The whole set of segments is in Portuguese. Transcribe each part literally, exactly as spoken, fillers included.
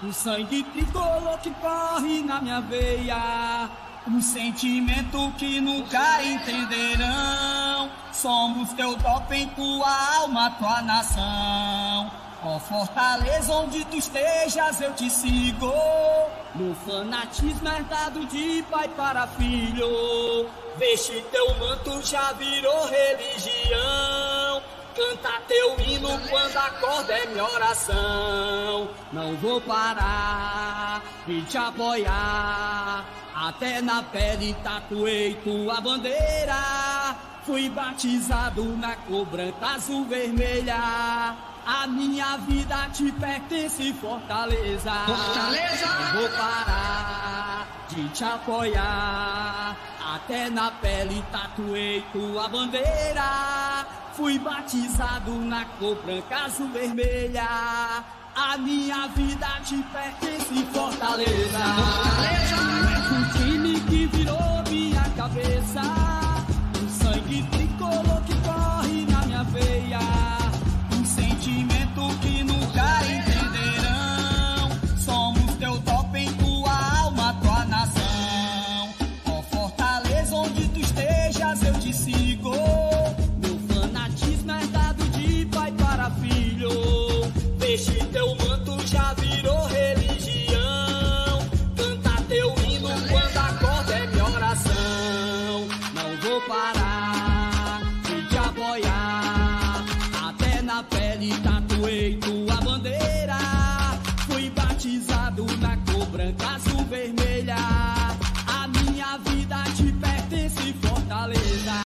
O sangue tricolor que corre na minha veia, um sentimento que nunca entenderão. Somos teu doping, tua alma, tua nação. Ó Fortaleza, onde tu estejas, eu te sigo. No fanatismo herdado de pai para filho, veste teu manto, já virou religião. Canta teu hino quando acorda é minha oração. Não vou parar de te apoiar, até na pele tatuei tua bandeira. Fui batizado na cor branca, azul, vermelha. A minha vida te pertence, Fortaleza. Fortaleza! Não vou parar de te apoiar, até na pele tatuei tua bandeira. Fui batizado na cor branca, azul, vermelha. A minha vida te pertence, Fortaleza. Fortaleza! É um time que virou minha cabeça, um sangue tricolor que corre na minha veia, um sentimento que nunca entenderão. Somos teu doping, tua alma, tua nação. Ó Fortaleza, onde tu estejas, eu te sigo. Meu fanatismo é dado de pai para filho, veste teu manto, já virou religião. Canta teu hino quando acorda é minha oração. Não vou parar de te apoiar, até na pele tatuei tua bandeira. Fui batizado na cor branca, azul, vermelha. A minha vida te pertence, Fortaleza.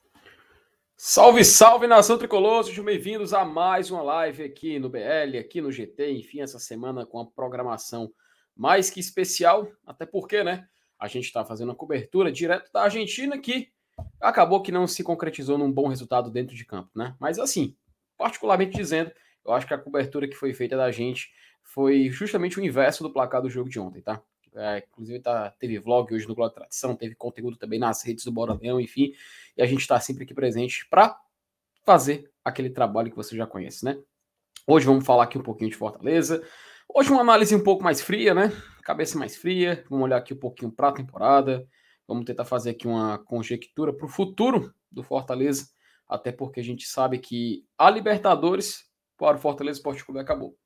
Salve, salve, nação tricolor, sejam bem-vindos a mais uma live aqui no B L, aqui no G T, enfim, essa semana com a programação mais que especial, até porque, né, a gente está fazendo uma cobertura direto da Argentina que acabou que não se concretizou num bom resultado dentro de campo, né, mas assim, particularmente dizendo, eu acho que a cobertura que foi feita da gente foi justamente o inverso do placar do jogo de ontem, tá? É, inclusive tá, teve vlog hoje no Globo da Tradição, teve conteúdo também nas redes do Bora Leão, enfim, e a gente está sempre aqui presente para fazer aquele trabalho que você já conhece, né? Hoje vamos falar aqui um pouquinho de Fortaleza, hoje uma análise um pouco mais fria, né? Cabeça mais fria, vamos olhar aqui um pouquinho para a temporada, vamos tentar fazer aqui uma conjectura para o futuro do Fortaleza, até porque a gente sabe que a Libertadores para o Fortaleza Esporte Clube acabou.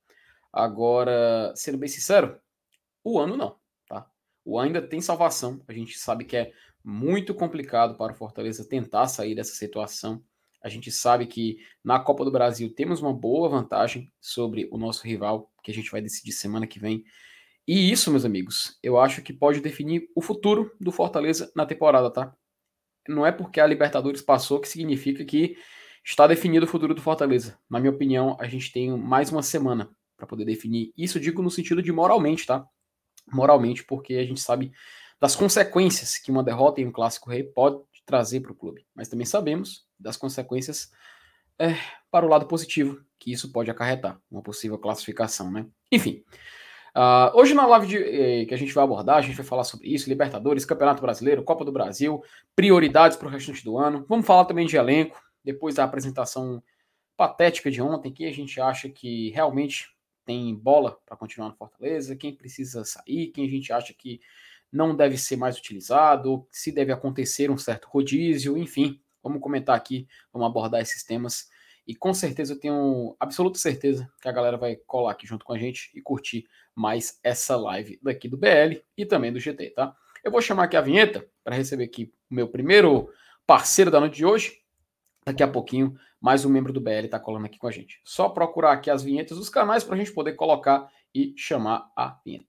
Agora, sendo bem sincero, o ano não. O ainda tem salvação, a gente sabe que é muito complicado para o Fortaleza tentar sair dessa situação. A gente sabe que na Copa do Brasil temos uma boa vantagem sobre o nosso rival, que a gente vai decidir semana que vem. E isso, meus amigos, eu acho que pode definir o futuro do Fortaleza na temporada, tá? Não é porque a Libertadores passou que significa que está definido o futuro do Fortaleza. Na minha opinião, a gente tem mais uma semana para poder definir. Isso digo no sentido de moralmente, tá? Moralmente, porque a gente sabe das consequências que uma derrota em um Clássico Rei pode trazer para o clube, mas também sabemos das consequências é, para o lado positivo que isso pode acarretar, uma possível classificação, né? Enfim, uh, hoje na live de, eh, que a gente vai abordar, a gente vai falar sobre isso, Libertadores, Campeonato Brasileiro, Copa do Brasil, prioridades para o restante do ano, vamos falar também de elenco, depois da apresentação patética de ontem, que a gente acha que realmente tem bola para continuar no Fortaleza, quem precisa sair, quem a gente acha que não deve ser mais utilizado, se deve acontecer um certo rodízio, enfim, vamos comentar aqui, vamos abordar esses temas, e com certeza eu tenho absoluta certeza que a galera vai colar aqui junto com a gente e curtir mais essa live daqui do B L e também do G T, tá? Eu vou chamar aqui a vinheta para receber aqui o meu primeiro parceiro da noite de hoje. Daqui a pouquinho, mais um membro do B L está colando aqui com a gente. Só procurar aqui as vinhetas dos canais para a gente poder colocar e chamar a vinheta.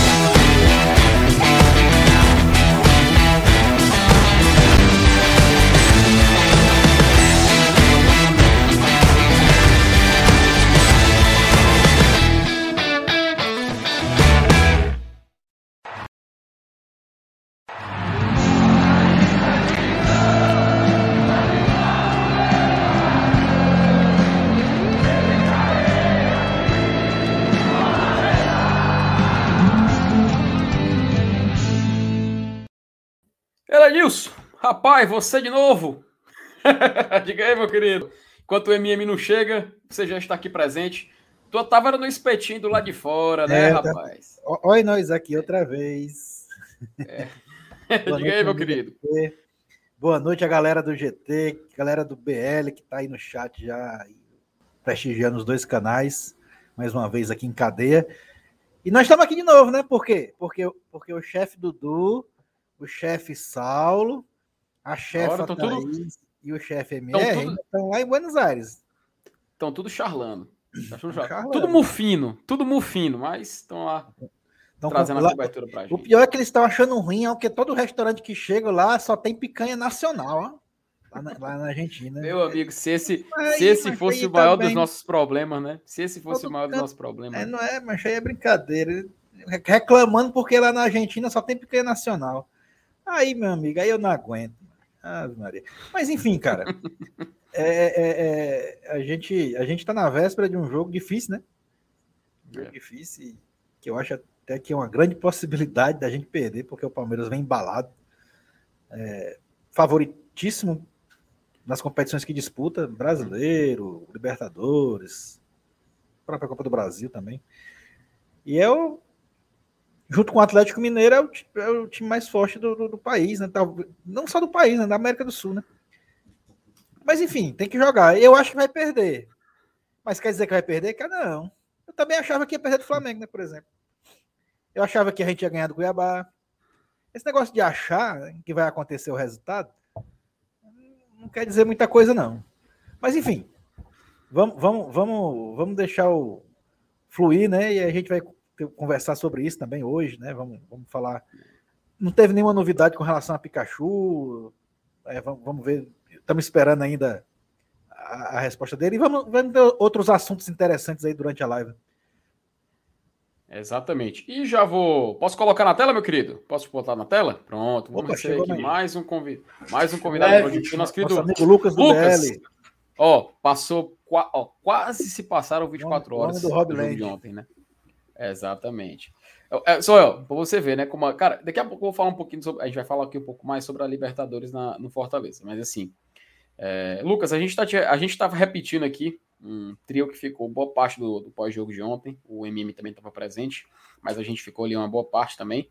Elenilson, rapaz, você de novo. Diga aí, meu querido. Enquanto o M M não chega, você já está aqui presente. tu tava no espetinho do lado de fora, né, é, rapaz? Tá... Olha nós aqui outra vez. É. Diga aí, meu querido. Boa noite a galera do G T, galera do B L que tá aí no chat já prestigiando os dois canais, mais uma vez aqui em cadeia. E nós estamos aqui de novo, né? Por quê? Porque, porque o chefe Dudu, o chefe Saulo, a chefa Thaís tudo... e o chefe M R tudo... estão lá em Buenos Aires. Estão tudo charlando. charlando. Tudo mufino, tudo mufino, mas estão lá então, trazendo lá, a cobertura pra gente. O pior é que eles estão achando ruim, porque todo restaurante que chega lá só tem picanha nacional, ó. Lá na, lá na Argentina. Meu amigo, se esse, aí, se esse fosse o maior também... dos nossos problemas, né? Se esse fosse todo o maior canto... dos nossos problemas. É, não é, mas aí é brincadeira. Reclamando porque lá na Argentina só tem picanha nacional. Aí, meu amigo, aí eu não aguento. Ah, Maria. Mas enfim, cara. é, é, é, a, gente, a gente tá na véspera de um jogo difícil, né? Um jogo é. difícil, que eu acho até que é uma grande possibilidade da gente perder, porque o Palmeiras vem embalado. É, favoritíssimo nas competições que disputa, brasileiro, Libertadores, própria Copa do Brasil também. E é o, junto com o Atlético Mineiro, é o, é o time mais forte do, do, do país, né? Não só do país, né? Da América do Sul, né? Mas enfim, tem que jogar. Eu acho que vai perder. Mas quer dizer que vai perder? Cara, não. Eu também achava que ia perder do Flamengo, né? Por exemplo. Eu achava que a gente ia ganhar do Cuiabá. Esse negócio de achar que vai acontecer o resultado não quer dizer muita coisa, não. Mas, enfim, vamos, vamos, vamos, vamos deixar o fluir, né? E a gente vai conversar sobre isso também hoje, né? Vamos, vamos falar. Não teve nenhuma novidade com relação a Pikachu. É, vamos, vamos ver. Estamos esperando ainda a, a resposta dele. E vamos, vamos ter outros assuntos interessantes aí durante a live. Exatamente. E já vou... Posso colocar na tela, meu querido? Posso botar na tela? Pronto. Vamos Opa, receber aqui aí. mais um, convid... mais um convidado para o nosso querido amigo Lucas do Lucas. B L. Ó, passou... Ó, quase se passaram vinte e quatro horas do, do jogo de ontem, né? Exatamente. É, só eu, para você ver, né? Como, cara, daqui a pouco eu vou falar um pouquinho sobre... A gente vai falar aqui um pouco mais sobre a Libertadores na, no Fortaleza. Mas assim... É, Lucas, a gente tá, a gente estava repetindo aqui um trio que ficou boa parte do, do pós-jogo de ontem. O M M também estava presente, mas a gente ficou ali uma boa parte também.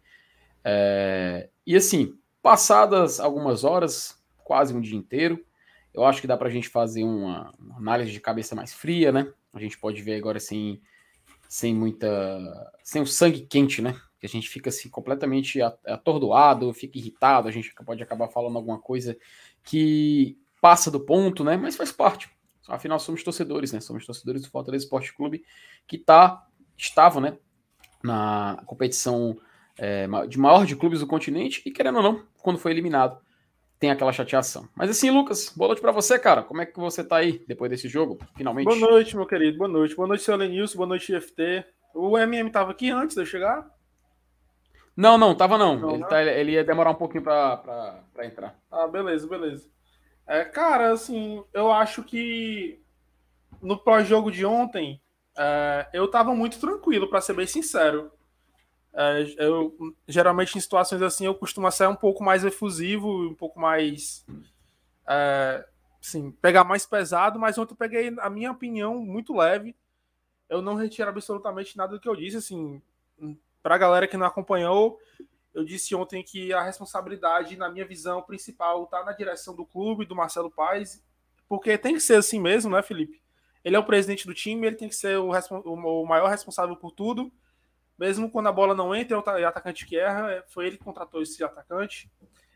É, e assim, passadas algumas horas, quase um dia inteiro, eu acho que dá para a gente fazer uma, uma análise de cabeça mais fria, né? A gente pode ver agora sem, sem muita, sem o sangue quente, né? Que a gente fica assim completamente atordoado, fica irritado, a gente pode acabar falando alguma coisa que passa do ponto, né? Mas faz parte. Afinal, somos torcedores, né? Somos torcedores do Fortaleza Esporte Clube, que tá, estava, né? Na competição é, de maior de clubes do continente e, querendo ou não, quando foi eliminado, tem aquela chateação. Mas assim, Lucas, boa noite pra você, cara. Como é que você tá aí depois desse jogo, finalmente? Boa noite, meu querido. Boa noite. Boa noite, seu Lenilson. Boa noite, F T. O M M tava aqui antes de eu chegar? Não, não, tava não. não ele, né? tá, ele ia demorar um pouquinho pra, pra, pra entrar. Ah, beleza, beleza. É, cara, assim, eu acho que no pós-jogo de ontem, é, eu tava muito tranquilo, para ser bem sincero. É, eu, geralmente, em situações assim, eu costumo ser um pouco mais efusivo, um pouco mais... É, assim, pegar mais pesado, mas ontem eu peguei a minha opinião muito leve. Eu não retiro absolutamente nada do que eu disse, assim, pra galera que não acompanhou... Eu disse ontem que a responsabilidade, na minha visão principal, está na direção do clube, do Marcelo Paes, porque tem que ser assim mesmo, né, Felipe? Ele é o presidente do time, ele tem que ser o, o maior responsável por tudo, mesmo quando a bola não entra, é o atacante que erra, foi ele que contratou esse atacante.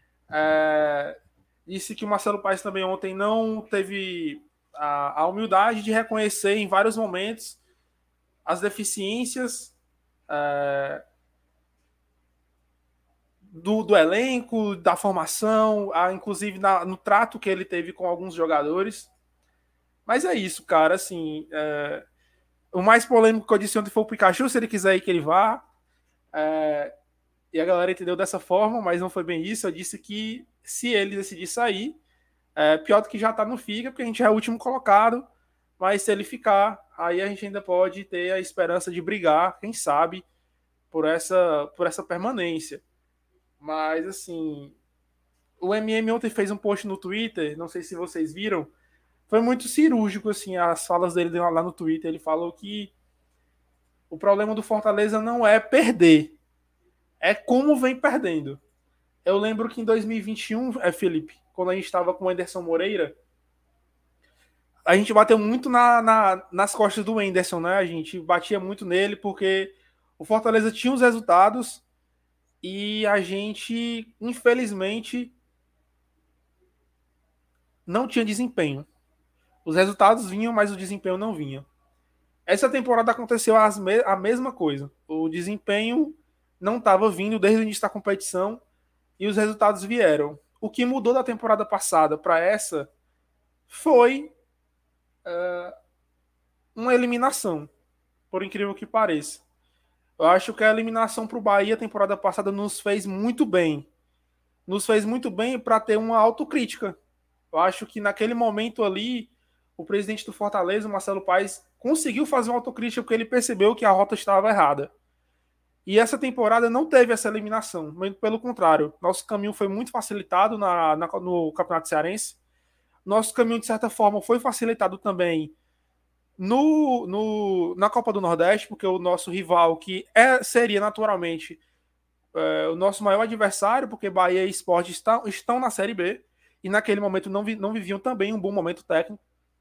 É, disse que o Marcelo Paes também ontem não teve a, a humildade de reconhecer em vários momentos as deficiências é, Do, do elenco, da formação, a, inclusive na, no trato que ele teve com alguns jogadores. Mas é isso, cara, assim, é, o mais polêmico que eu disse ontem foi o Pikachu, se ele quiser ir que ele vá, é, e a galera entendeu dessa forma, mas não foi bem isso. Eu disse que se ele decidir sair, é, pior do que já tá no fica, porque a gente é o último colocado, mas se ele ficar, aí a gente ainda pode ter a esperança de brigar, quem sabe, por essa, por essa permanência. Mas, assim, o M M ontem fez um post no Twitter, não sei se vocês viram, foi muito cirúrgico, assim, as falas dele lá no Twitter. Ele falou que O problema do Fortaleza não é perder, é como vem perdendo. Eu lembro que em dois mil e vinte e um, é, Felipe, quando a gente estava com o Anderson Moreira, a gente bateu muito na, na, nas costas do Anderson, né? A gente batia muito nele porque o Fortaleza tinha os resultados e a gente, infelizmente, não tinha desempenho. Os resultados vinham, mas o desempenho não vinha. Essa temporada aconteceu as me- a mesma coisa. O desempenho não estava vindo desde o início da competição e os resultados vieram. O que mudou da temporada passada para essa foi uh, uma eliminação, por incrível que pareça. Eu acho que a eliminação para o Bahia temporada passada nos fez muito bem. Nos fez muito bem para ter uma autocrítica. Eu acho que naquele momento ali, o presidente do Fortaleza, Marcelo Paes, conseguiu fazer uma autocrítica porque ele percebeu que a rota estava errada. E essa temporada não teve essa eliminação, muito pelo contrário. Nosso caminho foi muito facilitado na, na, no Campeonato Cearense. Nosso caminho, de certa forma, foi facilitado também no, no, na Copa do Nordeste, porque o nosso rival, que é, seria naturalmente é, o nosso maior adversário, porque Bahia e Sport estão, estão na Série B, e naquele momento não, vi, não viviam também um bom momento técnico.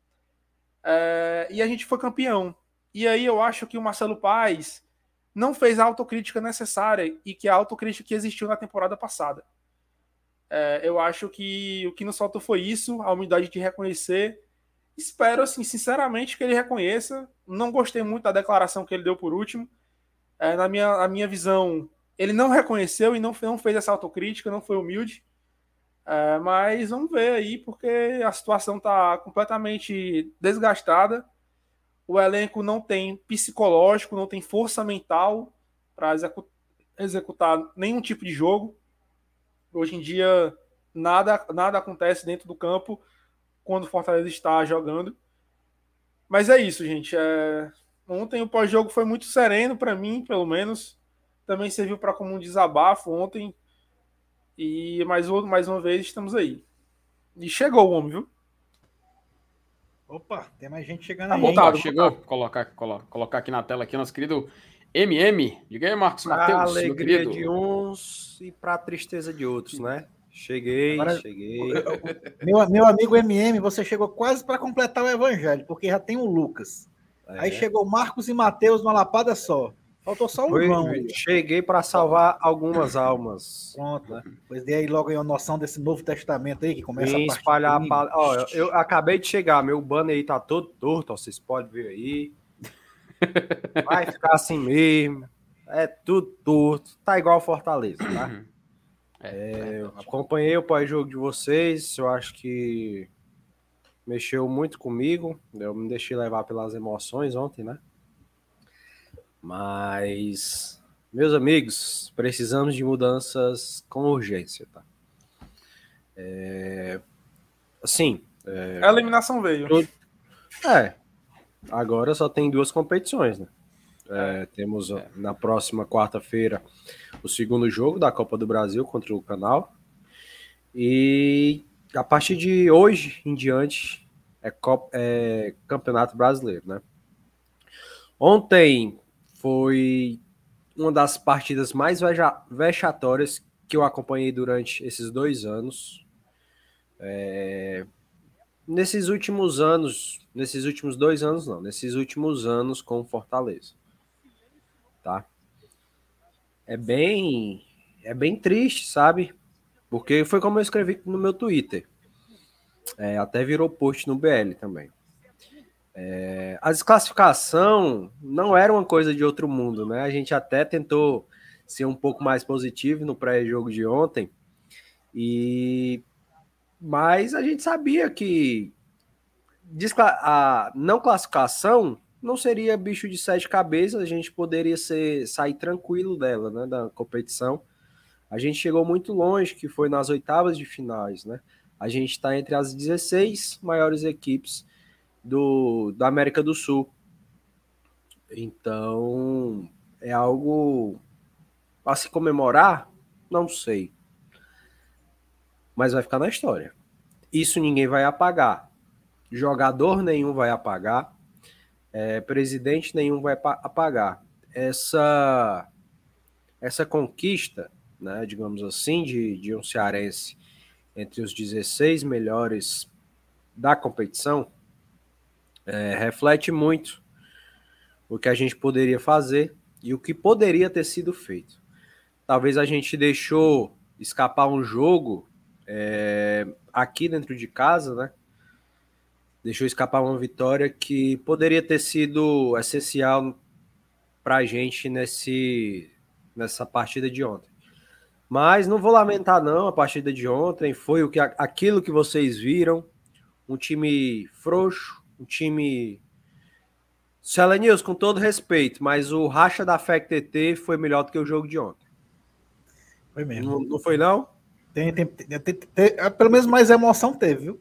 É, e a gente foi campeão. E aí eu acho que o Marcelo Paes não fez a autocrítica necessária e que a autocrítica que existiu na temporada passada. É, eu acho que o que nos faltou foi isso, a humildade de reconhecer. Espero, assim, sinceramente, que ele reconheça. Não gostei muito da declaração que ele deu por último. É, na minha, na minha visão, ele não reconheceu e não, não fez essa autocrítica, não foi humilde. É, mas vamos ver aí, porque a situação está completamente desgastada. O elenco não tem psicológico, não tem força mental para execu- executar nenhum tipo de jogo. Hoje em dia, nada, nada acontece dentro do campo quando o Fortaleza está jogando. Mas é isso, gente. É... Ontem o pós-jogo foi muito sereno para mim, pelo menos. Também serviu para como um desabafo ontem. E mais, mais uma vez estamos aí. E chegou o homem, viu? Opa, tem mais gente chegando Tá aí. montado, chegou. Colocar, colocar, colocar aqui na tela aqui nosso querido M M. Diga aí, Marcos Matheus, meu alegria querido. de uns e para tristeza de outros, né? Cheguei, Agora, cheguei. Meu, meu amigo M M, você chegou quase para completar o evangelho, porque já tem o Lucas. É. Aí chegou Marcos e Mateus numa lapada só. Faltou só um Foi, João aí. Cheguei para salvar algumas almas. Pronto, né? Pois dei aí logo aí uma noção desse Novo Testamento aí, que começa Vim a partir espalhar de... a pal... Ó, eu, eu acabei de chegar, meu banner aí tá todo torto, ó, vocês podem ver aí. Vai ficar assim mesmo. É tudo torto. Tá igual Fortaleza, tá? É, eu acompanhei o pós-jogo de vocês, eu acho que mexeu muito comigo. Eu me deixei levar pelas emoções ontem, né? Mas, meus amigos, precisamos de mudanças com urgência, tá? É, assim... É, a eliminação veio. Tudo... É, agora só tem duas competições, né? É, temos é. na próxima quarta-feira o segundo jogo da Copa do Brasil contra o Canal. E a partir de hoje em diante é, Copa, é Campeonato Brasileiro, né? Ontem foi uma das partidas mais vexatórias que eu acompanhei durante esses dois anos. É... Nesses últimos anos, nesses últimos dois anos não, nesses últimos anos com o Fortaleza. Tá? É bem, é bem triste, sabe? Porque foi como eu escrevi no meu Twitter. É, até virou post no B L também. É, a desclassificação não era uma coisa de outro mundo, né? A gente até tentou ser um pouco mais positivo no pré-jogo de ontem, e mas a gente sabia que a não classificação não seria bicho de sete cabeças, a gente poderia ser, sair tranquilo dela, né, da competição. A gente chegou muito longe, que foi nas oitavas de finais, né? A gente está entre as dezesseis maiores equipes do, da América do Sul. Então, é algo a se comemorar? Não sei. Mas vai ficar na história. Isso ninguém vai apagar. Jogador nenhum vai apagar. É, presidente nenhum vai apagar. essa, essa conquista, né, digamos assim, de, de um cearense entre os dezesseis melhores da competição, é, reflete muito o que a gente poderia fazer e o que poderia ter sido feito. Talvez a gente deixou escapar um jogo é, aqui dentro de casa, né? Deixou escapar uma vitória que poderia ter sido essencial para a gente nesse, nessa partida de ontem. Mas não vou lamentar não, a partida de ontem foi o que, aquilo que vocês viram, um time frouxo, um time... Selenils, com todo respeito, mas o racha da F E C T T foi melhor do que o jogo de ontem. Foi mesmo. Não, não foi não? Tem, tem, tem, tem, tem, pelo menos mais emoção teve, viu?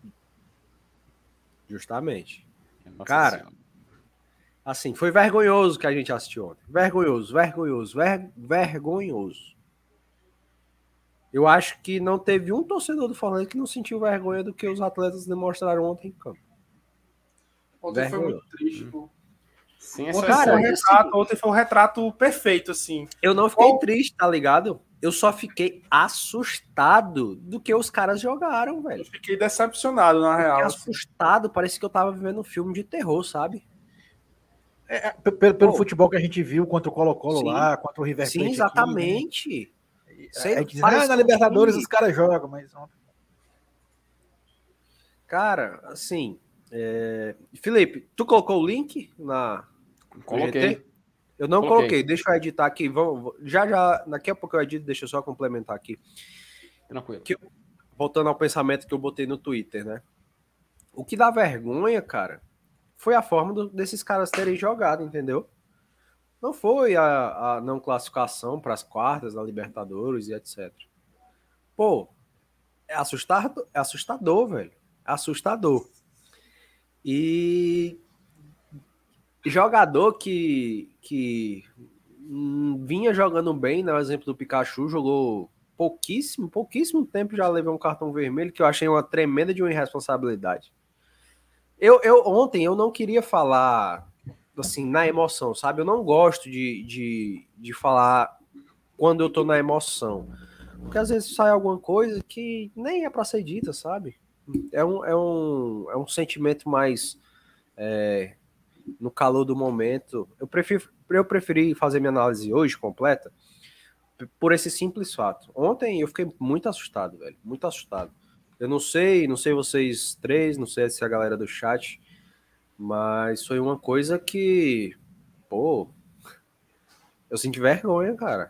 Justamente. Nossa Cara, Senhora. assim, foi vergonhoso que a gente assistiu ontem. Vergonhoso, vergonhoso, ver, vergonhoso. Eu acho que não teve um torcedor do Fortaleza que não sentiu vergonha do que os atletas demonstraram ontem em campo. Ontem foi Vergonhoso. muito triste, pô. Sem Ontem, exceção. Cara, foi um é retrato, assim- ontem foi um retrato perfeito, assim. Eu não fiquei Qual- triste, tá ligado? Eu só fiquei assustado do que os caras jogaram, velho. Eu fiquei decepcionado, na Fiquei real. assim. assustado, parece que eu tava vivendo um filme de terror, sabe? É, pelo pelo Pô. futebol que a gente viu contra o Colo-Colo Sim. lá, contra o River Plate. Sim, aqui, exatamente. né? Sei, A gente diz, parece ah, na um Libertadores time. os caras jogam, mas Cara, assim, é... Felipe, tu colocou o link na Coloquei. G T? Eu não Coloquei. coloquei, deixa eu editar aqui. Vamos, já, já, daqui a pouco eu edito, deixa eu só complementar aqui. Tranquilo. Que, voltando ao pensamento que eu botei no Twitter, né? O que dá vergonha, cara, foi a forma do, desses caras terem jogado, entendeu? Não foi a, a não classificação para as quartas da Libertadores e etcétera. Pô, é assustador, é assustador, velho. É assustador. E jogador que, que hum, vinha jogando bem, né? O exemplo do Pikachu, jogou pouquíssimo, pouquíssimo tempo, já levou um cartão vermelho, que eu achei uma tremenda de uma irresponsabilidade. Eu, eu ontem eu não queria falar assim, na emoção, sabe? Eu não gosto de, de, de falar quando eu tô na emoção. Porque às vezes sai alguma coisa que nem é pra ser dita, sabe? É um, é um, é um sentimento mais é, no calor do momento. Eu, prefiro, eu preferi fazer minha análise hoje completa por esse simples fato. Ontem eu fiquei muito assustado, velho. Muito assustado. Eu não sei, não sei vocês três, não sei se a galera do chat, mas foi uma coisa que, pô, eu senti vergonha, cara.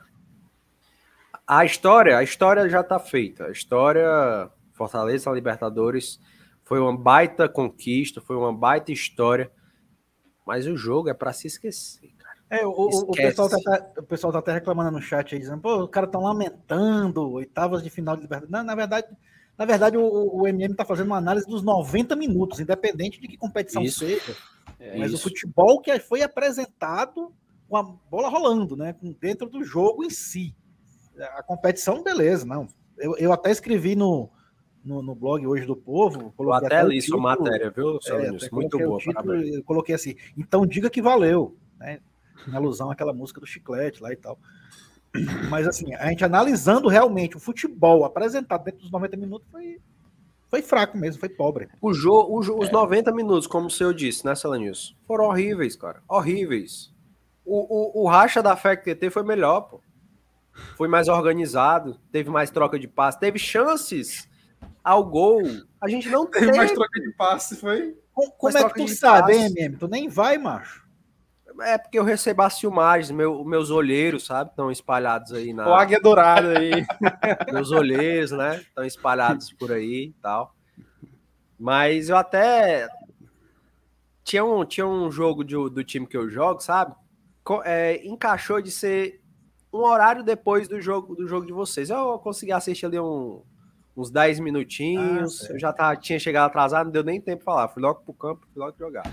A história, a história já tá feita. A história, Fortaleza na Libertadores, foi uma baita conquista, foi uma baita história, mas o jogo é para se esquecer, cara. É, o, o, o, pessoal tá, o pessoal tá até reclamando no chat aí, dizendo, pô, os caras estão lamentando oitavas de final de Libertadores. Não, na verdade, na verdade o, o M M tá fazendo uma análise dos noventa minutos, independente de que competição Isso. seja. É, mas isso. o futebol que foi apresentado com a bola rolando, né? Dentro do jogo em si. A competição, beleza, não. Eu, eu até escrevi no, no, no blog hoje do Povo. Eu até li sua título, matéria, viu, é, muito boa, título, parabéns. eu coloquei assim, então diga que valeu, né? Em alusão àquela música do Chiclete lá e tal. Mas assim, a gente analisando realmente o futebol apresentado dentro dos noventa minutos foi, foi fraco mesmo, foi pobre. O jogo, o, os noventa minutos, como o senhor disse, né, Selanilson? Foram horríveis, cara. Horríveis. O, o, o racha da F E C T T foi melhor, pô. Foi mais organizado, teve mais troca de passe, teve chances ao gol. A gente não teve. Teve mais troca de passe, foi? Como, como Mas é que tu troca de sabe, passe. hein, M M? Tu nem vai, macho. É porque eu recebo as filmagens, meu, meus olheiros, sabe? Estão espalhados aí na. O Águia Dourada aí. Meus olheiros, né? Estão espalhados por aí e tal. Mas eu até. Tinha um, tinha um jogo de, do time que eu jogo, sabe? Co- é, encaixou de ser um horário depois do jogo do jogo de vocês. Eu consegui assistir ali um, uns dez minutinhos. Ah, eu já tá, tinha chegado atrasado, não deu nem tempo de falar. Fui logo pro campo, fui logo jogar.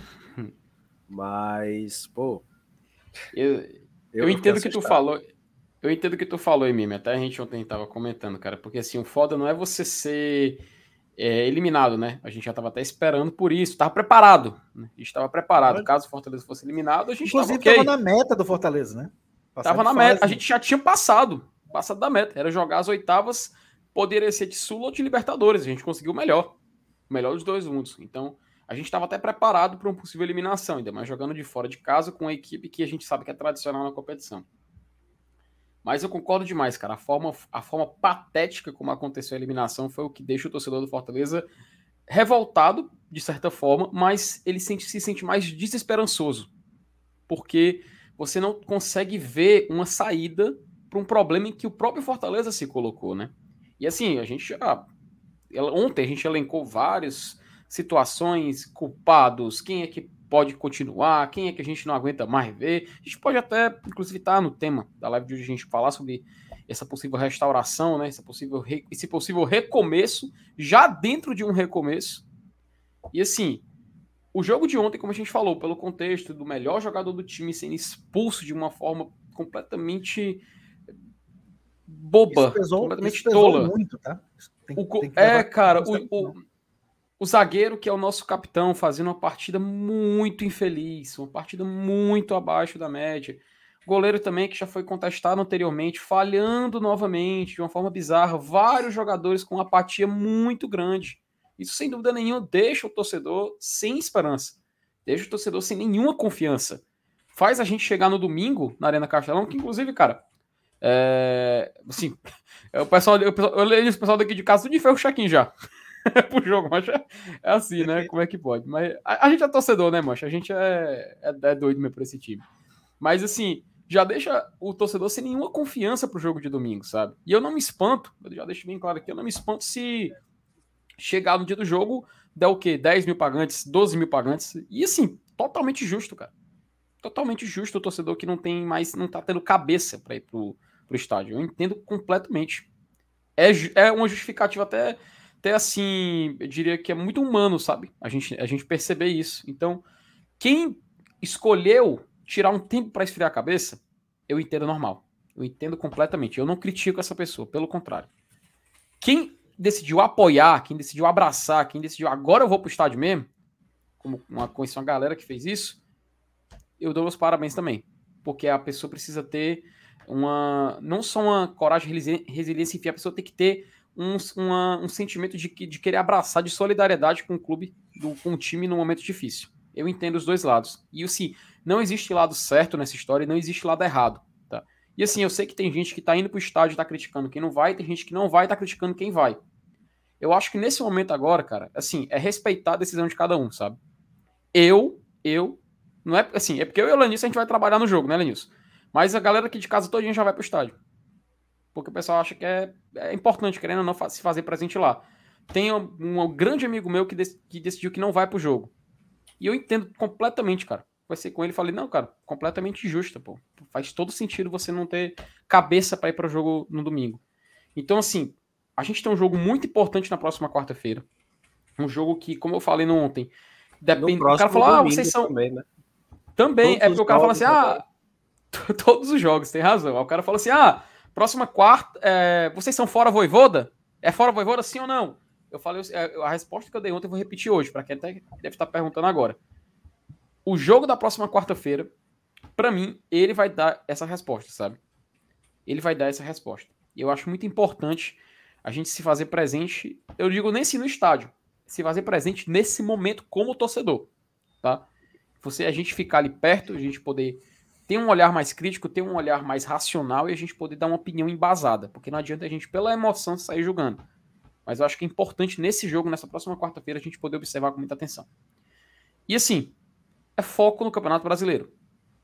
Mas, pô. Eu, eu, Eu, entendo o que tu assustado. falou. Eu entendo o que tu falou, Mimi. Até a gente ontem tava comentando, cara. Porque assim, o foda não é você ser é, eliminado, né? A gente já estava até esperando por isso, estava preparado. Né? A gente estava preparado. Pode. Caso o Fortaleza fosse eliminado, a gente Inclusive, estava ok. estava na meta do Fortaleza, né? Passar Tava de na fase, meta. A né? gente já tinha passado. Passado da meta. Era jogar as oitavas, poderia ser de Sul ou de Libertadores. A gente conseguiu o melhor. O melhor dos dois mundos. Então, a gente estava até preparado para uma possível eliminação, ainda mais jogando de fora de casa com uma equipe que a gente sabe que é tradicional na competição. Mas eu concordo demais, cara. A forma, a forma patética como aconteceu a eliminação foi o que deixa o torcedor do Fortaleza revoltado, de certa forma, mas ele sente, se sente mais desesperançoso. Porque você não consegue ver uma saída para um problema em que o próprio Fortaleza se colocou, né? E assim, a gente já... Ontem a gente elencou várias situações, culpados, quem é que pode continuar, quem é que a gente não aguenta mais ver. A gente pode até, inclusive, estar no tema da live de hoje, a gente falar sobre essa possível restauração, né? Esse possível, esse possível recomeço, já dentro de um recomeço. E assim, o jogo de ontem, como a gente falou, pelo contexto do melhor jogador do time sendo expulso de uma forma completamente boba, Isso pesou, completamente isso pesou tola. muito, tá? Tem, O, tem que é, cara, o, o, o zagueiro, que é o nosso capitão, fazendo uma partida muito infeliz, uma partida muito abaixo da média. Goleiro também, que já foi contestado anteriormente, falhando novamente, de uma forma bizarra. Vários jogadores com apatia muito grande. Isso, sem dúvida nenhuma, deixa o torcedor sem esperança. Deixa o torcedor sem nenhuma confiança. Faz a gente chegar no domingo, na Arena Castelão, que inclusive, cara, é... assim, o pessoal, o pessoal, eu leio o pessoal daqui de casa, tudo de ferro check-in já. Pro jogo, mas é, é assim, né? Como é que pode? Mas a, a gente é torcedor, né, mancha? A gente é, é, é doido mesmo por esse time. Mas assim, já deixa o torcedor sem nenhuma confiança pro jogo de domingo, sabe? E eu não me espanto, eu já deixo bem claro aqui, eu não me espanto se chegar no dia do jogo, der o quê? dez mil pagantes, doze mil pagantes. E assim, totalmente justo, cara. Totalmente justo o torcedor que não tem mais, não tá tendo cabeça para ir pro, pro estádio. Eu entendo completamente. É, é uma justificativa até, até assim, eu diria que é muito humano, sabe? A gente, a gente perceber isso. Então, quem escolheu tirar um tempo para esfriar a cabeça, eu entendo normal. Eu entendo completamente. Eu não critico essa pessoa, pelo contrário. Quem decidiu apoiar, quem decidiu abraçar, quem decidiu agora eu vou pro estádio mesmo, como uma, conheci uma galera que fez isso, eu dou os parabéns também. Porque a pessoa precisa ter uma... não só uma coragem e resiliência, enfim, a pessoa tem que ter um, uma, um sentimento de, de querer abraçar, de solidariedade com o clube, do, com o time num momento difícil. Eu entendo os dois lados. E assim, não existe lado certo nessa história, não existe lado errado. Tá? E assim, eu sei que tem gente que tá indo pro estádio e tá criticando quem não vai, tem gente que não vai e tá criticando quem vai. Eu acho que nesse momento agora, cara, assim, é respeitar a decisão de cada um, sabe? Eu, eu, não é assim, é porque eu e o Lenilson a gente vai trabalhar no jogo, né, Lenilson? Mas a galera aqui de casa todinha já vai pro estádio. Porque o pessoal acha que é, é importante, querendo ou não, se fazer presente lá. Tem um, um grande amigo meu que, dec, que decidiu que não vai pro jogo. E eu entendo completamente, cara. Conversei com ele e falei, não, cara, completamente justa, pô. Faz todo sentido você não ter cabeça pra ir pro jogo no domingo. Então, assim, a gente tem um jogo muito importante na próxima quarta-feira. Um jogo que, como eu falei no ontem, depende. O cara falou, ah, vocês são. Também, né? Também, Todos é porque o cara fala assim, ah, todos os jogos, tem razão. Aí o cara falou assim, ah, próxima quarta, é, vocês são fora Voivoda? É fora Voivoda, sim ou não? Eu falei, a resposta que eu dei ontem eu vou repetir hoje, para quem até deve estar perguntando agora. O jogo da próxima quarta-feira, para mim, ele vai dar essa resposta, sabe? Ele vai dar essa resposta. E eu acho muito importante a gente se fazer presente, eu digo nem se no estádio, se fazer presente nesse momento como torcedor, tá? Você, a gente ficar ali perto, a gente poder ter um olhar mais crítico, ter um olhar mais racional e a gente poder dar uma opinião embasada, porque não adianta a gente, pela emoção, sair julgando. Mas eu acho que é importante nesse jogo, nessa próxima quarta-feira, a gente poder observar com muita atenção. E assim, é foco no Campeonato Brasileiro.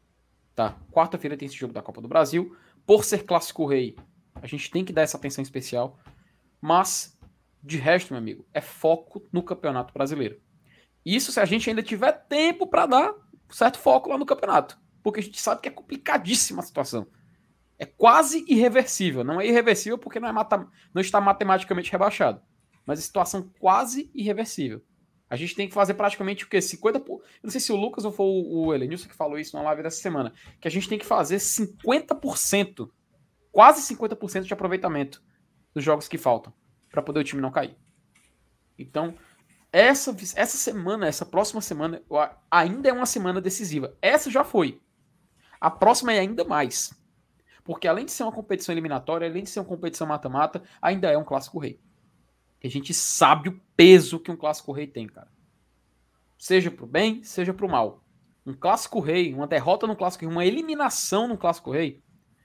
Tá? Quarta-feira tem esse jogo da Copa do Brasil. Por ser Clássico Rei, a gente tem que dar essa atenção especial. Mas, de resto, meu amigo, é foco no Campeonato Brasileiro. Isso se a gente ainda tiver tempo para dar certo foco lá no campeonato. Porque a gente sabe que é complicadíssima a situação. É quase irreversível. Não é irreversível porque não, é mata... não está matematicamente rebaixado. Mas a situação quase irreversível. A gente tem que fazer praticamente o quê? cinquenta por cento. Eu não sei se o Lucas ou foi o Elenilson que falou isso na live dessa semana. Que a gente tem que fazer cinquenta por cento, quase cinquenta por cento de aproveitamento dos jogos que faltam. Para poder o time não cair. Então, essa, essa semana, essa próxima semana, ainda é uma semana decisiva. Essa já foi. A próxima é ainda mais. Porque além de ser uma competição eliminatória, além de ser uma competição mata-mata, ainda é um clássico rei. A gente sabe o peso que um clássico rei tem, cara. Seja pro bem, seja pro mal. Um clássico rei, uma derrota no clássico rei, uma eliminação no clássico rei,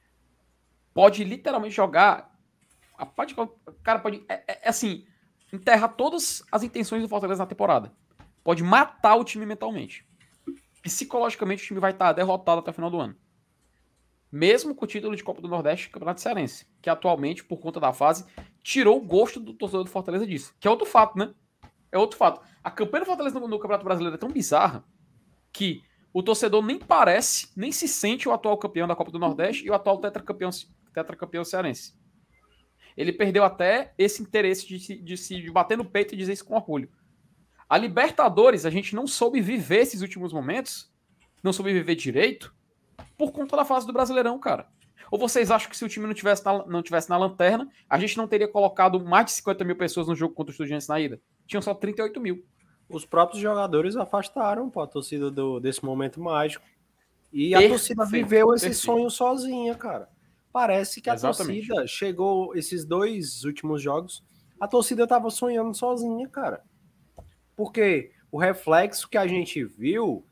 pode literalmente jogar. Pode, cara, pode. É, é, é assim, enterrar todas as intenções do Fortaleza na temporada. Pode matar o time mentalmente. Psicologicamente, o time vai estar derrotado até o final do ano. Mesmo com o título de Copa do Nordeste e Campeonato Cearense, que atualmente, por conta da fase, tirou o gosto do torcedor do Fortaleza disso. Que é outro fato, né? É outro fato. A campanha do Fortaleza no, no Campeonato Brasileiro é tão bizarra que o torcedor nem parece, nem se sente o atual campeão da Copa do Nordeste e o atual tetracampeão, tetracampeão cearense. Ele perdeu até esse interesse de se, de se de bater no peito e dizer isso com orgulho. A Libertadores, a gente não soube viver esses últimos momentos, não soube viver direito, por conta da fase do Brasileirão, cara. Ou vocês acham que se o time não tivesse na, não tivesse na lanterna, a gente não teria colocado mais de cinquenta mil pessoas no jogo contra o Estudiantes na ida? Tinham só trinta e oito mil. Os próprios jogadores afastaram pô, a torcida do, desse momento mágico. E Perfeito, a torcida viveu esse perfeito. sonho sozinha, cara. Parece que a Exatamente. torcida chegou, esses dois últimos jogos, a torcida tava sonhando sozinha, cara. Porque o reflexo que a gente viu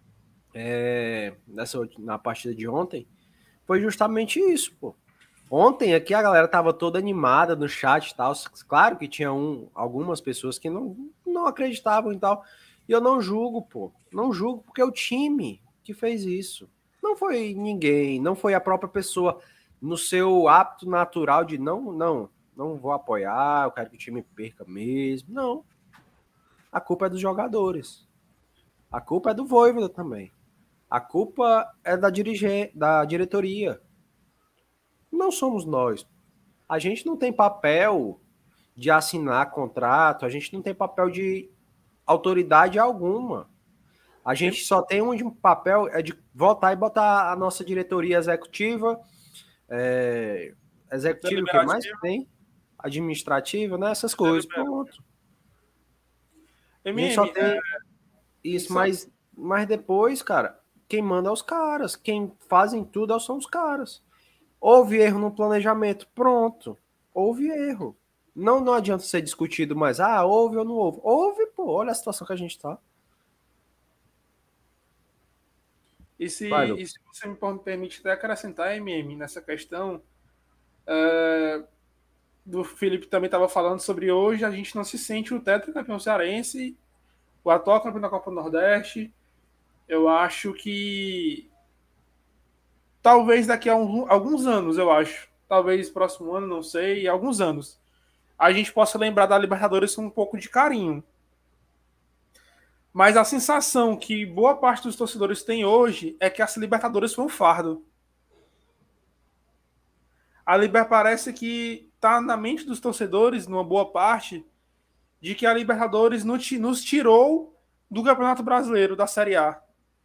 é, nessa, na partida de ontem foi justamente isso, pô. Ontem aqui a galera tava toda animada no chat e tal. Claro que tinha um, algumas pessoas que não, não acreditavam e tal. E eu não julgo, pô. Não julgo porque é o time que fez isso. Não foi ninguém, não foi a própria pessoa no seu hábito natural de não, não, não vou apoiar, eu quero que o time perca mesmo. Não. A culpa é dos jogadores. A culpa é do Vojvoda também. A culpa é da, dirige... da diretoria. Não somos nós. A gente não tem papel de assinar contrato, a gente não tem papel de autoridade alguma. A gente só tem um papel é de voltar e botar a nossa diretoria executiva, é, executiva o que mais tem? Administrativa, né? Essas coisas, pronto. A gente só tem é... isso, mas, mas depois, cara, quem manda é os caras, quem fazem tudo são os caras. Houve erro no planejamento, pronto. Houve erro. Não, não adianta ser discutido mais. Ah, houve ou não houve? Houve, pô. Olha a situação que a gente tá. E se, e se você me permite até acrescentar, M M, nessa questão, é, do Felipe também estava falando sobre hoje, a gente não se sente o tetracampeão cearense, o atual campeão da Copa do Nordeste. Eu acho que talvez daqui a um, alguns anos, eu acho. Talvez próximo ano, não sei, alguns anos. A gente possa lembrar da Libertadores com um pouco de carinho. Mas a sensação que boa parte dos torcedores tem hoje é que essa Libertadores foi um fardo. A Liber parece que está na mente dos torcedores, numa boa parte, de que a Libertadores nos tirou do Campeonato Brasileiro, da Série A.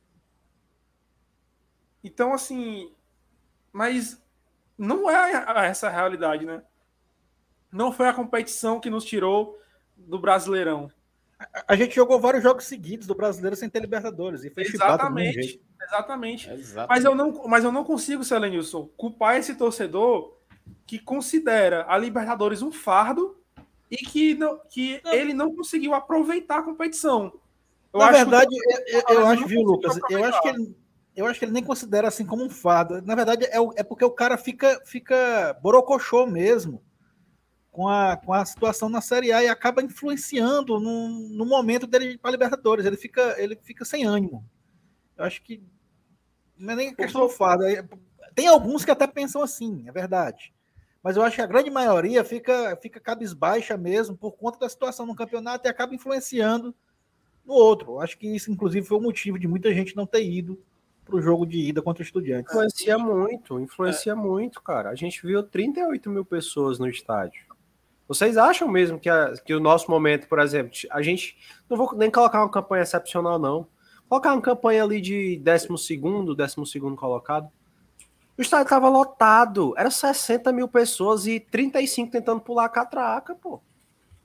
Então, assim, mas não é essa a realidade, né? Não foi a competição que nos tirou do Brasileirão. A gente jogou vários jogos seguidos do Brasileiro sem ter Libertadores. E foi exatamente, exatamente. exatamente. Mas, eu não, mas eu não consigo, Celenilson, culpar esse torcedor que considera a Libertadores um fardo e que, não, que não. ele não conseguiu aproveitar a competição. Eu Na acho verdade, que eu, eu, eu acho, viu, Lucas, eu acho que ele... Eu acho que ele nem considera assim como um fardo. Na verdade, é, é porque o cara fica, fica borocochô mesmo com a, com a situação na Série A e acaba influenciando no, no momento dele para a Libertadores. Ele fica, ele fica sem ânimo. Eu acho que não é nem questão do fardo. Tem alguns que até pensam assim, é verdade. Mas eu acho que a grande maioria fica, fica cabisbaixa mesmo por conta da situação no campeonato e acaba influenciando no outro. Eu acho que isso, inclusive, foi o motivo de muita gente não ter ido para o jogo de ida contra o Estudiantes. Influencia muito, influencia é. muito, cara. A gente viu trinta e oito mil pessoas no estádio. Vocês acham mesmo que, a, que o nosso momento, por exemplo, a gente não vou nem colocar uma campanha excepcional, não. Colocar uma campanha ali de décimo segundo, décimo segundo colocado. O estádio estava lotado. Era sessenta mil pessoas e trinta e cinco tentando pular a catraca, pô.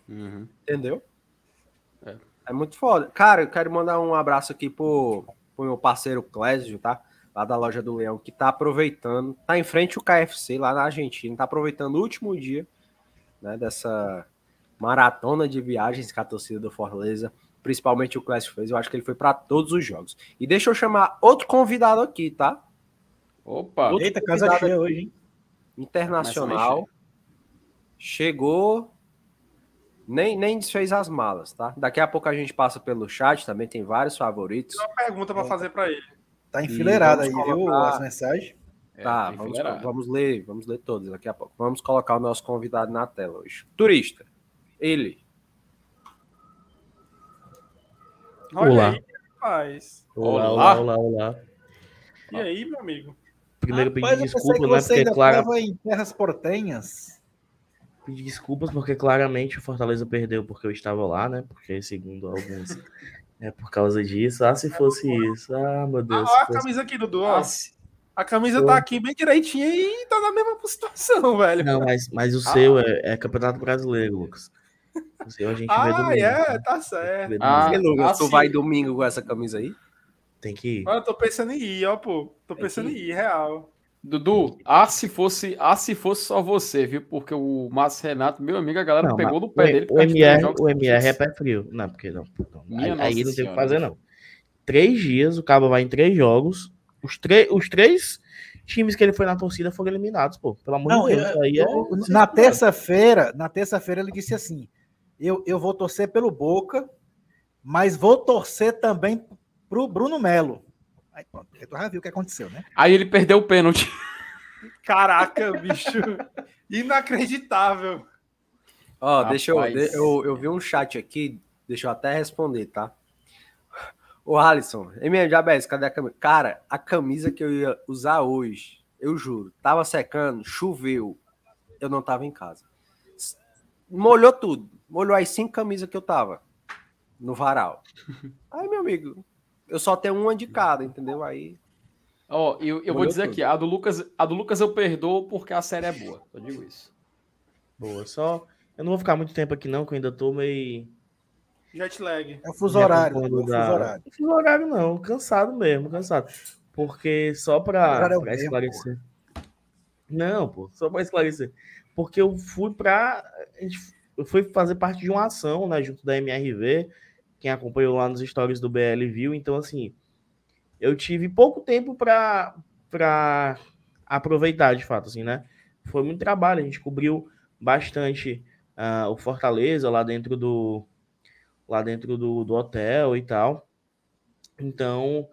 Uhum. Entendeu? É. É muito foda. Cara, eu quero mandar um abraço aqui pro, pro meu parceiro Clésio, tá? Lá da loja do Leão, que tá aproveitando, tá em frente ao K F C lá na Argentina, tá aproveitando o último dia, né, dessa maratona de viagens que a torcida do Fortaleza, principalmente o Clésio fez. Eu acho que ele foi para todos os jogos. E deixa eu chamar outro convidado aqui, tá? Opa! Outro Eita, casa cheia aqui, hoje, hein? Internacional. Chegou, nem, nem desfez as malas, tá? Daqui a pouco a gente passa pelo chat, também tem vários favoritos. Tem uma pergunta para fazer para ele. Tá enfileirado aí, colocar... viu, as mensagens? É, tá, tá vamos, vamos ler, vamos ler todos daqui a pouco. Vamos colocar o nosso convidado na tela hoje. Turista, ele. Olha Olá. aí, rapaz. Olá, Olá. olá, olá, olá. E aí, meu amigo? Primeiro Rapaz, pedir eu pensei desculpas, que né? você Porque ainda Clara... tava em terras portenhas. Pedir desculpas porque claramente o Fortaleza perdeu porque eu estava lá, né? Porque segundo alguns é por causa disso. Ah, se fosse isso. Ah, meu Deus. Ah, olha a fosse... camisa aqui, Dudu. Ó. Ah, se- A camisa Pô. tá aqui bem direitinha e tá na mesma situação, velho. Não, mas, mas o Ah. seu é, é Campeonato Brasileiro, Lucas. O seu a gente vê Ah, domingo. é, né? tá certo. Vê Ah, domingo. E, Lucas, ah, tu sim. vai domingo com essa camisa aí? Tem que ir. Olha, eu tô pensando em ir, ó, pô. Tô Tem pensando em que ir, real. Dudu, ah, se fosse, ah, se fosse só você, viu? Porque o Márcio Renato, meu amigo, a galera Não, pegou mas no pé o, dele. por o causa de M R, três jogos o M R é seguidos. pé frio. Não, porque não. não. Minha Aí, aí Nossa não tem o que Senhora, fazer, bicho. não. Três dias, o Cabo vai em três jogos. Os, tre- os três times que ele foi na torcida foram eliminados, pô. Pelo amor Não, de Deus. eu- aí eu- é na terça-feira, na terça-feira ele disse assim: eu, eu vou torcer pelo Boca, mas vou torcer também pro Bruno Melo. Aí, pronto, tu já viu o que aconteceu, né? Aí ele perdeu o pênalti. Caraca, bicho. Inacreditável. Ó, deixa eu, Rapaz. de- eu. Eu vi um chat aqui, deixa eu até responder, tá? Ô, Alisson, M M Jabez, cadê a camisa? Cara, a camisa que eu ia usar hoje, eu juro, tava secando, choveu, eu não tava em casa. Molhou tudo, molhou as cinco camisas que eu tava no varal. Aí, meu amigo, eu só tenho uma de cada, entendeu? Aí, Ó, eu, eu vou Molhou dizer tudo. aqui, a do Lucas, a do Lucas eu perdoo porque a série é boa. Eu digo isso. Boa, só. Eu não vou ficar muito tempo aqui, não, que eu ainda tô meio. Jet lag. É o fuso me horário. É acompanhando o fuso da- horário. Fuso horário não, cansado mesmo, cansado. Porque só O pra, horário é o pra mesmo, esclarecer. Não, pô, só pra esclarecer. Porque eu fui pra. a gente- Eu fui fazer parte de uma ação, né, junto da M R V. Quem acompanhou lá nos stories do B L viu. Então, assim, eu tive pouco tempo pra, pra aproveitar, de fato, assim, né? Foi muito trabalho, a gente cobriu bastante ah, o Fortaleza lá dentro do lá dentro do, do hotel e tal. Então,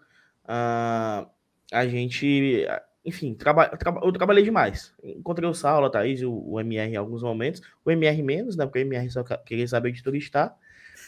ah, a gente, enfim, traba, traba, eu trabalhei demais. Encontrei o Saulo, a Thaís e o, o M R em alguns momentos. O M R menos, né? Porque o M R só ca- queria saber de turistar.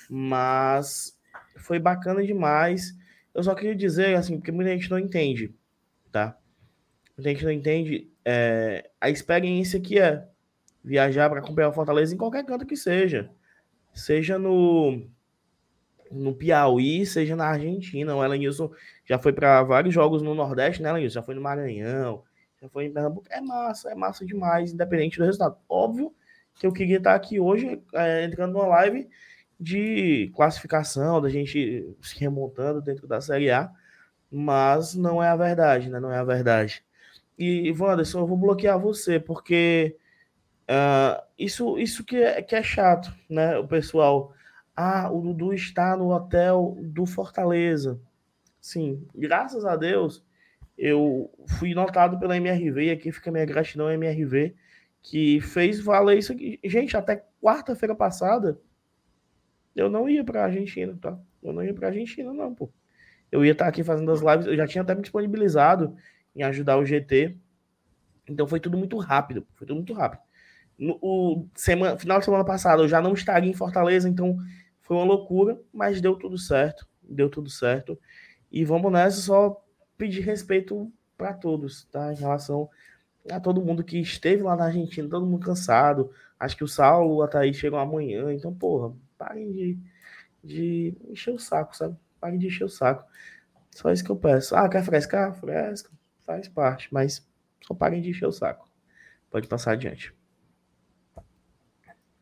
Mas foi bacana demais. Eu só queria dizer, assim, porque muita gente não entende, tá? Muita gente não entende é, a experiência que é viajar para acompanhar o Fortaleza em qualquer canto que seja. Seja no, no Piauí, seja na Argentina. O Elenilson já foi para vários jogos no Nordeste, né, Elenilson? Já foi no Maranhão, já foi em Pernambuco. É massa, é massa demais, independente do resultado. Óbvio que eu queria estar aqui hoje, é, entrando numa live de classificação, da gente se remontando dentro da Série A, mas não é a verdade, né? Não é a verdade. E, Wanderson, eu vou bloquear você, porque uh, isso, isso que, é, que é chato, né? O pessoal, ah, o Dudu está no hotel do Fortaleza. Sim, graças a Deus, eu fui notado pela M R V, e aqui fica minha gratidão à M R V, que fez valer isso aqui. Gente, até quarta-feira passada, eu não ia pra Argentina, tá? Eu não ia pra Argentina, não, pô. Eu ia estar aqui fazendo as lives, eu já tinha até me disponibilizado em ajudar o G T. Então foi tudo muito rápido, foi tudo muito rápido. No o semana, final de semana passada eu já não estaria em Fortaleza, então foi uma loucura, mas deu tudo certo, deu tudo certo. E vamos nessa, só pedir respeito para todos, tá? Em relação a todo mundo que esteve lá na Argentina, todo mundo cansado. Acho que o Saulo, a Thaís chegam amanhã, então, porra, parem de, de encher o saco, sabe? Parem de encher o saco. Só isso que eu peço. Ah, quer frescar? Fresca. Faz parte, mas só parem de encher o saco. Pode passar adiante.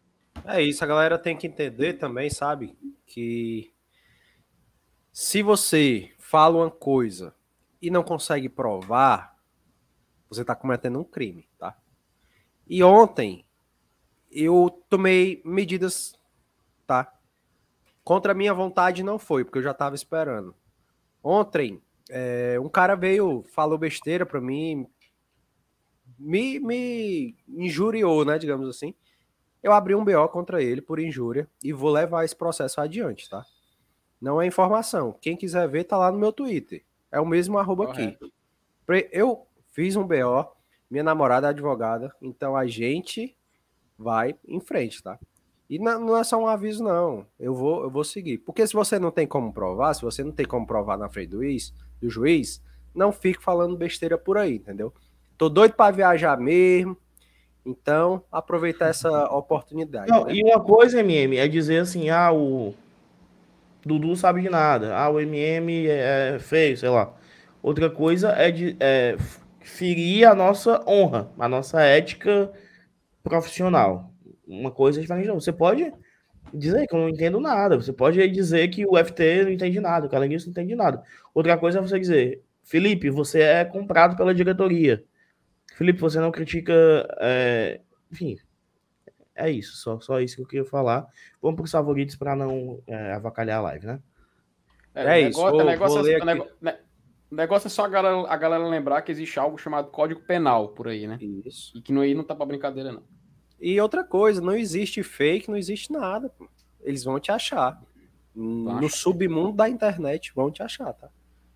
É isso, a galera tem que entender também, sabe? Que se você fala uma coisa e não consegue provar, você está cometendo um crime, tá? E ontem eu tomei medidas, tá? Contra a minha vontade não foi, porque eu já estava esperando. Ontem, é, um cara veio, falou besteira para mim, me, me injuriou, né, digamos assim. Eu abri um B O contra ele por injúria e vou levar esse processo adiante, tá? Não é informação. Quem quiser ver, tá lá no meu Twitter. É o mesmo arroba aqui. Eu fiz um B O, minha namorada é advogada, então a gente vai em frente, tá? E não é só um aviso, não. Eu vou, eu vou seguir. Porque se você não tem como provar, se você não tem como provar na frente do juiz, do juiz, não fique falando besteira por aí, entendeu? Tô doido para viajar mesmo. Então, aproveitar essa oportunidade. Não, né? E uma coisa, M M, é dizer assim, ah, o Dudu sabe de nada, ah, o M M é feio, sei lá. Outra coisa é, de, é ferir a nossa honra, a nossa ética profissional. Uma coisa é diferente. Você pode dizer que eu não entendo nada. Você pode dizer que o F T não entende nada, o Caranguejo não entende nada. Outra coisa é você dizer, Felipe, você é comprado pela diretoria. Felipe, você não critica... É... Enfim, é isso. Só, só isso que eu queria falar. Vamos para os favoritos para não é, avacalhar a live, né? É, É o isso, negócio, vou- o negócio vou é, ler o nego- ne- o negócio é só a galera, a galera lembrar que existe algo chamado Código Penal por aí, né? Isso. E que não, aí não tá pra brincadeira, não. E outra coisa, não existe fake, não existe nada. Pô. Eles vão te achar. No achar. submundo da internet, vão te achar, tá?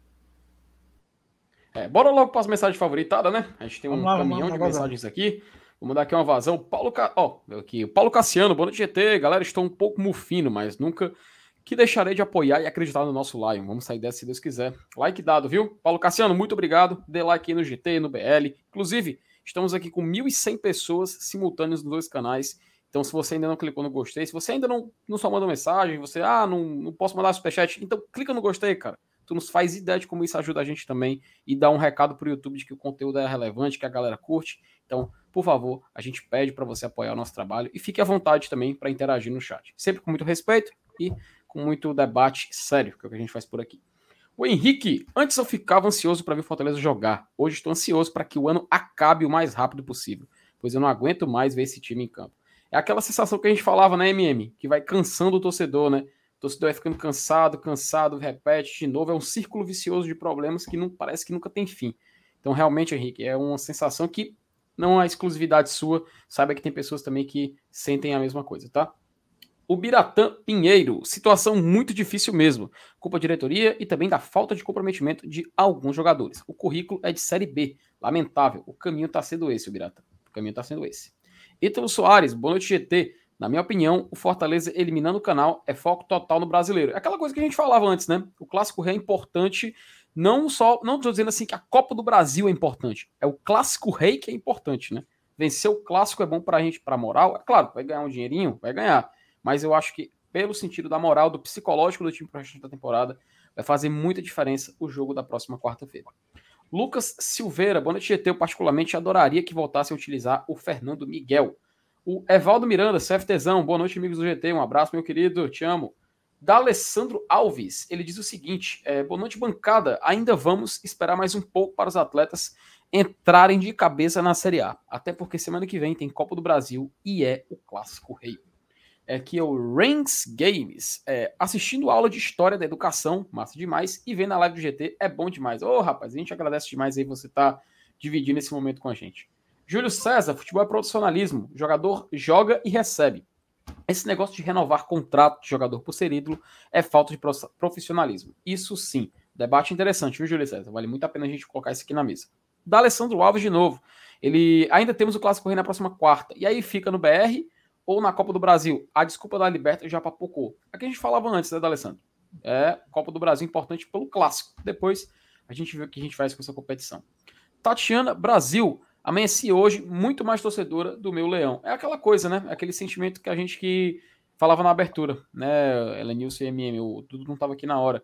É, bora logo para as mensagens favoritadas, né? A gente tem um Vamos lá, vamos caminhão lá, de vamos lá. mensagens aqui. Vamos dar aqui uma vazão. Paulo, Ca... Ó, aqui, o Paulo Cassiano, boa noite, G T. Galera, estou um pouco mufino, mas nunca que deixarei de apoiar e acreditar no nosso Lion. Vamos sair dessa se Deus quiser. Like dado, viu? Paulo Cassiano, muito obrigado. Dê like aí no G T, no B L. Inclusive, estamos aqui com mil e cem pessoas simultâneas nos dois canais. Então, se você ainda não clicou no gostei, se você ainda não, não só mandou mensagem, você, ah, não, não posso mandar superchat, então clica no gostei, cara. Tu nos faz ideia de como isso ajuda a gente também e dá um recado pro YouTube de que o conteúdo é relevante, que a galera curte. Então, por favor, a gente pede para você apoiar o nosso trabalho e fique à vontade também para interagir no chat. Sempre com muito respeito e com muito debate sério, que é o que a gente faz por aqui. O Henrique, antes eu ficava ansioso para ver o Fortaleza jogar. Hoje estou ansioso para que o ano acabe o mais rápido possível, pois eu não aguento mais ver esse time em campo. É aquela sensação que a gente falava, né, M M? Que vai cansando o torcedor, né? O torcedor vai ficando cansado, cansado, repete de novo. É um círculo vicioso de problemas que não parece que nunca tem fim. Então, realmente, Henrique, é uma sensação que não é exclusividade sua. Saiba que tem pessoas também que sentem a mesma coisa, tá? O Biratã Pinheiro, situação muito difícil mesmo. Culpa da diretoria e também da falta de comprometimento de alguns jogadores. O currículo é de Série B. Lamentável. O caminho está sendo esse, o Biratã. O caminho está sendo esse. Ítalo Soares, boa noite, G T. Na minha opinião, o Fortaleza eliminando o canal é foco total no brasileiro. É aquela coisa que a gente falava antes, né? O Clássico Rei é importante, não só, não estou dizendo assim que a Copa do Brasil é importante, é o Clássico Rei que é importante, né? Vencer o Clássico é bom pra gente, pra moral, é claro, vai ganhar um dinheirinho, vai ganhar, mas eu acho que pelo sentido da moral, do psicológico do time para resto da temporada, vai fazer muita diferença o jogo da próxima quarta-feira. Lucas Silveira, boa noite, G T. Eu particularmente adoraria que voltasse a utilizar o Fernando Miguel. O Evaldo Miranda, CFTzão, boa noite, amigos do G T. Um abraço, meu querido, te amo. D'Alessandro Alves, ele diz o seguinte: é, boa noite, bancada. Ainda vamos esperar mais um pouco para os atletas entrarem de cabeça na Série A. Até porque semana que vem tem Copa do Brasil e é o Clássico Rei. É que é o Ranks Games. É, assistindo aula de História da Educação, massa demais, e vendo a live do G T é bom demais. Ô, rapaz, a gente agradece demais aí você tá dividindo esse momento com a gente. Júlio César, futebol é profissionalismo. O jogador joga e recebe. Esse negócio de renovar contrato de jogador por ser ídolo é falta de profissionalismo. Isso sim. Debate interessante, viu, Júlio César? Vale muito a pena a gente colocar isso aqui na mesa. Da Alessandro Alves de novo. Ele ainda temos o Clássico Rei na próxima quarta. E aí fica no B R ou na Copa do Brasil. A desculpa da Liberta já papocou. É o que a gente falava antes, né, D'Alessandro? É Copa do Brasil importante pelo clássico. Depois a gente vê o que a gente faz com essa competição. Tatiana Brasil. Amanheci hoje muito mais torcedora do meu Leão. É aquela coisa, né? Aquele sentimento que a gente que falava na abertura, né, Elenilson e M M, o Dudu não estava aqui na hora,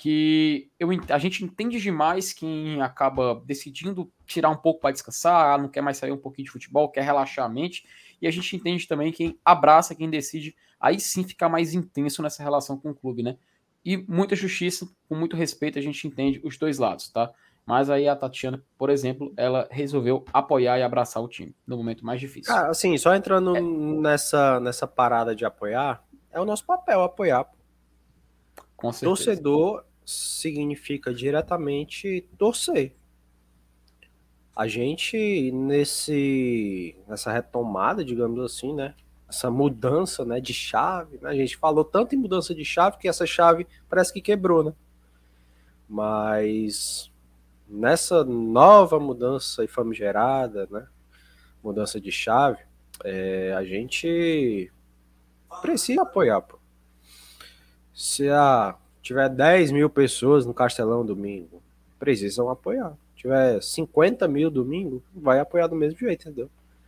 que eu, a gente entende demais quem acaba decidindo tirar um pouco para descansar, não quer mais sair um pouquinho de futebol, quer relaxar a mente, e a gente entende também quem abraça, quem decide, aí sim ficar mais intenso nessa relação com o clube, né? E muita justiça, com muito respeito, a gente entende os dois lados, tá? Mas aí a Tatiana, por exemplo, ela resolveu apoiar e abraçar o time no momento mais difícil. Cara, assim, só entrando É. nessa, nessa parada de apoiar, é o nosso papel apoiar. Com certeza. Torcedor significa diretamente torcer. A gente, nesse, nessa retomada, digamos assim, né? Essa mudança, né, de chave, né? A gente falou tanto em mudança de chave que essa chave parece que quebrou, né? Mas nessa nova mudança e famigerada, né? Mudança de chave, é, a gente precisa apoiar, pô. Se a, tiver dez mil pessoas no Castelão domingo, precisam apoiar. Se tiver cinquenta mil domingo, vai apoiar do mesmo jeito, entendeu?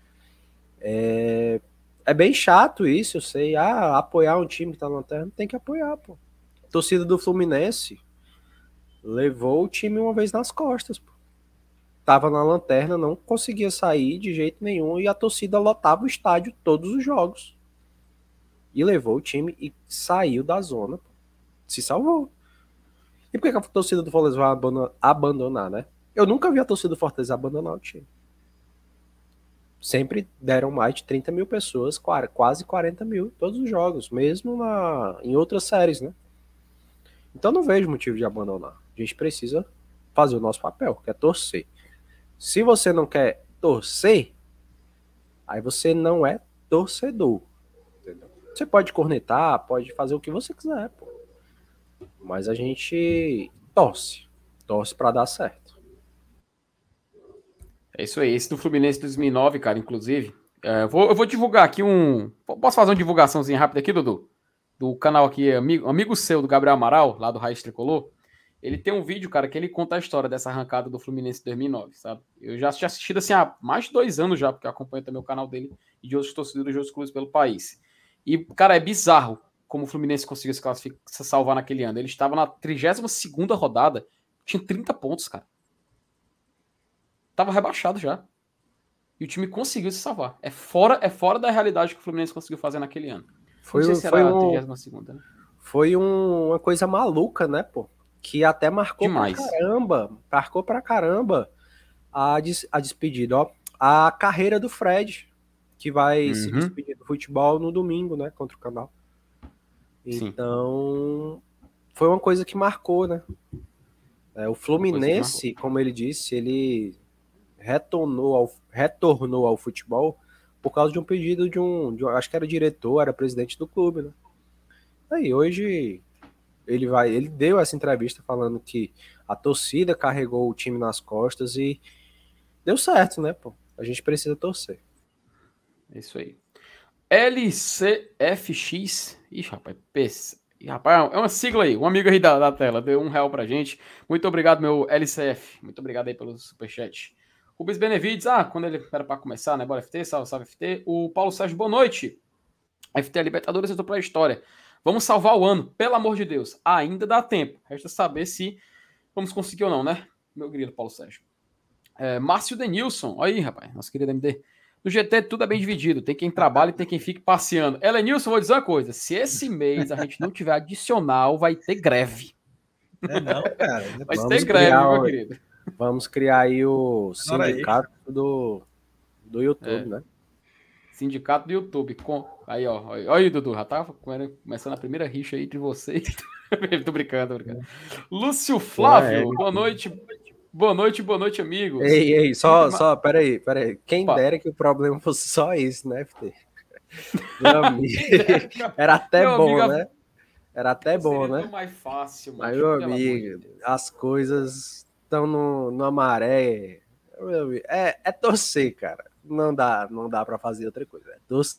É, é bem chato isso, eu sei. Ah, apoiar um time que tá na lanterna, tem que apoiar, pô. A torcida do Fluminense levou o time uma vez nas costas, pô. Tava na lanterna, não conseguia sair de jeito nenhum e a torcida lotava o estádio todos os jogos. E levou o time e saiu da zona, pô. Se salvou. E por que a torcida do Fortaleza vai abandonar, né? Eu nunca vi a torcida do Fortaleza abandonar o time. Sempre deram mais de trinta mil pessoas, quase quarenta mil, todos os jogos, mesmo na, em outras séries, né? Então não vejo motivo de abandonar. A gente precisa fazer o nosso papel, que é torcer. Se você não quer torcer, aí você não é torcedor. Entendeu? Você pode cornetar, pode fazer o que você quiser, pô. Mas a gente torce. Torce pra dar certo. É isso aí. Esse do Fluminense dois mil e nove, cara, inclusive. É, eu, vou, eu vou divulgar aqui um... Posso fazer uma divulgaçãozinha rápida aqui, Dudu? Do canal aqui, amigo, amigo seu, do Gabriel Amaral, lá do Raiz Tricolor. Ele tem um vídeo, cara, que ele conta a história dessa arrancada do Fluminense dois mil e nove, sabe? Eu já assisti assistido assim há mais de dois anos já, porque eu acompanho também o canal dele e de outros torcedores de outros clubes pelo país. E, cara, é bizarro como o Fluminense conseguiu se, classificar, se salvar naquele ano. Ele estava na trigésima segunda rodada, tinha trinta pontos, cara. Tava rebaixado já. E o time conseguiu se salvar. É fora, é fora da realidade que o Fluminense conseguiu fazer naquele ano. Foi, Não sei se foi era um, a trigésima segunda, né? Foi um, uma coisa maluca, né, pô? Que até marcou Demais. pra caramba. Marcou pra caramba a, des, a despedida, ó. A carreira do Fred, que vai Uhum. se despedir do futebol no domingo, né? Contra o Canal. Sim. Então, foi uma coisa que marcou, né? É, o Fluminense, como ele disse, ele retornou ao, retornou ao futebol por causa de um pedido de um, de um, acho que era diretor, era presidente do clube, né? Aí hoje ele vai, ele deu essa entrevista falando que a torcida carregou o time nas costas e deu certo, né, pô? A gente precisa torcer. É isso aí. L C F X. Ixi, rapaz, P C. Ih, rapaz, é uma sigla aí. Um amigo aí da, da tela deu um real pra gente. Muito obrigado, meu L C F. Muito obrigado aí pelo superchat. Rubens Benevides. Ah, quando ele era pra começar, né? Bora F T, salve, salve F T. O Paulo Sérgio, boa noite. F T Libertadores, eu tô pra história. Vamos salvar o ano, pelo amor de Deus. Ainda dá tempo. Resta saber se vamos conseguir ou não, né? Meu querido Paulo Sérgio. É, Márcio Denilson. Olha aí, rapaz. Nosso querido M D. No G T tudo é bem dividido. Tem quem trabalha e tem quem fique passeando. Elenilson, vou dizer uma coisa. Se esse mês a gente não tiver adicional, vai ter greve. É não, cara. Vai Vamos ter greve, criar meu o- querido. Vamos criar aí o Hora sindicato do, do YouTube, É. né? Sindicato do YouTube. Com... Aí, ó. Olha aí, Dudu. Já tava começando a primeira rixa aí de vocês. tô brincando, tô brincando. Lúcio Flávio, É, boa noite. Boa noite, boa noite, amigos. Ei, ei, só, Fique só, peraí, peraí. Quem Opa. dera que o problema fosse só isso, né, F T? Meu amigo, era até Meu bom, amigo, né? Era até bom, Seria né? tão mais fácil, Mas, macho, meu pelo amor de amigo, Deus. as coisas estão no, numa maré. Meu amigo, É, é torcer, cara. Não dá, não dá pra fazer outra coisa. É torcer.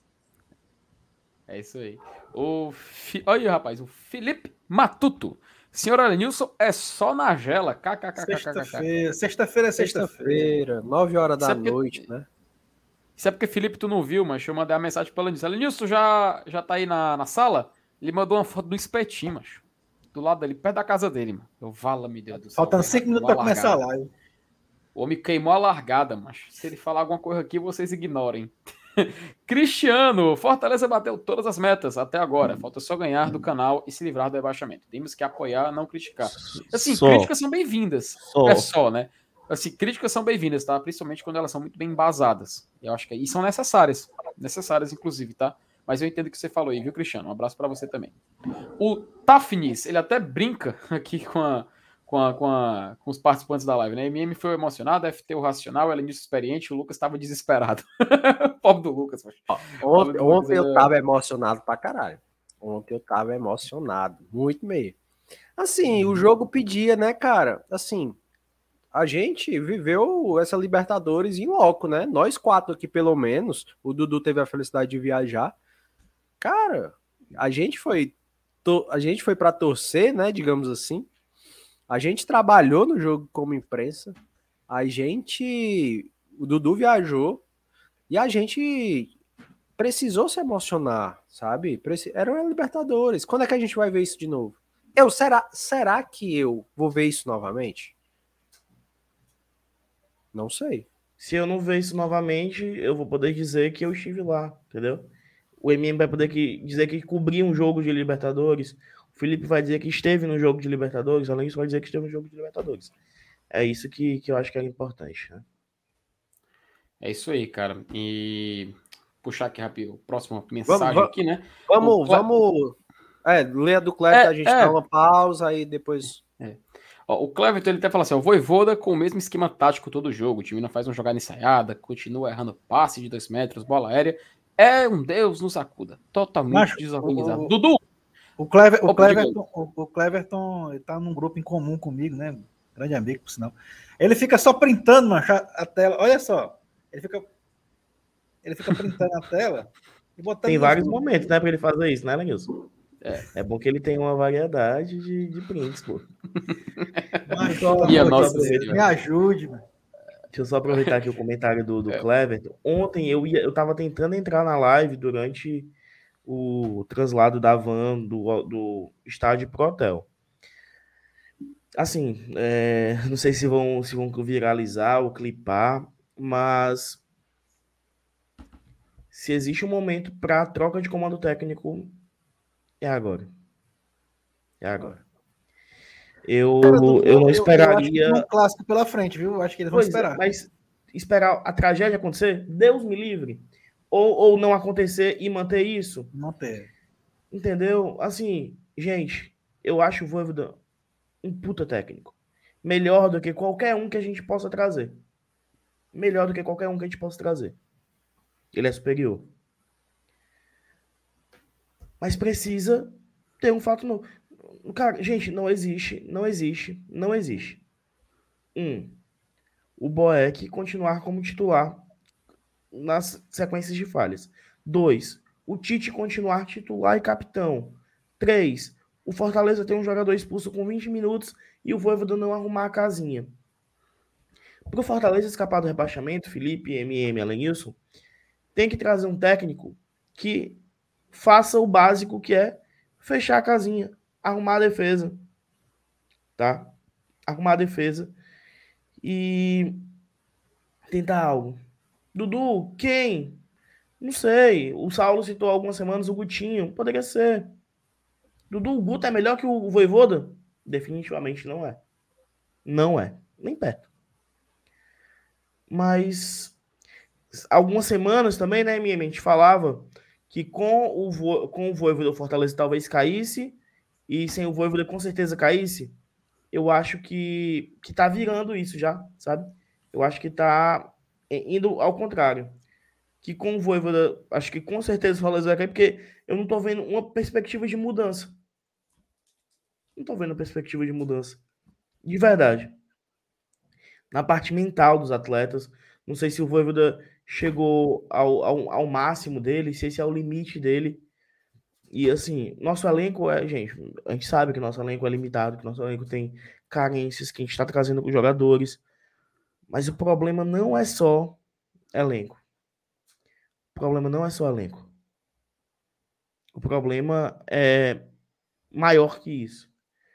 É isso aí. O Fi... Olha aí, rapaz, o Felipe Matuto. Senhor Elenilson, é só na gela. KKKKK. Sexta-feira. Sexta-feira é sexta-feira. Sexta-feira, nove horas Isso da é porque- noite, né? Isso é porque, Felipe, tu não viu, mas eu mandei uma mensagem pra Elenilson. Elenilson, já, já tá aí na, na sala? Ele mandou uma foto do espetinho, macho. do lado dele, perto da casa dele, mano. Eu vala, meu Deus do céu. Faltando cinco minutos pra começar a live. O homem queimou a largada, mas se ele falar alguma coisa aqui, vocês ignorem. Cristiano, Fortaleza bateu todas as metas até agora. Falta só ganhar do canal e se livrar do rebaixamento. Temos que apoiar, não criticar. Assim, Só. críticas são bem-vindas. Só. É só, né? Assim, críticas são bem-vindas, tá? Principalmente quando elas são muito bem embasadas. Eu acho que e são necessárias. Necessárias, inclusive, tá? Mas eu entendo o que você falou aí, viu, Cristiano? Um abraço pra você também. O Tafnis, ele até brinca aqui com a Com, a, com, a, com os participantes da live, né? M M foi emocionado, F T o racional, ela disse experiente, o Lucas estava desesperado. Pobre do Lucas. Ontem, do ontem Lucas, eu tava emocionado pra caralho. Ontem eu tava emocionado, muito meio. Assim, o jogo pedia, né, cara? Assim, a gente viveu essa Libertadores em loco, né? Nós quatro aqui, pelo menos. O Dudu teve a felicidade de viajar. Cara, a gente foi, to... a gente foi pra torcer, né, digamos assim. A gente trabalhou no jogo como imprensa, a gente, o Dudu viajou e a gente precisou se emocionar, sabe? Preci... Era uma Libertadores. Quando é que a gente vai ver isso de novo? Eu, será, será que eu vou ver isso novamente? Não sei. Se eu não ver isso novamente, eu vou poder dizer que eu estive lá, entendeu? O M M vai poder que, dizer que cobriu um jogo de Libertadores. O Felipe vai dizer que esteve no jogo de Libertadores. Além disso, vai dizer que esteve no jogo de Libertadores. É isso que, que eu acho que é importante, né? É isso aí, cara. E puxar aqui rápido, próxima mensagem vamos, aqui, né? Vamos, Cle... vamos. É, lê a do Cleber, é, a gente é. dá uma pausa aí depois. É. Ó, o Cleverton, ele até fala assim: ó, o Voivoda com o mesmo esquema tático todo jogo. O time não faz uma jogada ensaiada, continua errando passe de dois metros, bola aérea. É um Deus nos acuda. Totalmente Macho, desorganizado. o- Dudu! O, Clever, o, Opa, diga aí. Cleverton, o, o Cleverton ele tá num grupo em comum comigo, né? Grande amigo, por sinal. Ele fica só printando, macho, a, a tela. Olha só. Ele fica, ele fica printando a tela e botando. Tem nos vários grupos. momentos, né, pra ele fazer isso, né, Lenilson? É. É bom que ele tem uma variedade de, de prints, pô. Macho, Só- pelo Minha amor de nossa Deus, senhora. me ajude, mano. Deixa eu só aproveitar aqui o comentário do, do É. Cleverton. Ontem eu, ia, eu tava tentando entrar na live durante o translado da van do, do estádio pro hotel. Assim, é, não sei se vão, se vão viralizar ou clipar, mas se existe um momento para troca de comando técnico, é agora. É agora. Eu, Cara, Dudu, eu não Eu acho que esperaria. tem um clássico pela frente, viu? Eu acho que eles vão Pois é, esperar. mas esperar a tragédia acontecer, Deus me livre. Ou, ou não acontecer e manter isso. Não tem. Entendeu? Assim, gente, eu acho o Voivoda um puta técnico. Melhor do que qualquer um que a gente possa trazer. Melhor do que qualquer um que a gente possa trazer. Ele é superior. Mas precisa ter um fato novo. Cara, gente, não existe, não existe, não existe. Um, o Boeck continuar como titular nas sequências de falhas. Dois, o Tite continuar titular e capitão. Três, o Fortaleza tem um jogador expulso com vinte minutos e o Voivoda não arrumar a casinha. Para o Fortaleza escapar do rebaixamento, Felipe, M M, Alenilson, tem que trazer um técnico que faça o básico, que é fechar a casinha, arrumar a defesa, tá? Arrumar a defesa e tentar algo. Dudu, quem? Não sei. O Saulo citou há algumas semanas o Gutinho. Poderia ser. Dudu, o Guto é melhor que o Voivoda? Definitivamente não é. Não é. Nem perto. Mas algumas semanas também, né, minha mente falava que com o, Vo... com o Voivoda o Fortaleza talvez caísse e sem o Voivoda com certeza caísse. Eu acho que, que tá virando isso já, sabe? Eu acho que tá indo ao contrário. Que com o Voivoda, acho que com certeza o Fortaleza vai cair, porque eu não tô vendo uma perspectiva de mudança. Não tô vendo perspectiva de mudança. De verdade. Na parte mental dos atletas, não sei se o Voivoda chegou ao, ao, ao máximo dele, se esse é o limite dele. E assim, nosso elenco é, gente, a gente sabe que nosso elenco é limitado, que nosso elenco tem carências, que a gente está trazendo com jogadores. Mas o problema não é só elenco. O problema não é só elenco. O problema é maior que isso.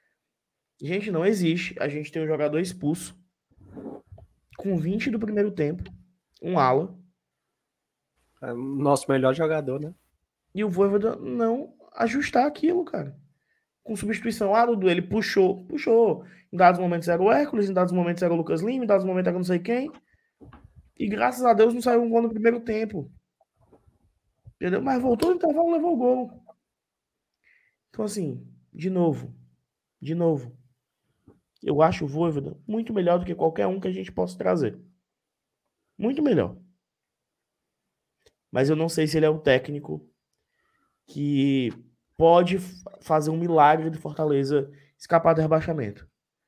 Gente, não existe. A gente tem um jogador expulso com vinte do primeiro tempo, um ala. É o nosso melhor jogador, né? E o Voivoda não ajustar aquilo, cara. Com substituição. Ah, Dudu, ele puxou. Puxou. Em dados momentos era o Hércules, em dados momentos era o Lucas Lima, em dados momentos era não sei quem. E graças a Deus não saiu um gol no primeiro tempo. Entendeu? Mas voltou no intervalo e levou o gol. Então, assim, de novo. De novo. Eu acho o Voivoda muito melhor do que qualquer um que a gente possa trazer. Muito melhor. Mas eu não sei se ele é o técnico que pode fazer um milagre de Fortaleza escapar do rebaixamento.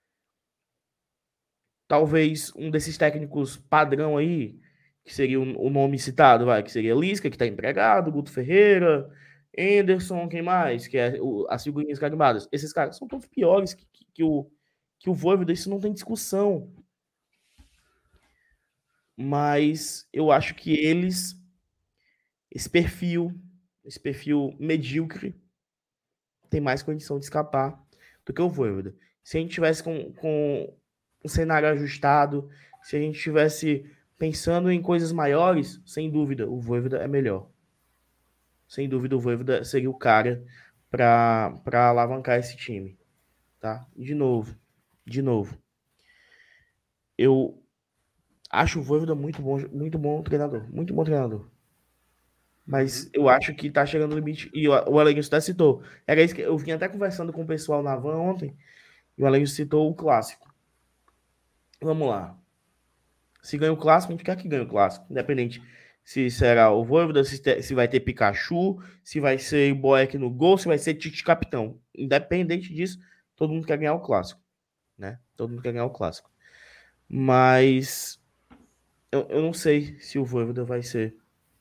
Talvez um desses técnicos padrão aí, que seria o nome citado, vai, que seria Lisca, que está empregado, Guto Ferreira, Anderson, quem mais? Que é o, as figurinhas carimbadas. Esses caras são todos piores que, que, que o, que o Voivoda, isso não tem discussão. Mas eu acho que eles, esse perfil, esse perfil medíocre, tem mais condição de escapar do que o Voivoda. Se a gente tivesse com, com um cenário ajustado, se a gente tivesse pensando em coisas maiores, sem dúvida, o Voivoda é melhor. Sem dúvida, o Voivoda seria o cara para alavancar esse time. Tá? De novo, de novo. Eu acho o Voivoda muito bom, muito bom treinador. Muito bom treinador. Mas eu acho que tá chegando no limite. E o Alex até citou. Era isso que eu vim até conversando com o pessoal na van ontem. E o Alex citou o clássico. Vamos lá. Se ganha o clássico, a gente quer que ganhe o clássico. Independente se será o Voivoda, se, te, se vai ter Pikachu, se vai ser o Boeck no gol, se vai ser Tite capitão. Independente disso, todo mundo quer ganhar o clássico. Né? Todo mundo quer ganhar o clássico. Mas eu, eu não sei se o Voivoda vai ser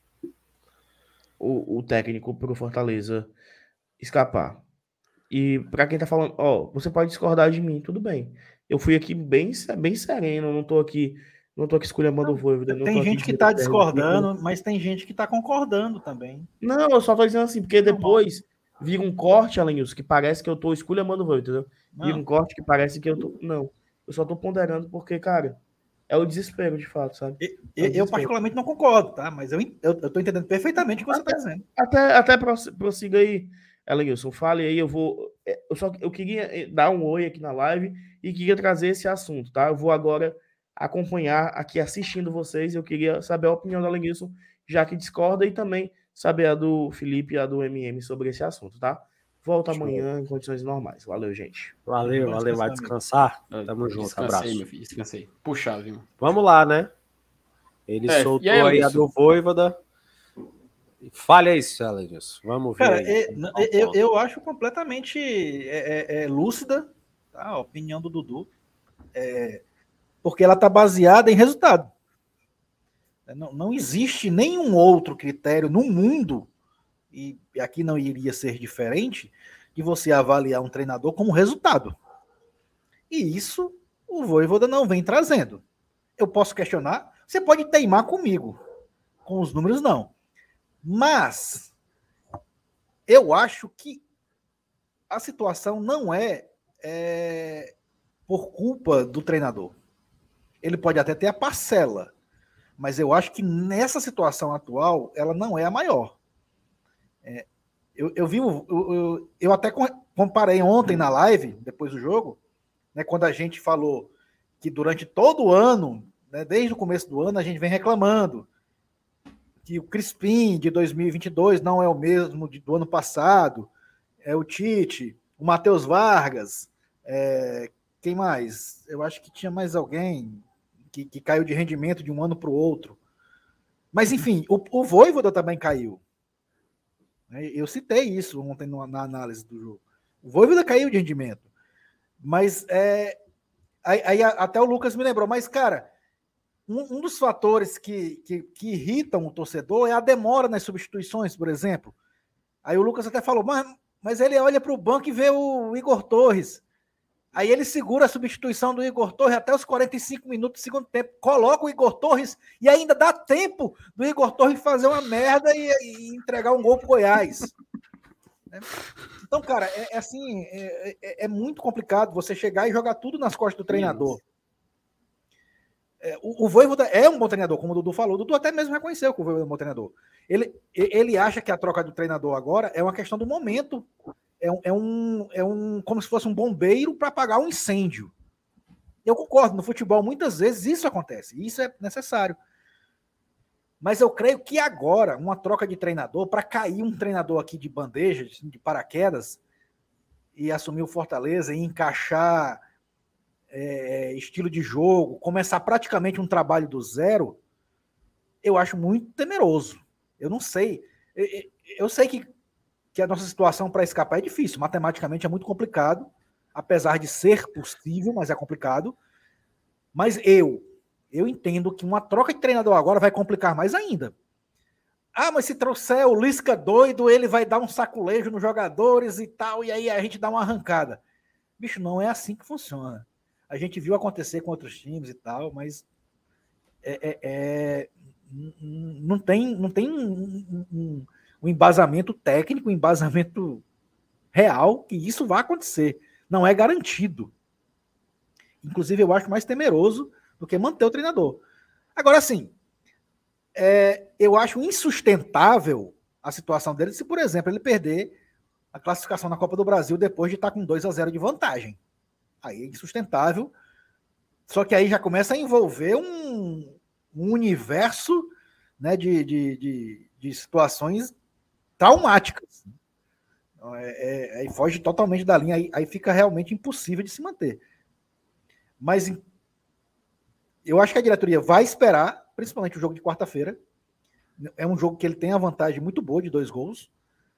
o, o técnico para o Fortaleza escapar. E para quem tá falando, ó, você pode discordar de mim, tudo bem. Eu fui aqui bem, bem sereno, não tô aqui, não tô aqui esculhambando o Voivoda. Não tem gente que tá discordando, que... mas tem gente que tá concordando também. Não, eu só tô dizendo assim, porque depois vira um corte, Alenilson, que parece que eu tô esculhambando o Voivoda, entendeu? Vira um corte que parece que eu tô... Não, eu só tô ponderando porque, cara, é o desespero, de fato, sabe? É eu, eu particularmente não concordo, tá? Mas eu, eu, eu tô entendendo perfeitamente o que você até, tá dizendo. Até, até prossiga aí, Alenilson, fale aí, eu vou... Eu só eu queria dar um oi aqui na live e queria trazer esse assunto, tá? Eu vou agora acompanhar aqui assistindo vocês. Eu queria saber a opinião do Alenilson, já que discorda, e também saber a do Felipe e a do M M sobre esse assunto, tá? Volta Show. Amanhã em condições normais. Valeu, gente. Valeu, Vamos valeu. Vai descansar? Eu, Tamo junto. Descansei, Abraço. meu filho, descansei. Puxado, viu? Vamos lá, né? Ele é, soltou aí, aí a do Voivoda. Fale aí, Alenilson. Vamos ver. Cara, aí, eu, eu, eu acho completamente é, é, é, lúcida, tá? A opinião do Dudu, é, porque ela está baseada em resultado. Não, não existe nenhum outro critério no mundo, e aqui não iria ser diferente, de você avaliar um treinador como resultado. E isso o Voivoda não vem trazendo. Eu posso questionar, você pode teimar comigo, com os números não. Mas eu acho que a situação não é, é por culpa do treinador. Ele pode até ter a parcela, mas eu acho que nessa situação atual ela não é a maior. É, eu, eu vi, eu, eu, eu até comparei ontem na live, depois do jogo, né, quando a gente falou que durante todo o ano, né, desde o começo do ano, a gente vem reclamando que o Crispim de dois mil e vinte e dois não é o mesmo de, do ano passado, é o Tite, o Matheus Vargas, é, quem mais? Eu acho que tinha mais alguém que, que caiu de rendimento de um ano para o outro. Mas, enfim, o, o Voivoda também caiu. Eu citei isso ontem na análise do jogo. O Voivoda caiu de rendimento. Mas, é, aí, aí até o Lucas me lembrou, mas, cara, Um, um dos fatores que, que, que irritam o torcedor é a demora nas substituições, por exemplo. Aí o Lucas até falou, mas, mas ele olha para o banco e vê o Igor Torres. Aí ele segura a substituição do Igor Torres até os quarenta e cinco minutos do segundo tempo. Coloca o Igor Torres e ainda dá tempo do Igor Torres fazer uma merda e, e entregar um gol para o Goiás. Então, cara, é, é assim, é, é, é muito complicado você chegar e jogar tudo nas costas do treinador. É, o, o Voivoda é um bom treinador, como o Dudu falou. O Dudu até mesmo reconheceu que o Voivoda é um bom treinador. Ele, ele acha que a troca do treinador agora é uma questão do momento. É um, é um, é um como se fosse um bombeiro para apagar um incêndio. Eu concordo, no futebol muitas vezes isso acontece, isso é necessário. Mas eu creio que agora, uma troca de treinador, para cair um treinador aqui de bandeja, de paraquedas, e assumir o Fortaleza e encaixar é, estilo de jogo, começar praticamente um trabalho do zero, eu acho muito temeroso. Eu não sei. Eu, eu sei que, que a nossa situação para escapar é difícil, matematicamente é muito complicado, apesar de ser possível, mas é complicado. Mas eu, eu entendo que uma troca de treinador agora vai complicar mais ainda. Ah, mas se trouxer o Lisca doido, ele vai dar um saculejo nos jogadores e tal, e aí a gente dá uma arrancada. Bicho, não é assim que funciona. A gente viu acontecer com outros times e tal, mas é, é, é, não tem, não tem um, um, um embasamento técnico, um embasamento real que isso vai acontecer. Não é garantido. Inclusive, eu acho mais temeroso do que manter o treinador. Agora, sim, é, eu acho insustentável a situação dele se, por exemplo, ele perder a classificação na Copa do Brasil depois de estar com dois a zero de vantagem. Aí é insustentável. Só que aí já começa a envolver um, um universo, né, de, de, de, de situações traumáticas. É, é, aí foge totalmente da linha, aí, aí fica realmente impossível de se manter. Mas eu acho que a diretoria vai esperar, principalmente o jogo de quarta-feira. É um jogo que ele tem a vantagem muito boa de dois gols.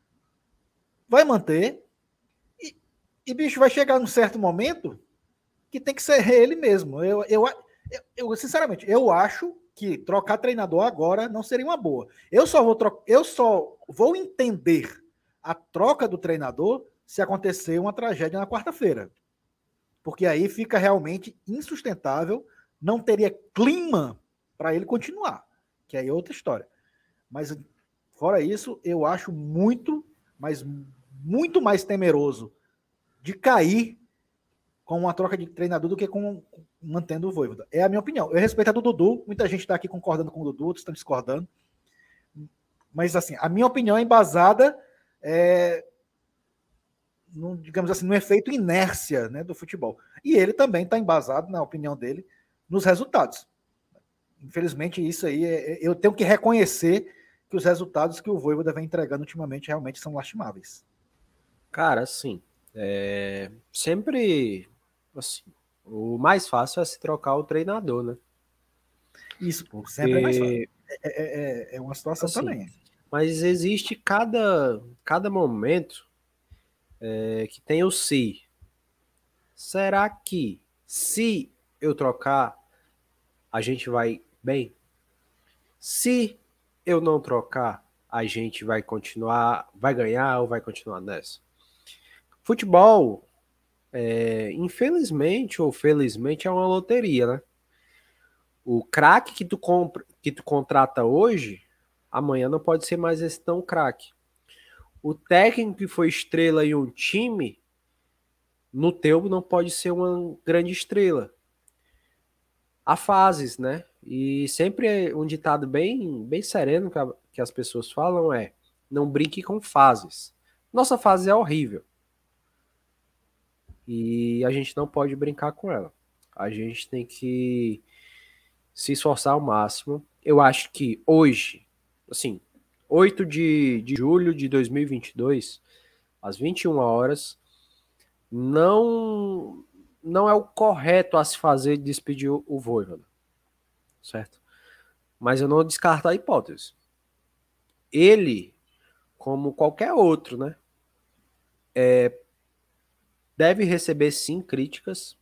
Vai manter. E, e bicho, vai chegar num certo momento que tem que ser ele mesmo. Eu, eu, eu, eu sinceramente, eu acho que trocar treinador agora não seria uma boa. Eu só vou, tro- eu só vou entender a troca do treinador se acontecer uma tragédia na quarta-feira. Porque aí fica realmente insustentável, não teria clima para ele continuar, que aí é outra história. Mas, fora isso, eu acho muito, mas muito mais temeroso de cair com uma troca de treinador do que com mantendo o Voivoda. É a minha opinião. Eu respeito a do Dudu, muita gente está aqui concordando com o Dudu, outros estão discordando. Mas, assim, a minha opinião é embasada, é, no, digamos assim, no efeito inércia, né, do futebol. E ele também está embasado, na opinião dele, nos resultados. Infelizmente, isso aí, é, eu tenho que reconhecer que os resultados que o Voivoda vem entregando ultimamente realmente são lastimáveis. Cara, assim, é... sempre, assim, o mais fácil é se trocar o treinador, né? Isso, Porque, sempre é mais fácil. É, é, é uma situação assim, também. Mas existe cada, cada momento é, que tem o se. Será que se eu trocar, a gente vai bem? Se eu não trocar, a gente vai continuar, vai ganhar ou vai continuar nessa? Futebol, é, infelizmente ou felizmente, é uma loteria, né? O craque que tu compra, que tu contrata hoje, amanhã não pode ser mais esse tão craque. O técnico que foi estrela em um time, no teu não pode ser uma grande estrela. Há fases, né? E sempre um ditado bem, bem sereno que, a, que as pessoas falam é: não brinque com fases. Nossa fase é horrível. E a gente não pode brincar com ela. A gente tem que se esforçar ao máximo. Eu acho que hoje, assim, oito de, de julho de dois mil e vinte e dois, às vinte e uma horas, não não é o correto a se fazer despedir o, o Voivoda, certo? Mas eu não descarto a hipótese. Ele, como qualquer outro, né, é, deve receber sim críticas,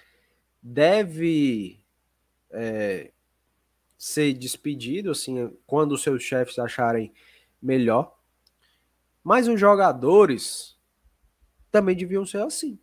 deve é, ser despedido, assim, quando os seus chefes acharem melhor. Mas os jogadores também deviam ser assim.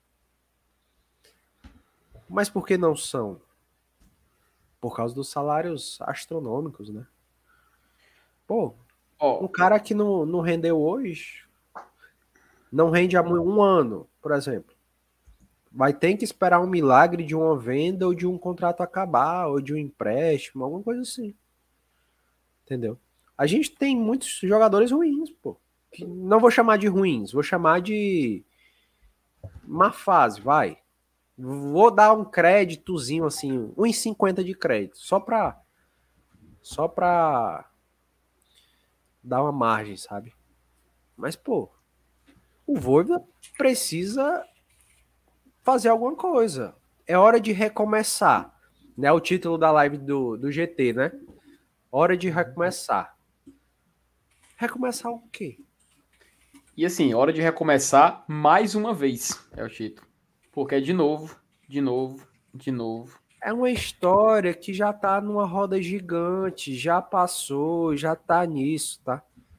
Mas por que não são? Por causa dos salários astronômicos, né? Pô, Ó, um cara que não, não rendeu hoje, não rende há um ano, por exemplo. Vai ter que esperar um milagre de uma venda ou de um contrato acabar, ou de um empréstimo, alguma coisa assim. Entendeu? A gente tem muitos jogadores ruins, pô. Não vou chamar de ruins, vou chamar de má fase, vai. Vou dar um créditozinho assim, um vírgula cinquenta de crédito, só pra só pra dar uma margem, sabe? Mas, pô, o Voivoda precisa fazer alguma coisa. É hora de recomeçar. Né? O título da live do, do G T, né? Hora de recomeçar. Recomeçar o quê? E assim, hora de recomeçar mais uma vez, é o título. Porque é de novo, de novo, de novo. É uma história que já tá numa roda gigante, já passou, já tá nisso, tá?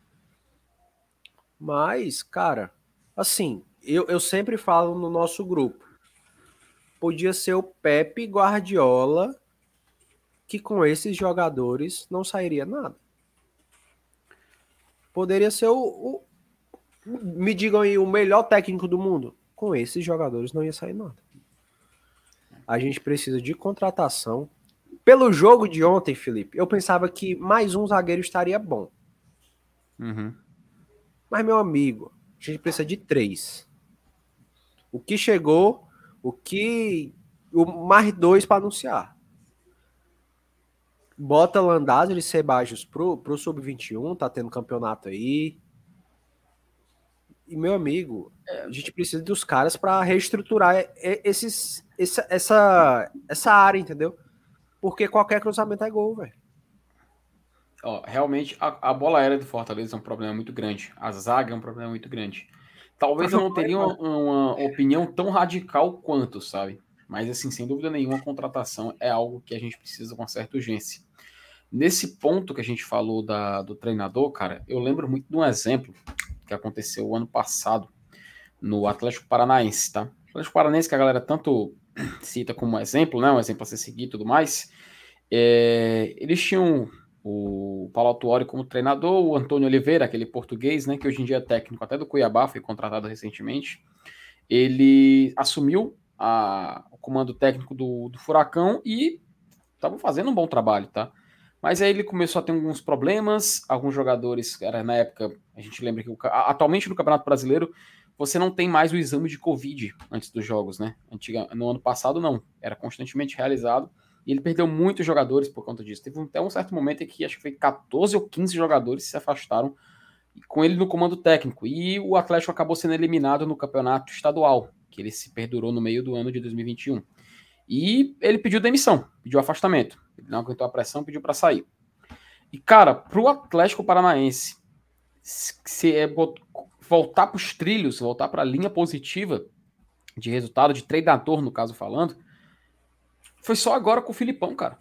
Mas, cara, assim, eu, eu sempre falo no nosso grupo, podia ser o Pepe Guardiola, que com esses jogadores não sairia nada. Poderia ser o, o me digam aí, o melhor técnico do mundo. Com esses jogadores não ia sair nada. A gente precisa de contratação. Pelo jogo de ontem, Felipe, eu pensava que mais um zagueiro estaria bom. Uhum. Mas, meu amigo, a gente precisa de três. O que chegou, o que... O mais dois para anunciar. Bota Landázuri e Sebajos pro, pro sub vinte e um, tá tendo campeonato aí. E, meu amigo, a gente precisa dos caras para reestruturar esses, essa, essa, essa área, entendeu? Porque qualquer cruzamento é gol, velho. Ó, realmente, a, a bola aérea do Fortaleza é um problema muito grande. A zaga é um problema muito grande. Talvez eu não teria uma, uma opinião tão radical quanto, sabe? Mas, assim, sem dúvida nenhuma, a contratação é algo que a gente precisa com certa urgência. Nesse ponto que a gente falou da, do treinador, cara, eu lembro muito de um exemplo que aconteceu o ano passado no Atlético Paranaense, tá? O Atlético Paranaense que a galera tanto cita como exemplo, né? Um exemplo a ser seguido e tudo mais. É, eles tinham o Paulo Autuori como treinador, o Antônio Oliveira, aquele português, né? Que hoje em dia é técnico até do Cuiabá, foi contratado recentemente. Ele assumiu a, o comando técnico do, do Furacão e estava fazendo um bom trabalho, tá? Mas aí ele começou a ter alguns problemas, alguns jogadores, era na época, a gente lembra que o, atualmente no Campeonato Brasileiro, você não tem mais o exame de Covid antes dos jogos, né? Antiga, no ano passado não, era constantemente realizado, e ele perdeu muitos jogadores por conta disso. Teve até um certo momento em que acho que foi catorze ou quinze jogadores que se afastaram com ele no comando técnico, e o Atlético acabou sendo eliminado no Campeonato Estadual, que ele se perdurou no meio do ano de dois mil e vinte e um. E ele pediu demissão, pediu afastamento. Ele não aguentou a pressão, pediu para sair. E, cara, pro Atlético Paranaense se é, voltar para os trilhos, voltar para a linha positiva de resultado, de treinador, no caso falando, foi só agora com o Filipão, cara.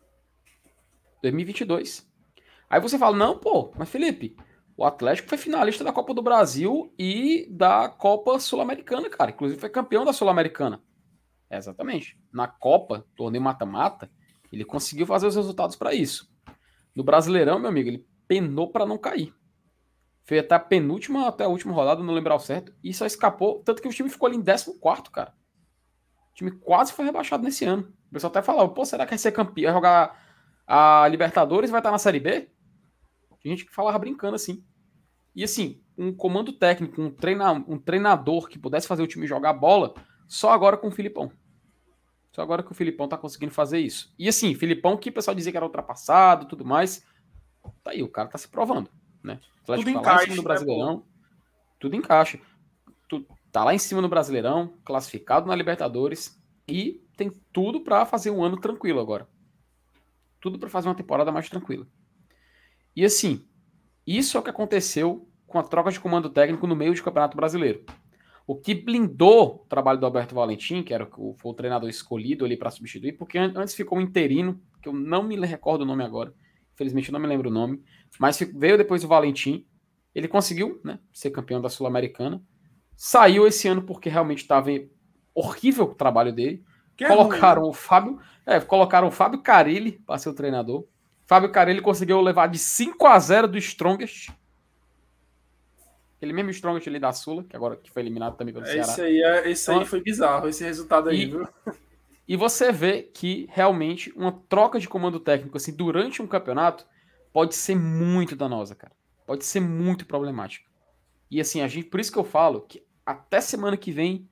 dois mil e vinte e dois. Aí você fala, não, pô, mas Felipe, o Atlético foi finalista da Copa do Brasil e da Copa Sul-Americana, cara. Inclusive foi campeão da Sul-Americana. É, exatamente. Na Copa, torneio mata-mata, ele conseguiu fazer os resultados para isso. No Brasileirão, meu amigo, ele penou para não cair. Foi até a penúltima, até a última rodada, não lembrar o certo, e só escapou, tanto que o time ficou ali em décimo quarto, cara. O time quase foi rebaixado nesse ano. O pessoal até falava, pô, será que vai ser campeão, vai jogar a Libertadores e vai estar na Série B? Tinha gente que falava brincando assim. E assim, um comando técnico, um, treina, um treinador que pudesse fazer o time jogar bola, só agora com o Filipão. Só agora que o Filipão tá conseguindo fazer isso. E assim, Filipão que o pessoal dizia que era ultrapassado e tudo mais, tá aí, o cara tá se provando, né? O Atlético Tudo tá lá encaixa, em cima do né, Brasileirão, tudo encaixa. Tu, tá lá em cima no Brasileirão, classificado na Libertadores e tem tudo pra fazer um ano tranquilo agora. Tudo pra fazer uma temporada mais tranquila. E assim, isso é o que aconteceu com a troca de comando técnico no meio de Campeonato Brasileiro. O que blindou o trabalho do Alberto Valentim, que era o, foi o treinador escolhido ali para substituir, porque antes ficou um interino, que eu não me recordo o nome agora, infelizmente eu não me lembro o nome, mas veio depois o Valentim, ele conseguiu, né, ser campeão da Sul-Americana, saiu esse ano porque realmente estava horrível o trabalho dele, que colocaram é ruim, né? o Fábio, é, colocaram o Fábio Carille para ser o treinador. Fábio Carille conseguiu levar de cinco a zero do Strongest. aquele mesmo Strongest ali da Sula, que agora que foi eliminado também pelo Ceará. Esse aí, é, esse Então, aí foi bizarro, esse resultado aí, e, viu? E você vê que realmente uma troca de comando técnico assim durante um campeonato pode ser muito danosa, cara. Pode ser muito problemática. E assim, a gente, por isso que eu falo que até semana que vem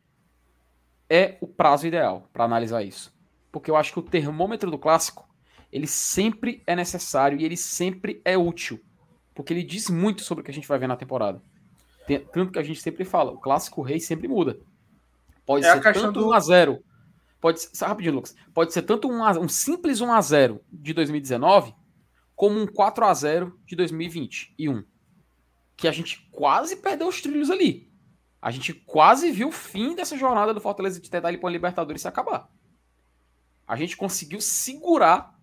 é o prazo ideal para analisar isso. Porque eu acho que o termômetro do clássico, ele sempre é necessário e ele sempre é útil. Porque ele diz muito sobre o que a gente vai ver na temporada. Tanto que a gente sempre fala, o clássico rei sempre muda. Pode É a ser questão tanto do- um a zero. Pode ser, rapidinho, Lucas. Pode ser tanto um, a- um simples um a zero de dois mil e dezenove, como um quatro a zero de dois mil e vinte e um. Que a gente quase perdeu os trilhos ali. A gente quase viu o fim dessa jornada do Fortaleza de tentar ir para a Libertadores se acabar. A gente conseguiu segurar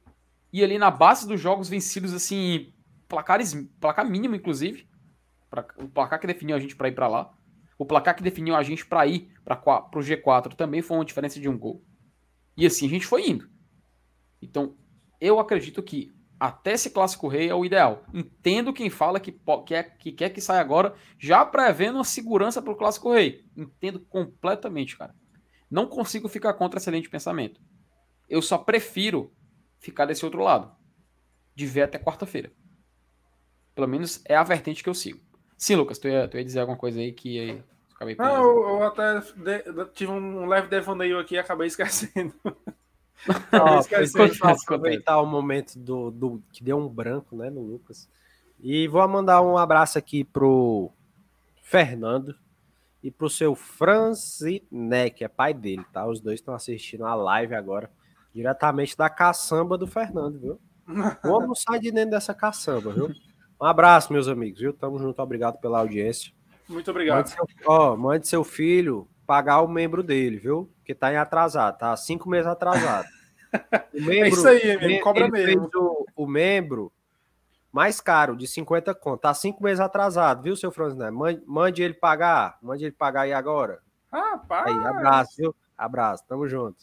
e ali na base dos jogos vencidos, assim, placares, placar mínimo, inclusive. Pra, o placar que definiu a gente para ir para lá. O placar que definiu a gente para ir para o G quatro também foi uma diferença de um gol. E assim a gente foi indo. Então, eu acredito que até esse clássico rei é o ideal. Entendo quem fala que, que, é, que quer que saia agora, já prevendo uma segurança para o clássico rei. Entendo completamente, cara. Não consigo ficar contra esse excelente pensamento. Eu só prefiro ficar desse outro lado. De ver até quarta-feira. Pelo menos é a vertente que eu sigo. Sim, Lucas, tu ia, tu ia dizer alguma coisa aí que aí, acabei Não, perdendo. eu, eu até de- tive um leve devaneio aqui e acabei esquecendo. Ó, acabei esquecendo. Deixa eu Acontece, aproveitar o momento do, do que deu um branco, né, no Lucas. E vou mandar um abraço aqui pro Fernando e pro seu Franziné, que é pai dele, tá? Os dois estão assistindo a live agora, diretamente da caçamba do Fernando, viu? Vamos sair de dentro dessa caçamba, viu? Um abraço, meus amigos, viu? Tamo junto, obrigado pela audiência. Muito obrigado. Mande seu, ó, mande seu filho pagar o membro dele, viu? Que tá em atrasado, tá? Cinco meses atrasado. O membro, É isso aí, amigo, cobra ele mesmo. fez o, o membro mais caro, de cinquenta conto. Tá cinco meses atrasado, viu, seu Franziné? Mande, mande ele pagar. Mande ele pagar aí agora. Rapaz. Aí, abraço, viu? Abraço, tamo junto.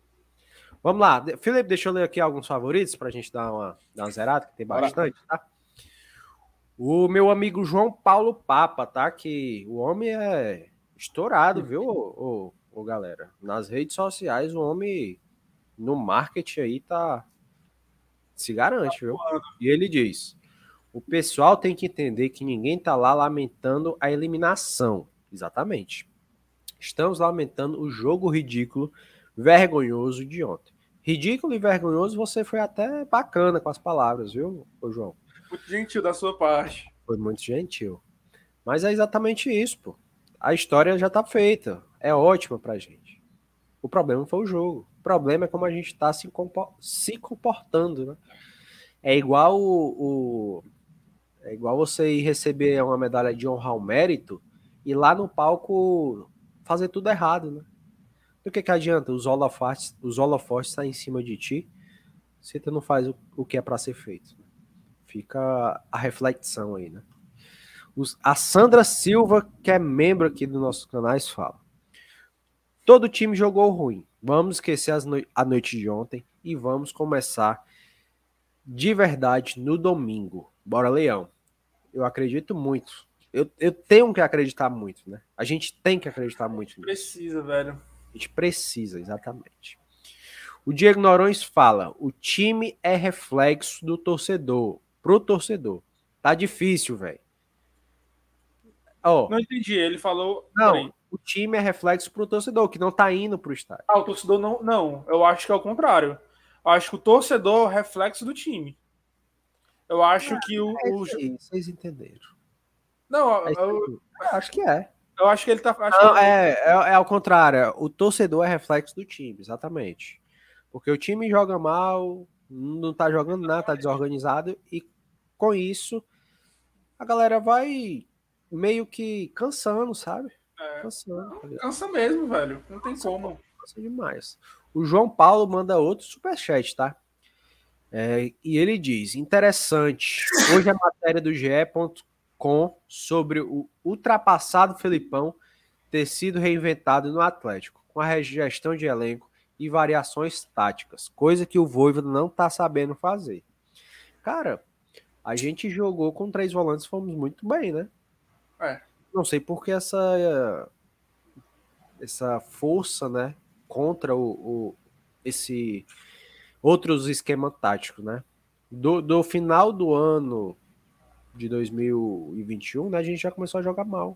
Vamos lá. De- Felipe, deixa eu ler aqui alguns favoritos pra gente dar uma, dar uma zerada, que tem Bora. bastante, tá? O meu amigo João Paulo Papa, tá? Que o homem é estourado, viu, ô, ô, ô, galera? Nas redes sociais, o homem no marketing aí tá... se garante, viu? E ele diz: o pessoal tem que entender que ninguém tá lá lamentando a eliminação. Exatamente. Estamos lamentando o jogo ridículo, vergonhoso de ontem. Ridículo e vergonhoso, você foi até bacana com as palavras, viu, ô João? Muito gentil da sua parte. Foi muito gentil. Mas é exatamente isso, pô. A história já tá feita. É ótima pra gente. O problema foi o jogo. O problema é como a gente tá se, compor- se comportando, né? É igual o, o- é igual você ir receber uma medalha de honra ao mérito e lá no palco fazer tudo errado, né? Do que que adianta os holofotes, os holofotes estar em cima de ti se tu não faz o, o que é para ser feito? Fica a reflexão aí, né? Os- a Sandra Silva, que é membro aqui do nosso canal, fala: todo time jogou ruim. Vamos esquecer as noi- a noite de ontem e vamos começar de verdade no domingo. Bora, Leão. Eu acredito muito. Eu, eu tenho que acreditar muito, né? A gente tem que acreditar muito nisso. Precisa, velho. A gente precisa, exatamente. O Diego Norões fala: o time é reflexo do torcedor. Pro torcedor. Tá difícil, velho. Ó, Não entendi. Ele falou. não, Peraí. o time é reflexo pro torcedor, que não tá indo pro estádio. Ah, o torcedor não. Não, eu acho que é o contrário. Eu acho que o torcedor é o reflexo do time. Eu acho que o. É o- isso aí, vocês entenderam. Não, É isso eu, aí. Eu acho que é. eu acho que ele tá. Acho Não, que é, é, é ao contrário. O torcedor é reflexo do time, exatamente. Porque o time joga mal, não tá jogando nada, tá desorganizado, e com isso a galera vai meio que cansando, sabe? É. Cansando. tá ligado? Cansa mesmo, velho. Não tem como. Cansa demais. O João Paulo manda outro superchat, tá? É, e ele diz: interessante. Hoje a matéria do G E ponto com sobre o ultrapassado Felipão ter sido reinventado no Atlético, com a gestão de elenco e variações táticas, coisa que o Vojvoda não tá sabendo fazer. Cara, a gente jogou com três volantes, fomos muito bem, né? É. Não sei por que essa, essa força, né, contra o, o, esse outros esquemas táticos, né? Do, do final do ano de dois mil e vinte e um, né, a gente já começou a jogar mal.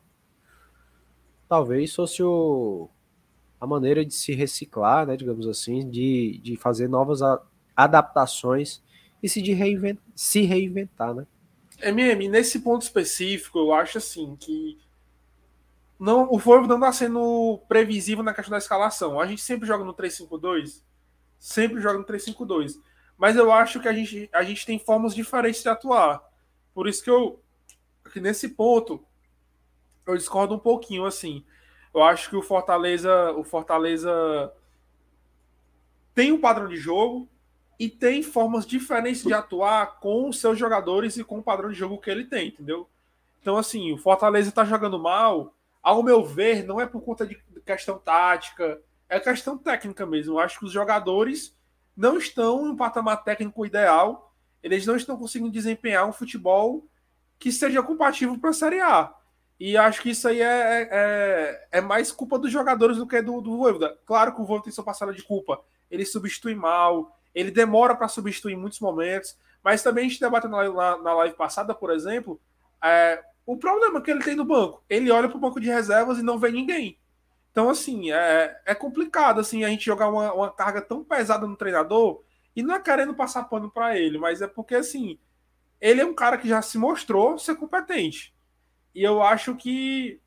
Talvez fosse o, a maneira de se reciclar, né, digamos assim, de, de fazer novas a, adaptações e se, de reinvent, se reinventar, né? M M, nesse ponto específico, eu acho assim que não, o Voivoda não está sendo previsível na questão da escalação. A gente sempre joga no três cinco dois, sempre joga no três cinco dois. Mas eu acho que a gente, a gente tem formas diferentes de atuar. Por isso que eu, que nesse ponto, eu discordo um pouquinho, assim. Eu acho que o Fortaleza, o Fortaleza tem um padrão de jogo e tem formas diferentes de atuar com os seus jogadores e com o padrão de jogo que ele tem, entendeu? Então, assim, o Fortaleza tá jogando mal, ao meu ver, não é por conta de questão tática, é questão técnica mesmo. Eu acho que os jogadores não estão em um patamar técnico ideal, eles não estão conseguindo desempenhar um futebol que seja compatível para a Série A. E acho que isso aí é, é, é mais culpa dos jogadores do que do, do Voivoda. Claro que o Voivoda tem sua parcela de culpa. Ele substitui mal, ele demora para substituir em muitos momentos, mas também a gente debateu na, na, na live passada, por exemplo, é, o problema que ele tem no banco. Ele olha para o banco de reservas e não vê ninguém. Então, assim, é, é complicado assim, a gente jogar uma, uma carga tão pesada no treinador e não é querendo passar pano para ele, mas é porque, assim, ele é um cara que já se mostrou ser competente. E eu acho que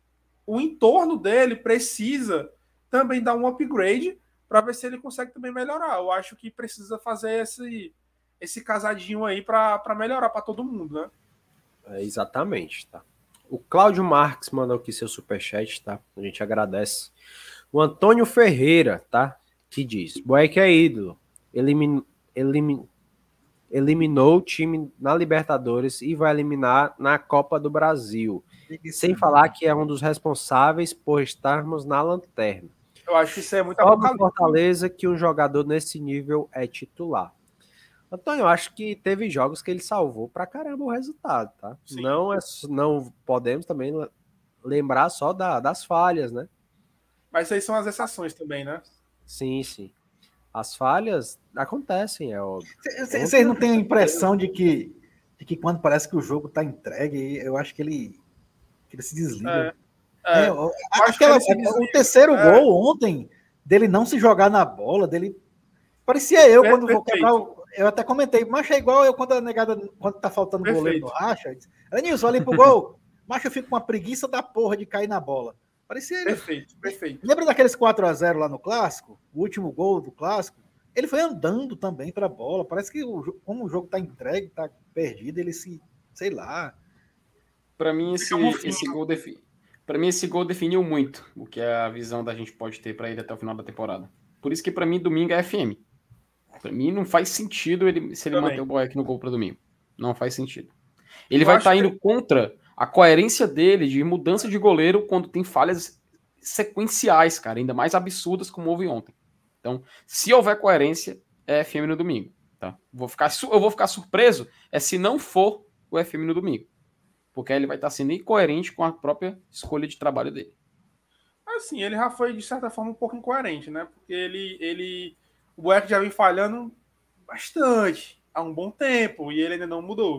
o entorno dele precisa também dar um upgrade para ver se ele consegue também melhorar. Eu acho que precisa fazer esse, esse casadinho aí para melhorar para todo mundo, né? É, exatamente, tá? O Cláudio Marques mandou aqui seu superchat, tá? A gente agradece. O Antônio Ferreira, tá? Que diz: Boeck é ídolo. Elimin... Elimin... Eliminou o time na Libertadores e vai eliminar na Copa do Brasil. Sem falar que é um dos responsáveis por estarmos na lanterna. Eu acho que isso é muito Só no apocalipse. Fortaleza que um jogador nesse nível é titular. Antônio, eu acho que teve jogos que ele salvou pra caramba o resultado, tá? Não, é, não podemos também lembrar só da, das falhas, né? Mas aí são as exceções também, né? Sim, sim. As falhas acontecem, é óbvio. Vocês não têm a impressão de que, de que quando parece que o jogo tá entregue, eu acho que ele, que ele se desliga. É, é. É, aquela, se desliga, o terceiro é. gol ontem, dele não se jogar na bola, dele... Parecia eu é, quando perfeito. vou quebrar o... Eu até comentei, mas é igual eu quando a negada, quando tá faltando Perfeito. goleiro no racha. Nilson, ali pro gol. Mas eu fico com uma preguiça da porra de cair na bola. Parecia ele. Perfeito, perfeito. Lembra daqueles quatro a zero lá no Clássico? O último gol do Clássico? Ele foi andando também pra bola. Parece que o, como o jogo tá entregue, tá perdido, ele se... Sei lá. Para mim, esse, esse gol define... Para mim, esse gol definiu muito o que a visão da gente pode ter para ele até o final da temporada. Por isso que, para mim, domingo é F M. Para mim, não faz sentido ele, se ele Também. manter o Boeck no gol para domingo. Não faz sentido. Ele Eu vai acho estar indo que- contra a coerência dele de mudança de goleiro quando tem falhas sequenciais, cara, ainda mais absurdas como houve ontem. Então, se houver coerência, é F M no domingo. Tá? Vou ficar, su- eu vou ficar surpreso é se não for o F M no domingo. Porque aí ele vai estar sendo incoerente com a própria escolha de trabalho dele. Assim, ele já foi, de certa forma, um pouco incoerente, né? Porque ele... ele... O Boeck já vem falhando bastante, há um bom tempo, e ele ainda não mudou.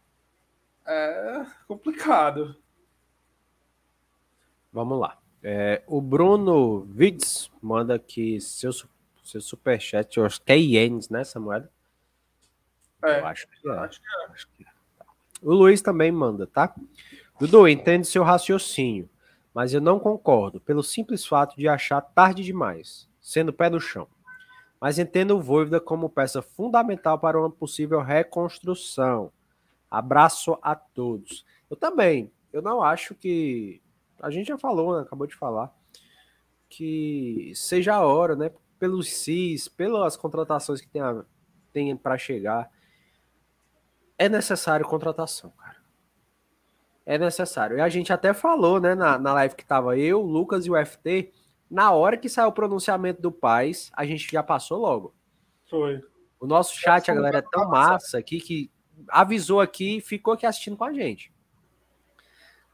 É complicado. Vamos lá. É, o Bruno Vids manda aqui seu, su- seu superchat, eu acho que é ienes, né, essa moeda? É, Eu acho que é. acho que é. Acho que é. O Luiz também manda, tá? Dudu, entendo seu raciocínio, mas eu não concordo, pelo simples fato de achar tarde demais, sendo pé no chão. Mas entendo o Voivoda como peça fundamental para uma possível reconstrução. Abraço a todos. Eu também. Eu não acho que... A gente já falou, né? Acabou de falar. Que seja a hora, né? Pelos C I S, pelas contratações que tem, a... tem para chegar. É necessário contratação, cara. É necessário. E a gente até falou, né? Na, na live que tava eu, o Lucas e o F T... Na hora que saiu o pronunciamento do Paz, a gente já passou logo. Foi. O nosso chat, a galera é tão massa aqui que avisou aqui e ficou aqui assistindo com a gente.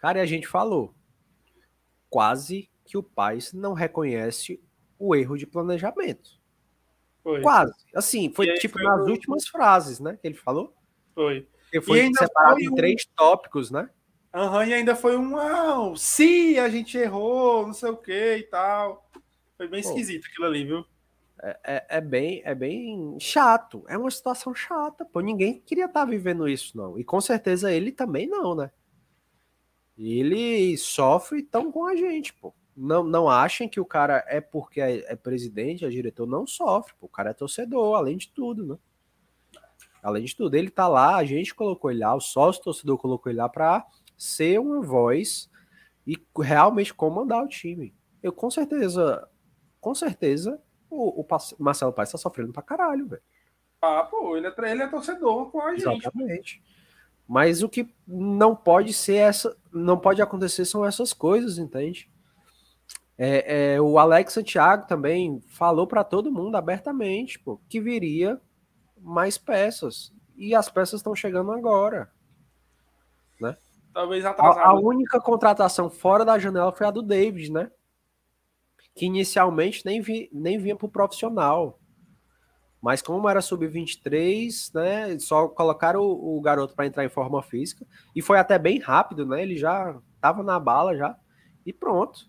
Cara, e a gente falou, quase que o Paes não reconhece o erro de planejamento. Foi. Quase. Assim, foi E aí tipo foi nas o- últimas frases, né, que ele falou. Foi. Ele foi E ainda separado foi em um- três tópicos, né? Aham, e ainda foi um, ah, se a gente errou, não sei o que e tal. Foi bem Pô. esquisito aquilo ali, viu? É, é, bem, é bem chato. É uma situação chata, pô. Ninguém queria estar vivendo isso, não. E com certeza ele também não, né? Ele sofre tão com a gente, pô. Não, não achem que o cara é porque é, é presidente, é diretor, não sofre, pô. O cara é torcedor, além de tudo, né? Além de tudo, ele tá lá, a gente colocou ele lá, o sócio torcedor colocou ele lá pra ser uma voz e realmente comandar o time. Eu com certeza, com certeza, o, o Marcelo Paes tá sofrendo pra caralho, velho. Ah, pô, ele é, ele é torcedor com a gente. Exatamente. Mas o que não pode ser essa, não pode acontecer são essas coisas, entende? É, é, o Alex Santiago também falou para todo mundo abertamente, pô, que viria mais peças e as peças estão chegando agora, né? Talvez A, atrasado. a única contratação fora da janela foi a do David, né? Que inicialmente nem, vi, nem vinha pro profissional. Mas como era sub vinte e três, né, só colocaram o, o garoto para entrar em forma física e foi até bem rápido, né? Ele já tava na bala já e pronto.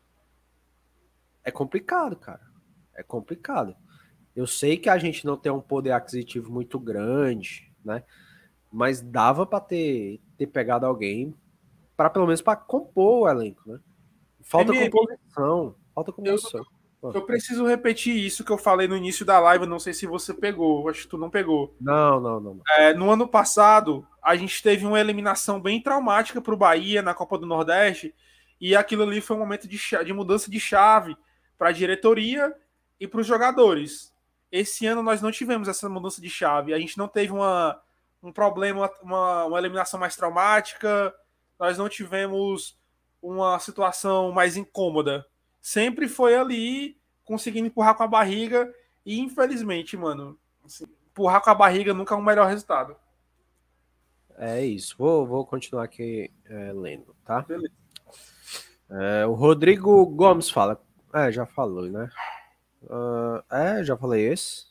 É complicado, cara. É complicado. Eu sei que a gente não tem um poder aquisitivo muito grande, né? Mas dava para ter, ter pegado alguém para pelo menos para compor o elenco, né? Falta M M, composição, falta composição. Eu preciso repetir isso que eu falei no início da live, não sei se você pegou, acho que tu não pegou. Não, não, não. não. É, no ano passado, a gente teve uma eliminação bem traumática para o Bahia na Copa do Nordeste, e aquilo ali foi um momento de, de mudança de chave para a diretoria e para os jogadores. Esse ano nós não tivemos essa mudança de chave, a gente não teve uma, um problema, uma, uma eliminação mais traumática, nós não tivemos uma situação mais incômoda. Sempre foi ali, conseguindo empurrar com a barriga, e infelizmente, mano, assim, empurrar com a barriga nunca é um melhor resultado. É isso. Vou, vou continuar aqui é, lendo, tá? Beleza. É, o Rodrigo Gomes fala. É, já falou, né? Uh, é, já falei esse.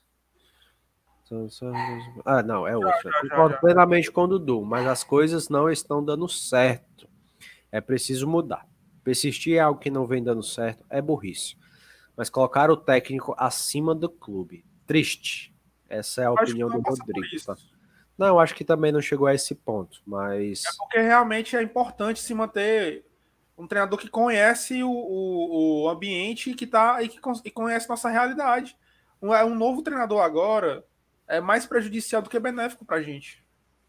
Ah, não, é outro. já, Concordo já. plenamente com o Dudu, mas as coisas não estão dando certo. É preciso mudar. Persistir é algo que não vem dando certo, é burrice. Mas colocar o técnico acima do clube. Triste. Essa é a Acho opinião que não do passa por Rodrigo. isso. Tá? Não, eu acho que também não chegou a esse ponto, mas... É porque realmente é importante se manter um treinador que conhece o, o, o ambiente que tá, e que e conhece nossa realidade. Um, um novo treinador agora é mais prejudicial do que benéfico pra gente.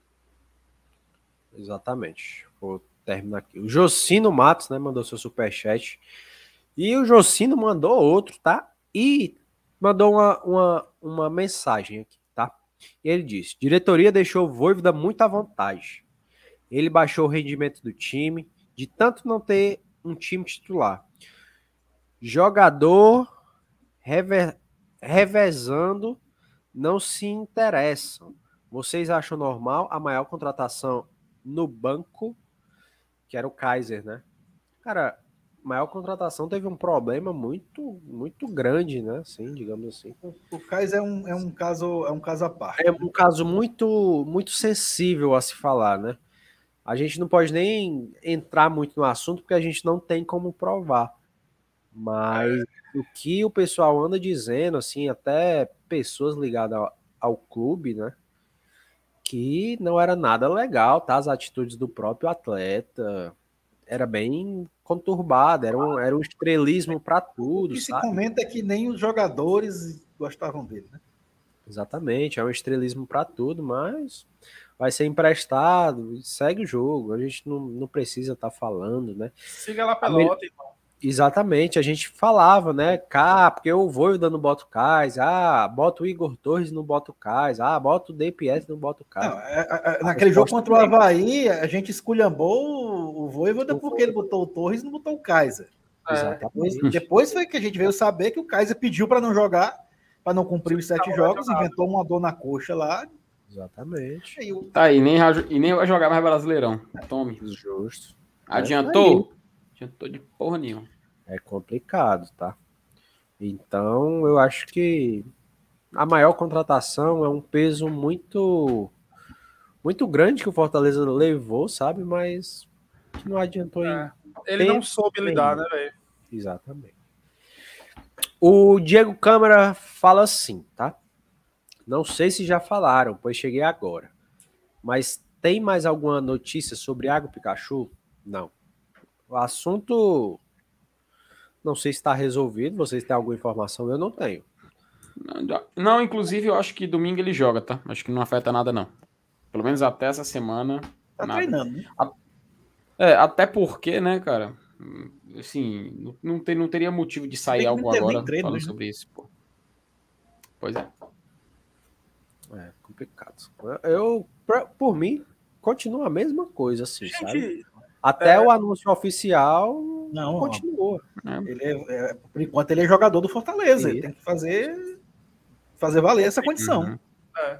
Exatamente. Vou terminar aqui. O Jocino Matos, né, mandou seu superchat. E o Jocino mandou outro, tá? E mandou uma, uma, uma mensagem aqui, tá? E ele disse: diretoria deixou o Vojvoda muito à vontade. Ele baixou o rendimento do time, de tanto não ter um time titular. Jogador rever, revezando não se interessam. Vocês acham normal a maior contratação no banco, que era o Kaiser, né? Cara, a maior contratação teve um problema muito muito grande, né? Assim, digamos assim. O Kaiser é um, é um caso é um caso à parte. É um caso muito muito sensível a se falar, né? A gente não pode nem entrar muito no assunto porque a gente não tem como provar. Mas é. o que o pessoal anda dizendo, assim, até pessoas ligadas ao, ao clube, né? Que não era nada legal, tá? As atitudes do próprio atleta era bem conturbada, era um, era um estrelismo para tudo. O que sabe? se comenta é que nem os jogadores gostavam dele, né? Exatamente, é um estrelismo para tudo, mas vai ser emprestado, segue o jogo, a gente não, não precisa estar tá falando, né? Siga lá a pelota, irmão. Exatamente, a gente falava, né? Cá, porque eu vou dando boto Cais, ah, bota o Igor Torres no boto Cais, ah, bota o D P S no boto Cais. Não, é, é, naquele jogo contra o Avaí, a gente esculhambou o Vojvoda porque ele botou o Torres e não botou o Kaiser. É. Exatamente. Depois foi que a gente veio saber que o Kaiser pediu para não jogar, para não cumprir os sete jogos, inventou uma dor na coxa lá. Exatamente. Aí, tá aí, nem, e nem vai jogar mais Brasileirão. Tome. Justo. Adiantou? É Adiantou de porra nenhuma. É complicado, tá? Então, eu acho que a maior contratação é um peso muito muito grande que o Fortaleza levou, sabe? Mas que não adiantou É. em Ele tempo não soube lidar, né, velho? Exatamente. O Diego Câmara fala assim, tá? Não sei se já falaram, pois cheguei agora. Mas tem mais alguma notícia sobre Água Pikachu? Não. O assunto não sei se está resolvido. Vocês têm alguma informação? Eu não tenho. Não, não, inclusive eu acho que domingo ele joga, tá? Acho que não afeta nada, não. Pelo menos até essa semana. Tá nada. treinando, né? É, até porque, né, cara? Assim, não, tem, não teria motivo de sair Bem que algo não teve nem agora treino, falando né? sobre isso, pô. Pois é. É complicado. Eu, pra- por mim, continua a mesma coisa, assim, sabe? Gente, Até é- o anúncio oficial Não, continua. Ele é, é- por enquanto ele é jogador do Fortaleza. Ele Isso. tem que fazer, fazer valer essa condição. Uhum. é,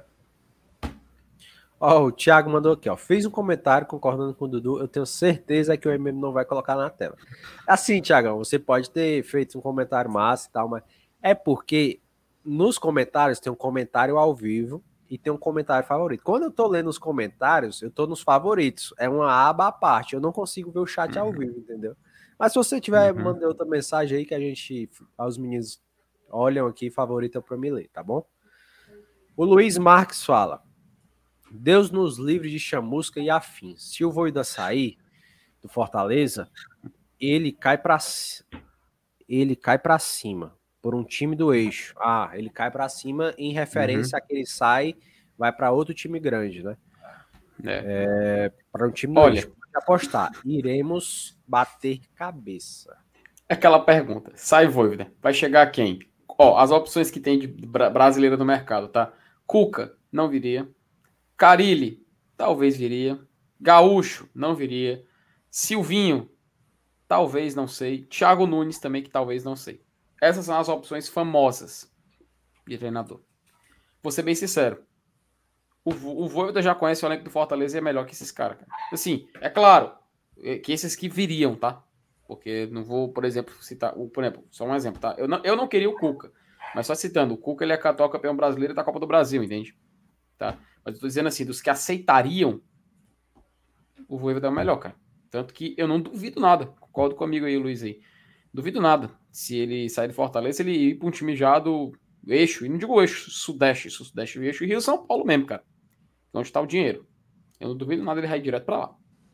Ó, o Thiago mandou aqui, ó. Fez um comentário concordando com o Dudu. Eu tenho certeza que o M M não vai colocar na tela. Assim, Thiagão, você pode ter feito um comentário massa e tal, mas é porque nos comentários tem um comentário ao vivo e tem um comentário favorito. Quando eu tô lendo os comentários, eu tô nos favoritos. É uma aba à parte. Eu não consigo ver o chat ao vivo, entendeu? Mas se você tiver, Uhum. manda outra mensagem aí que a gente, os meninos olham aqui, favorita pra me ler, tá bom? O Luiz Marques fala: Deus nos livre de chamusca e afins. Se o Voivoda sair do Fortaleza, ele cai para ele cai para cima por um time do eixo. Ah, ele cai para cima em referência Uhum. a que ele sai, vai para outro time grande, né? É. É, para um time do Olha. eixo. Pode apostar, iremos bater cabeça. Aquela pergunta, sai Voivoda, vai chegar quem? Ó, as opções que tem de bra- brasileira no mercado, tá? Cuca, não viria. Carilli, talvez viria. Gaúcho, não viria. Silvinho, talvez, não sei. Thiago Nunes também, que talvez, não sei. Essas são as opções famosas de treinador. Vou ser bem sincero. O, Vo- o Voivoda já conhece o elenco do Fortaleza e é melhor que esses caras. Cara. Assim, é claro é, que esses que viriam, tá? Porque não vou, por exemplo, citar... O, por exemplo, só um exemplo, tá? Eu não, eu não queria o Cuca. Mas só citando, o Cuca ele é atual campeão brasileiro da Copa do Brasil, entende? Tá? Mas eu tô dizendo assim, dos que aceitariam, o Voivoda é o melhor, cara. Tanto que eu não duvido nada. Concordo comigo aí, Luiz aí. Duvido nada. Se ele sair de Fortaleza, ele ir para um time já do eixo, e não digo eixo, sudeste, sudeste, eixo e Rio São Paulo mesmo, cara. Onde está o dinheiro. Eu não duvido nada ele vai ir direto para lá.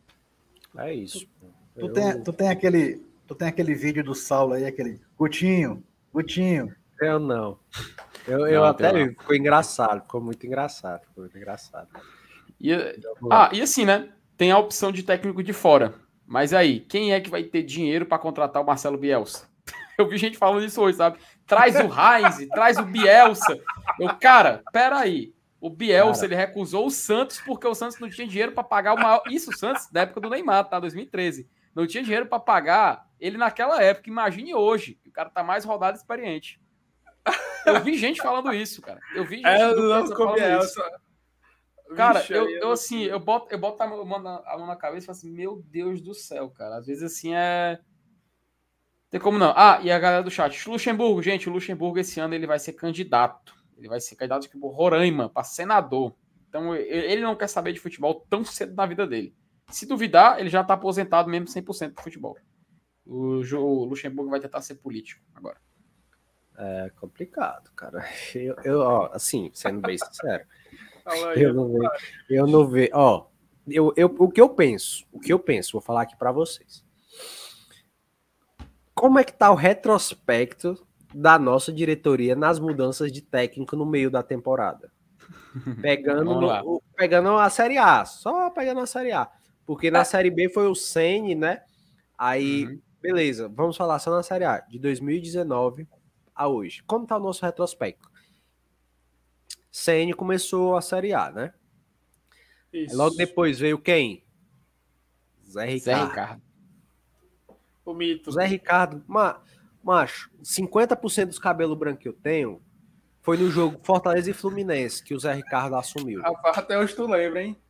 É isso. Tu, Eu, tem, tu, tem aquele, tu tem aquele vídeo do Saulo aí, aquele Gutinho, Gutinho. eu não. Eu, eu Não, até tem vi, ficou engraçado, ficou muito engraçado, ficou muito engraçado. E, ah, e assim, né? Tem a opção de técnico de fora. Mas aí, quem é que vai ter dinheiro para contratar o Marcelo Bielsa? Eu vi gente falando isso hoje, sabe? Traz o Heinz, traz o Bielsa. Eu, cara, peraí. O Bielsa, Cara. ele recusou o Santos porque o Santos não tinha dinheiro para pagar o maior... Isso, o Santos, da época do Neymar, tá? dois mil e treze. Não tinha dinheiro para pagar ele naquela época. Imagine hoje, que o cara tá mais rodado e experiente. Eu vi gente falando isso, cara. Eu vi gente é do Santos louco, falando isso. Bielsa. Cara, Vixe, eu, aí eu assim, eu boto, eu boto a mão na, a mão na cabeça e falo assim, meu Deus do céu, cara. Às vezes assim é... Tem como não. Ah, e a galera do chat. Luxemburgo, gente, o Luxemburgo esse ano ele vai ser candidato. Ele vai ser candidato tipo Roraima para senador. Então ele não quer saber de futebol tão cedo na vida dele. Se duvidar, ele já tá aposentado mesmo cem por cento do futebol. O, o Luxemburgo vai tentar ser político agora. É complicado, cara. Eu, eu ó, assim, sendo bem sincero, Fala aí. eu não vejo, eu não vejo, ó, eu, eu, o que eu penso, o que eu penso, vou falar aqui pra vocês. Como é que tá o retrospecto da nossa diretoria nas mudanças de técnico no meio da temporada? Pegando, Vamos lá. no, pegando a Série A, só pegando a Série A. Porque na Série B foi o Ceni, né? Aí, Uhum. beleza, vamos falar só na Série A, de dois mil e dezenove a hoje. Como tá o nosso retrospecto? Ceni começou a Série A, né? Isso. Logo depois veio quem? Zé Ricardo. Zé Ricardo. O mito. Zé Ricardo, ma, macho, cinquenta por cento dos cabelos brancos que eu tenho foi no jogo Fortaleza e Fluminense que o Zé Ricardo assumiu. Rapaz, até hoje tu lembra, hein?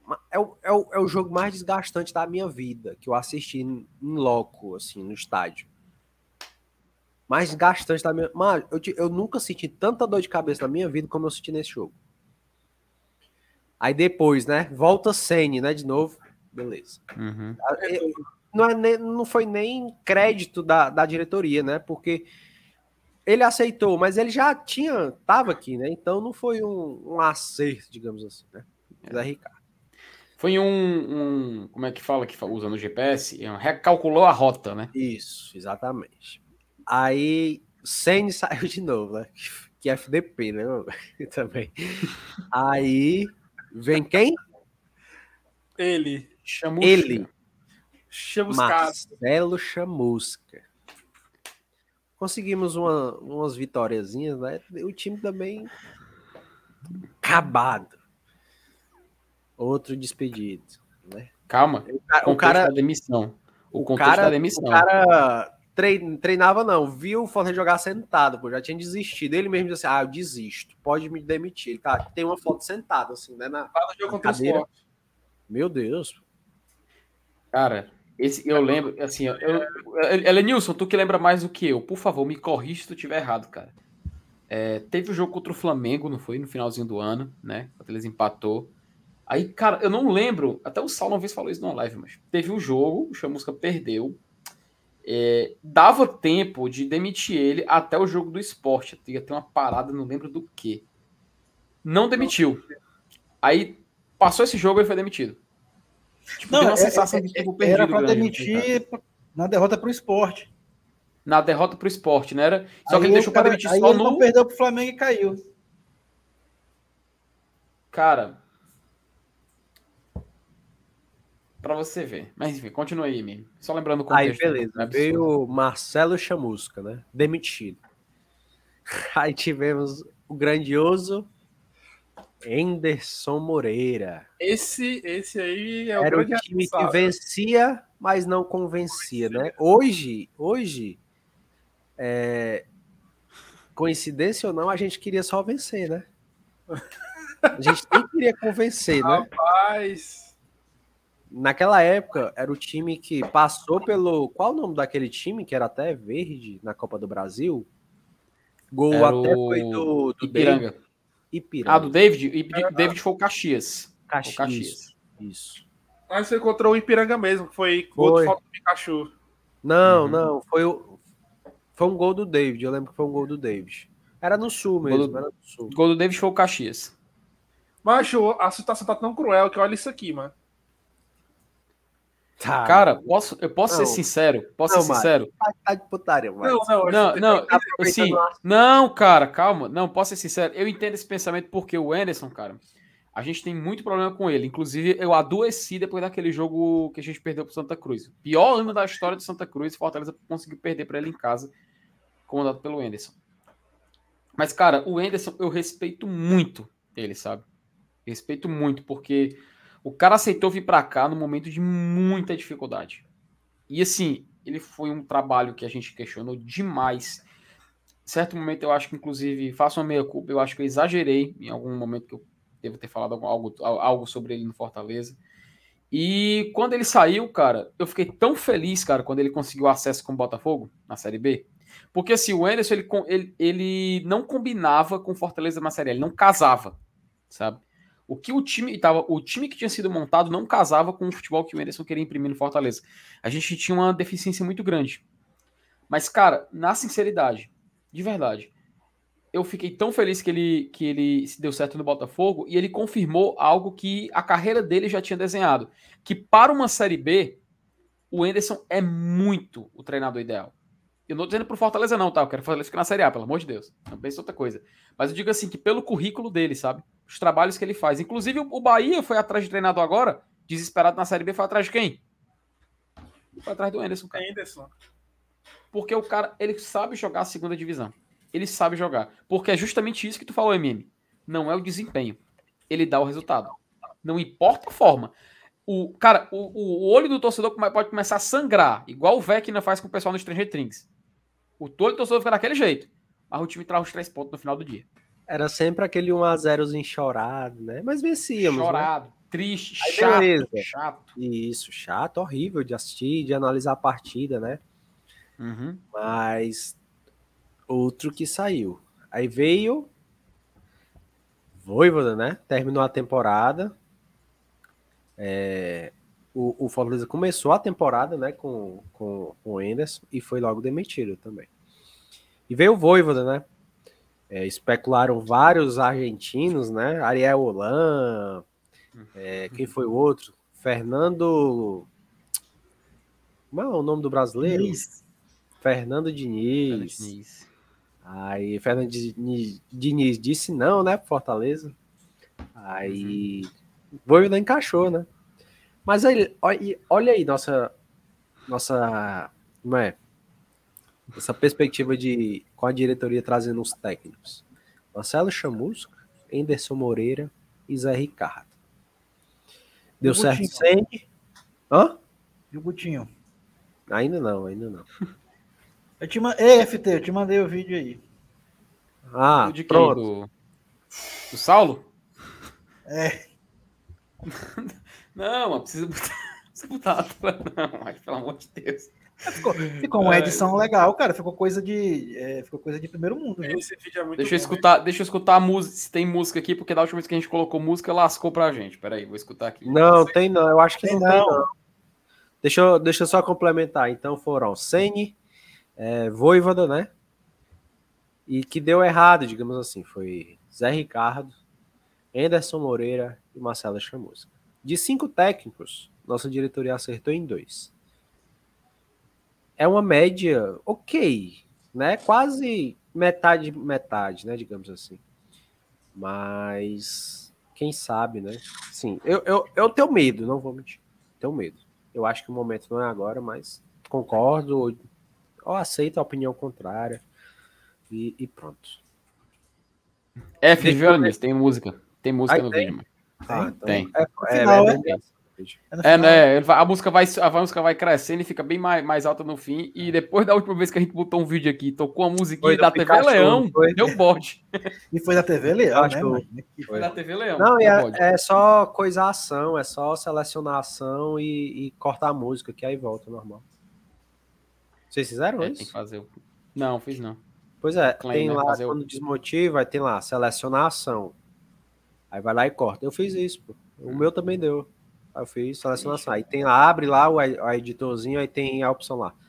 é, o, é, o, é o jogo mais desgastante da minha vida, que eu assisti em loco, assim, no estádio. Mais desgastante da minha... Mano, eu, eu nunca senti tanta dor de cabeça na minha vida como eu senti nesse jogo. Aí depois, né? Volta Ceni, né? De novo. Beleza. Uhum. Eu, não, é nem, não foi nem crédito da, da diretoria, né? Porque ele aceitou, mas ele já tinha... Tava aqui, né? Então não foi um, um acerto, digamos assim, né? Zé Ricardo. Foi um, um... Como é que fala que usa no G P S? Recalculou a rota, né? Isso, exatamente. Aí, Ceni saiu de novo, né? Que F D P, né? Também. Aí, vem quem? Ele. Chamusca. Ele. Chamuscado. Marcelo Chamusca. Conseguimos uma, umas vitóriazinhas, né? O time também acabado. Outro despedido, né? Calma. O cara, o o cara da demissão. O, o contexto cara, da demissão. O cara treinava não, viu o Fortaleza jogar sentado, pô, já tinha desistido. Ele mesmo disse assim, ah, eu desisto, pode me demitir. Ele tá, tem uma foto sentado, assim, né, na, Fala do jogo na contra o cadeira. Sport. Meu Deus. Cara, esse eu lembro, assim, eu, eu, Elenilson, tu que lembra mais do que eu, por favor, me corrija se tu estiver errado, cara. É, teve o jogo contra o Flamengo, não foi? No finalzinho do ano, né? Quando eles empatou. Aí, cara, eu não lembro, até o Saulo uma vez falou isso numa live, mas teve um jogo, o Chamusca perdeu. É, dava tempo de demitir ele até o jogo do Sport. Ia ter uma parada, não lembro do que. Não demitiu. Aí passou esse jogo e ele foi demitido. Tipo, Não, deu uma é, sensação é, de tipo é, perdido. era para grande, demitir na derrota pro Sport. Na derrota pro Sport, né? Era... Só aí que ele deixou para cara, demitir aí só ele no. não perdeu pro Flamengo e caiu. Cara. Pra você ver. Mas enfim, continua aí, Mimi. Só lembrando o contexto. Aí, beleza. Veio o Marcelo Chamusca, né? Demitido. Aí tivemos o grandioso Enderson Moreira. Esse, esse aí é o Era o grande time que responsável. vencia, mas não convencia, né? Hoje, hoje, é... coincidência ou não, a gente queria só vencer, né? A gente nem queria convencer, né? Rapaz. Naquela época, era o time que passou pelo... Qual o nome daquele time que era até verde na Copa do Brasil? Gol Era até o... foi do, do Ipiranga. David. Ipiranga. Ah, do David? O David foi o Caxias. Caxias. O Caxias. Isso. Mas você encontrou o Ipiranga mesmo, foi, Foi. gol de falta do Pikachu. Não, Uhum. não, foi, o... foi um gol do David, eu lembro que foi um gol do David. Era no Sul mesmo, Gol do- era no Sul. O gol do David foi o Caxias. Mas a situação tá tão cruel que olha isso aqui, mano. Tá, Cara, posso, eu posso Não. ser sincero? Posso Não, ser Mário. sincero? tá, tá de putaria, mas... Não, não, Não, acho- não, tá assim, aproveitando não, cara, calma. Não, posso ser sincero. Eu entendo esse pensamento porque o Anderson, cara, a gente tem muito problema com ele. Inclusive, eu adoeci depois daquele jogo que a gente perdeu pro Santa Cruz. Pior ano da história de Santa Cruz, Fortaleza conseguiu perder para ele em casa, comandado pelo Anderson. Mas, cara, o Anderson, eu respeito muito ele, sabe? Respeito muito, porque o cara aceitou vir pra cá no momento de muita dificuldade. E assim, ele foi um trabalho que a gente questionou demais. Em certo momento, eu acho que, inclusive, faço uma meia-culpa, eu acho que eu exagerei em algum momento que eu devo ter falado algo, algo sobre ele no Fortaleza. E quando ele saiu, cara, eu fiquei tão feliz, cara, quando ele conseguiu acesso com o Botafogo na Série B. Porque assim, o Anderson, ele, ele, ele não combinava com o Fortaleza na Série A, ele não casava, sabe? O que o time tava, o time que tinha sido montado não casava com o futebol que o Anderson queria imprimir no Fortaleza. A gente tinha uma deficiência muito grande. Mas, cara, na sinceridade, de verdade, eu fiquei tão feliz que ele, que ele se deu certo no Botafogo e ele confirmou algo que a carreira dele já tinha desenhado. Que para uma Série B, o Anderson é muito o treinador ideal. Eu não tô dizendo pro Fortaleza não, tá? Eu quero que o Fortaleza fique na Série A, pelo amor de Deus. Não pense em outra coisa. Mas eu digo assim, que pelo currículo dele, sabe? Os trabalhos que ele faz. Inclusive, o Bahia foi atrás de treinador agora, desesperado na Série B, foi atrás de quem? Foi atrás do Anderson, cara. Anderson. Porque o cara, ele sabe jogar a segunda divisão. Ele sabe jogar. Porque é justamente isso que tu falou, M M. Não é o desempenho. Ele dá o resultado. Não importa a forma. O, cara, o, o olho do torcedor pode começar a sangrar, igual o Vecna faz com o pessoal no Stranger Things. O olho do torcedor fica daquele jeito. Mas o time traz os três pontos no final do dia. Era sempre aquele um a zero chorado, né? Mas vencíamos, Chorado. né? triste, Aí, chato, beleza. chato. Isso, chato, horrível de assistir, de analisar a partida, né? Uhum. Mas outro que saiu. Aí veio Vojvoda, né? Terminou a temporada. É, o, o Fortaleza começou a temporada, né? Com, com, com o Enderson e foi logo demitido também. E veio o Vojvoda, né? É, especularam vários argentinos, né? Ariel Holan, é, quem foi o outro? Fernando. Como é o nome do brasileiro? Diniz. Fernando Diniz. Aí Fernando Diniz, Diniz disse não, né, pro Fortaleza. Aí uhum. Vojvoda encaixou, né? Mas aí, olha aí nossa nossa, não é? Essa perspectiva de com a diretoria trazendo os técnicos. Marcelo Chamusca, Enderson Moreira e Zé Ricardo. Deu certo sem. Hã? E o Gutinho? Ainda não, ainda não. Eu te mandei, Ei, F T, eu te mandei o vídeo aí. Ah, de pronto. Do... do Saulo? É. Não, mas precisa botar, precisa botar não, mas pelo amor de Deus. Ficou, ficou uma edição é... legal, cara. Ficou coisa de, é, ficou coisa de primeiro mundo. Viu? Esse vídeo é muito deixa eu bom, escutar, né? Deixa eu escutar a música, se tem música aqui, porque da última vez que a gente colocou música, lascou pra gente. Peraí, vou escutar aqui. Não, tem não. Eu acho que tem não, não tem não. Deixa eu, deixa eu só complementar. Então foram Ceni, é, Vojvoda, né? E que deu errado, digamos assim, foi Zé Ricardo, Enderson Moreira e Marcelo Chamusca. De cinco técnicos, nossa diretoria acertou em dois. É uma média ok, né? Quase metade, metade, né? Digamos assim. Mas quem sabe, né? Sim, eu, eu, eu tenho medo, não vou mentir. Tenho medo. Eu acho que o momento não é agora, mas concordo ou, ou aceito a opinião contrária e, e pronto. F de violonista, tem música. Tem música Ai, no tem? vídeo, mano. Ah, então tem. É, é, final, é, é, é, é, né? A música, vai, a música vai crescendo e fica bem mais, mais alta no fim. E depois da última vez que a gente botou um vídeo aqui, tocou a musiquinha da T V Pikachu, Leão, foi? deu bode. E foi da T V Leão, né, mano? E foi da T V Leão. Não, é, é só coisa ação, é só selecionar a ação e, e cortar a música, que aí volta normal. Vocês fizeram é, isso? Tem que fazer. Não, fiz não. Pois é, Claim, tem né? lá, fazer quando o... desmotiva, aí tem lá, selecionar a ação. Aí vai lá e corta. Eu fiz isso, pô. O hum. meu também deu. Aí eu fiz selecionação. Aí tem lá, abre lá o a editorzinho, aí tem a opção lá.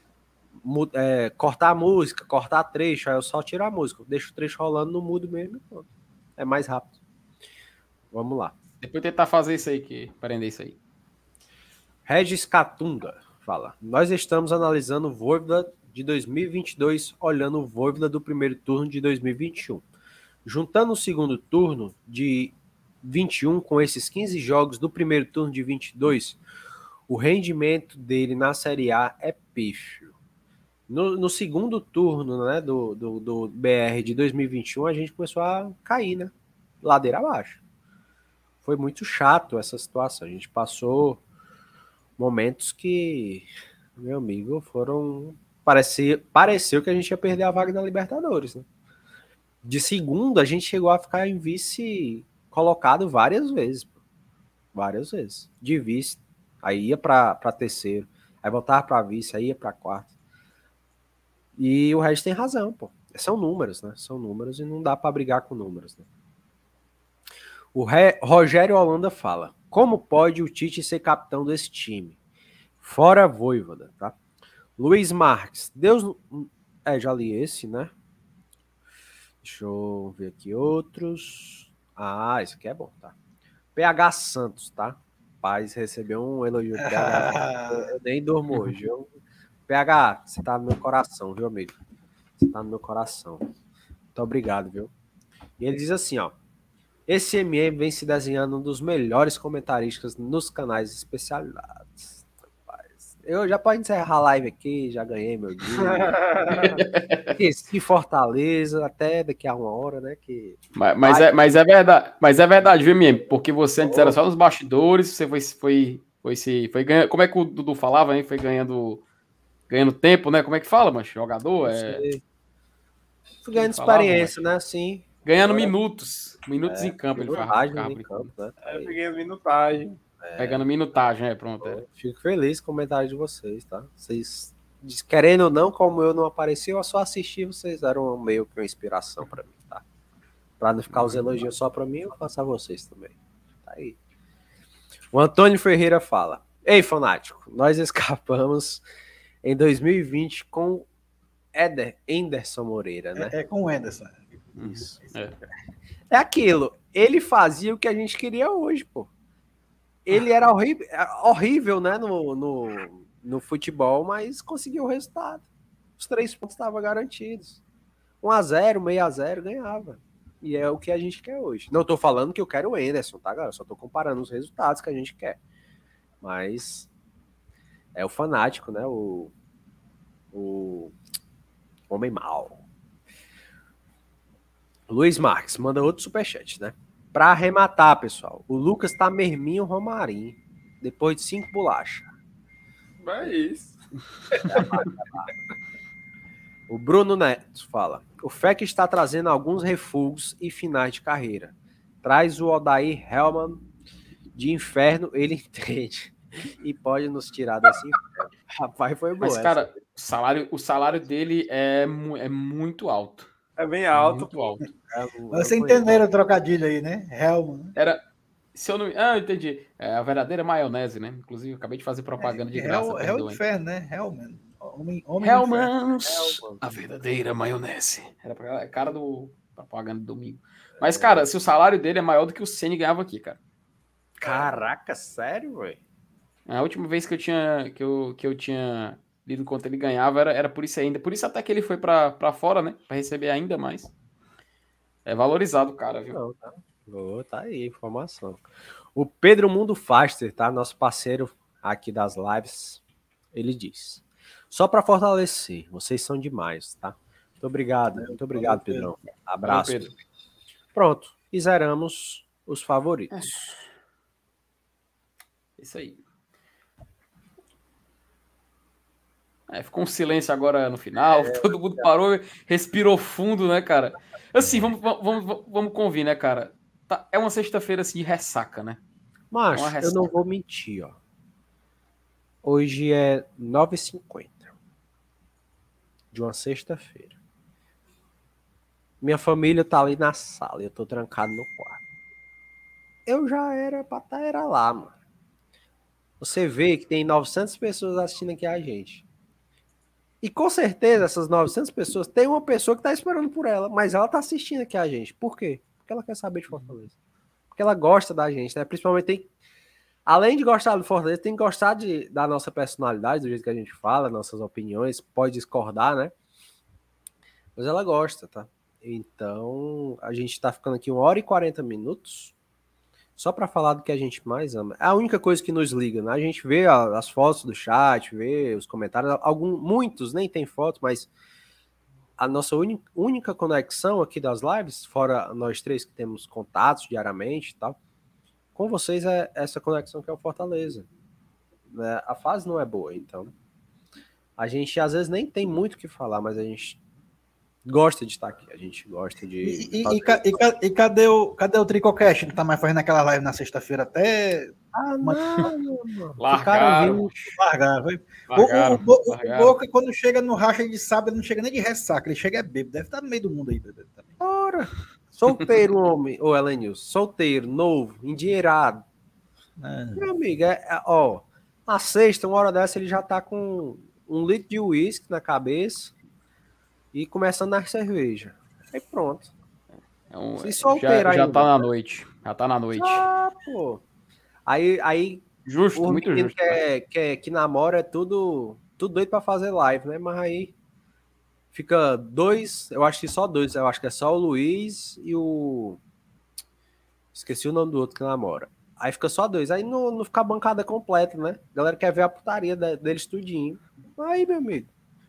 É, cortar a música, cortar trecho, aí eu só tiro a música. Deixo o trecho rolando no mudo mesmo e pronto. É mais rápido. Vamos lá. Depois tentar fazer isso aí, que aprender isso aí. Regis Catunga fala. Nós estamos analisando o Vojvoda de dois mil e vinte e dois, olhando o Vojvoda do primeiro turno de dois mil e vinte e um. Juntando o segundo turno de vinte e um com esses quinze jogos do primeiro turno de vinte e dois, o rendimento dele na Série A é pífio. No, no segundo turno, né, do, do, do B R de dois mil e vinte e um, a gente começou a cair, né? Ladeira abaixo. Foi muito chato essa situação. A gente passou momentos que, meu amigo, foram... Parecia, pareceu que a gente ia perder a vaga da Libertadores, né? De segundo, a gente chegou a ficar em vice colocado várias vezes. Pô. Várias vezes. De vice, aí ia para terceiro, aí voltava para vice, aí ia para quarto. E o resto tem razão, pô. São números, né? São números e não dá para brigar com números, né? O Re... Rogério Holanda fala: como pode o Tite ser capitão desse time? Fora Vojvoda, tá? Luiz Marques, Deus. É, já li esse, né? Deixa eu ver aqui outros. Ah, esse aqui é bom, tá? P H Santos, tá? Paz recebeu um elogio do P H. Eu nem durmo hoje. Eu... P H, você tá no meu coração, viu, amigo? Você tá no meu coração. Muito obrigado, viu? E ele diz assim, ó. Esse M M vem se desenhando um dos melhores comentaristas nos canais especializados. Eu já pode encerrar a live aqui, já ganhei meu dia. Esse Fortaleza, até daqui a uma hora, né? Que... Mas, mas, é, mas é verdade, mas é verdade, viu, M M? Porque você antes oh. era só nos bastidores, você foi, foi, foi, se, foi ganhando. Como é que o Dudu falava, hein? Foi ganhando, ganhando tempo, né? Como é que fala, mas jogador? É... Fui ganhando experiência, falava, né? Assim, Ganhando Agora- minutos. Minutos É, em campo, ele faz. minutagem ficava em brincando. campo, né? É, eu peguei a minutagem. Pegando minutagem, é, pronto. É. Fico feliz com o comentário de vocês, tá? Vocês, diz- querendo ou não, como eu não apareci, eu só assisti, vocês eram meio que uma inspiração pra mim, tá? Pra não ficar os elogios só pra mim, eu faço a vocês também. Tá aí. O Antônio Ferreira fala: Ei, fanático, nós escapamos em dois mil e vinte com Éder, Enderson Moreira, né? É, é com o Anderson. Isso. É. É aquilo. Ele fazia o que a gente queria hoje, pô. Ele era horrível, horrível né, no, no, no futebol, mas conseguiu o resultado. Os três pontos estavam garantidos. um a zero, meio a zero, ganhava. E é o que a gente quer hoje. Não tô falando que eu quero o Anderson, tá, galera? Só tô comparando os resultados que a gente quer. Mas é o fanático, né? O, o homem mau. Luiz Marques manda outro superchat, né? Pra arrematar, pessoal, o Lucas tá merminho Romarinho, depois de cinco bolachas. É isso. O Bruno Neto fala: o F E C está trazendo alguns refugos e finais de carreira. Traz o Odair Hellman de inferno, ele entende. E pode nos tirar desse inferno. Rapaz, foi bom. Mas, essa. cara, o salário, o salário dele é, mu- é muito alto. É bem alto. Muito alto. É, o- Vocês eu- entenderam o trocadilho aí, né? Helman. Era. Se eu não. Ah, eu entendi. É a verdadeira maionese, né? Inclusive, eu acabei de fazer propaganda de graça. Hell, Hell perdoem. Inferno, né? Hellman. Homem, homem do inferno. Hellmans, Hellman. a verdadeira maionese. Era pra é cara do propaganda do domingo. Mas, cara, se o salário dele é maior do que o Ceni ganhava aqui, cara. Caraca, sério, velho? A última vez que eu tinha que eu, que eu tinha lido quanto ele ganhava era, era por isso ainda. Por isso até que ele foi pra, pra fora, né? Pra receber ainda mais. É valorizado, cara, viu? Não, tá. Oh, tá aí, informação. O Pedro Mundo Faster, tá? Nosso parceiro aqui das lives, ele diz: só para fortalecer, vocês são demais, tá? Muito obrigado, muito obrigado, Pedrão. Abraço. Valeu, Pedro. Pronto, e zeramos os favoritos. Isso aí. É, ficou um silêncio agora no final, todo mundo parou, respirou fundo, né, cara? Assim, vamos, vamos, vamos, vamos convir, né, cara? Tá, é uma sexta-feira assim, de ressaca, né? Macho, Uma eu ressaca. não vou mentir, ó. Hoje é nove e cinquenta de uma sexta-feira. Minha família tá ali na sala e eu tô trancado no quarto. Eu já era pra estar era lá, mano. Você vê que tem novecentas pessoas assistindo aqui a gente. E com certeza essas novecentas pessoas tem uma pessoa que tá esperando por ela, mas ela tá assistindo aqui a gente. Por quê? Porque ela quer saber de Fortaleza. Porque ela gosta da gente, né? Principalmente tem... Além de gostar do Fortaleza, tem que gostar de, da nossa personalidade, do jeito que a gente fala, nossas opiniões, pode discordar, né? Mas ela gosta, tá? Então, a gente tá ficando aqui uma hora e quarenta minutos só para falar do que a gente mais ama. É a única coisa que nos liga, né? A gente vê a, as fotos do chat, vê os comentários, algum, muitos nem tem fotos, mas a nossa uni, única conexão aqui das lives, fora nós três que temos contatos diariamente e tal, com vocês é essa conexão que é o Fortaleza. Né? A fase não é boa, então a gente às vezes nem tem muito o que falar, mas a gente gosta de estar aqui, a gente gosta de... E, e, e, ca- e ca- e cadê o, cadê o Tricocast? Não tá mais fazendo aquela live na sexta-feira até Ah, não, mano. Largaram. largar. Foi? Largaram, o, o, o, o largaram. Boca, quando chega no racha de sábado, ele não chega nem de ressaca, ele chega é bêbado. Deve estar no meio do mundo aí, bebendo também. Ora, solteiro, homem, ô Elenilson, solteiro, novo, endinheirado. Ah, Meu amigo, é, é, ó, na sexta, uma hora dessa, ele já tá com um litro de uísque na cabeça e começando na cerveja. Aí pronto. É um- Se solteiro já, já ainda. tá na noite. Já tá na noite. Ah, pô. Aí, aí Justo, o muito menino justo. que, é, que, é, que namora é tudo, tudo doido pra fazer live, né? Mas aí fica dois, eu acho que só dois, eu acho que é só o Luiz e o... Esqueci o nome do outro que namora. Aí fica só dois, aí não, não fica a bancada completa, né? A galera quer ver a putaria de- deles tudinho. Aí, meu amigo,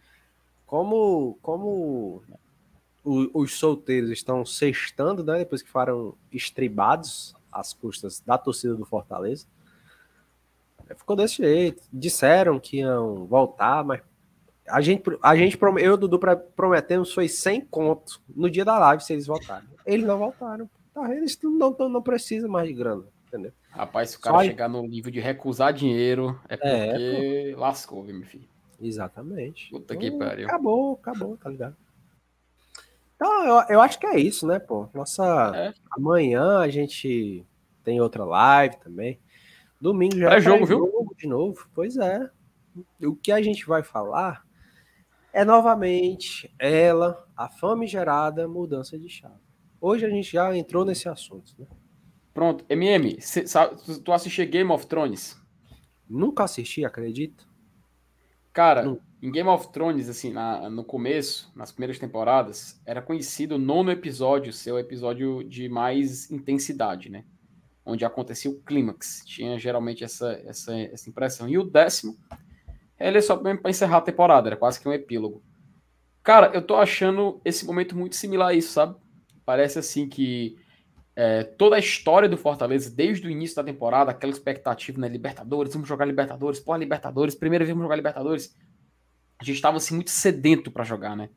como, como o- os solteiros estão sextando, né? Depois que foram estribados às custas da torcida do Fortaleza, ficou desse jeito. Disseram que iam voltar, mas A gente, a gente eu e o Dudu prometemos foi cem conto no dia da live se eles votarem. Eles não votaram. Tá, eles não, não, não precisam mais de grana, entendeu? Rapaz, se o cara Só... chegar no nível de recusar dinheiro, é porque é, lascou, viu, meu filho? Exatamente. Puta então, que pariu. Acabou, acabou, tá ligado? Então, eu, eu acho que é isso, né, pô? Nossa, é. Amanhã a gente tem outra live também. Domingo já pré-jogo, é pré-jogo, viu? De novo. Pois é. O que a gente vai falar é novamente ela, a famigerada mudança de chave. Hoje a gente já entrou nesse assunto, né? Pronto, M M, cê, sabe, tu assistiu Game of Thrones? Nunca assisti, acredito. Cara, Nunca. Em Game of Thrones, assim, na, no começo, nas primeiras temporadas, era conhecido o nono episódio ser o episódio de mais intensidade, né? Onde acontecia o clímax. Tinha geralmente essa, essa, essa impressão. E o décimo, ele é só mesmo para encerrar a temporada, era quase que um epílogo. Cara, eu tô achando esse momento muito similar a isso, sabe? Parece assim que é, toda a história do Fortaleza, desde o início da temporada, aquela expectativa, né? Libertadores, vamos jogar Libertadores, pô, Libertadores, primeira vez vamos jogar Libertadores. A gente estava assim, muito sedento para jogar, né?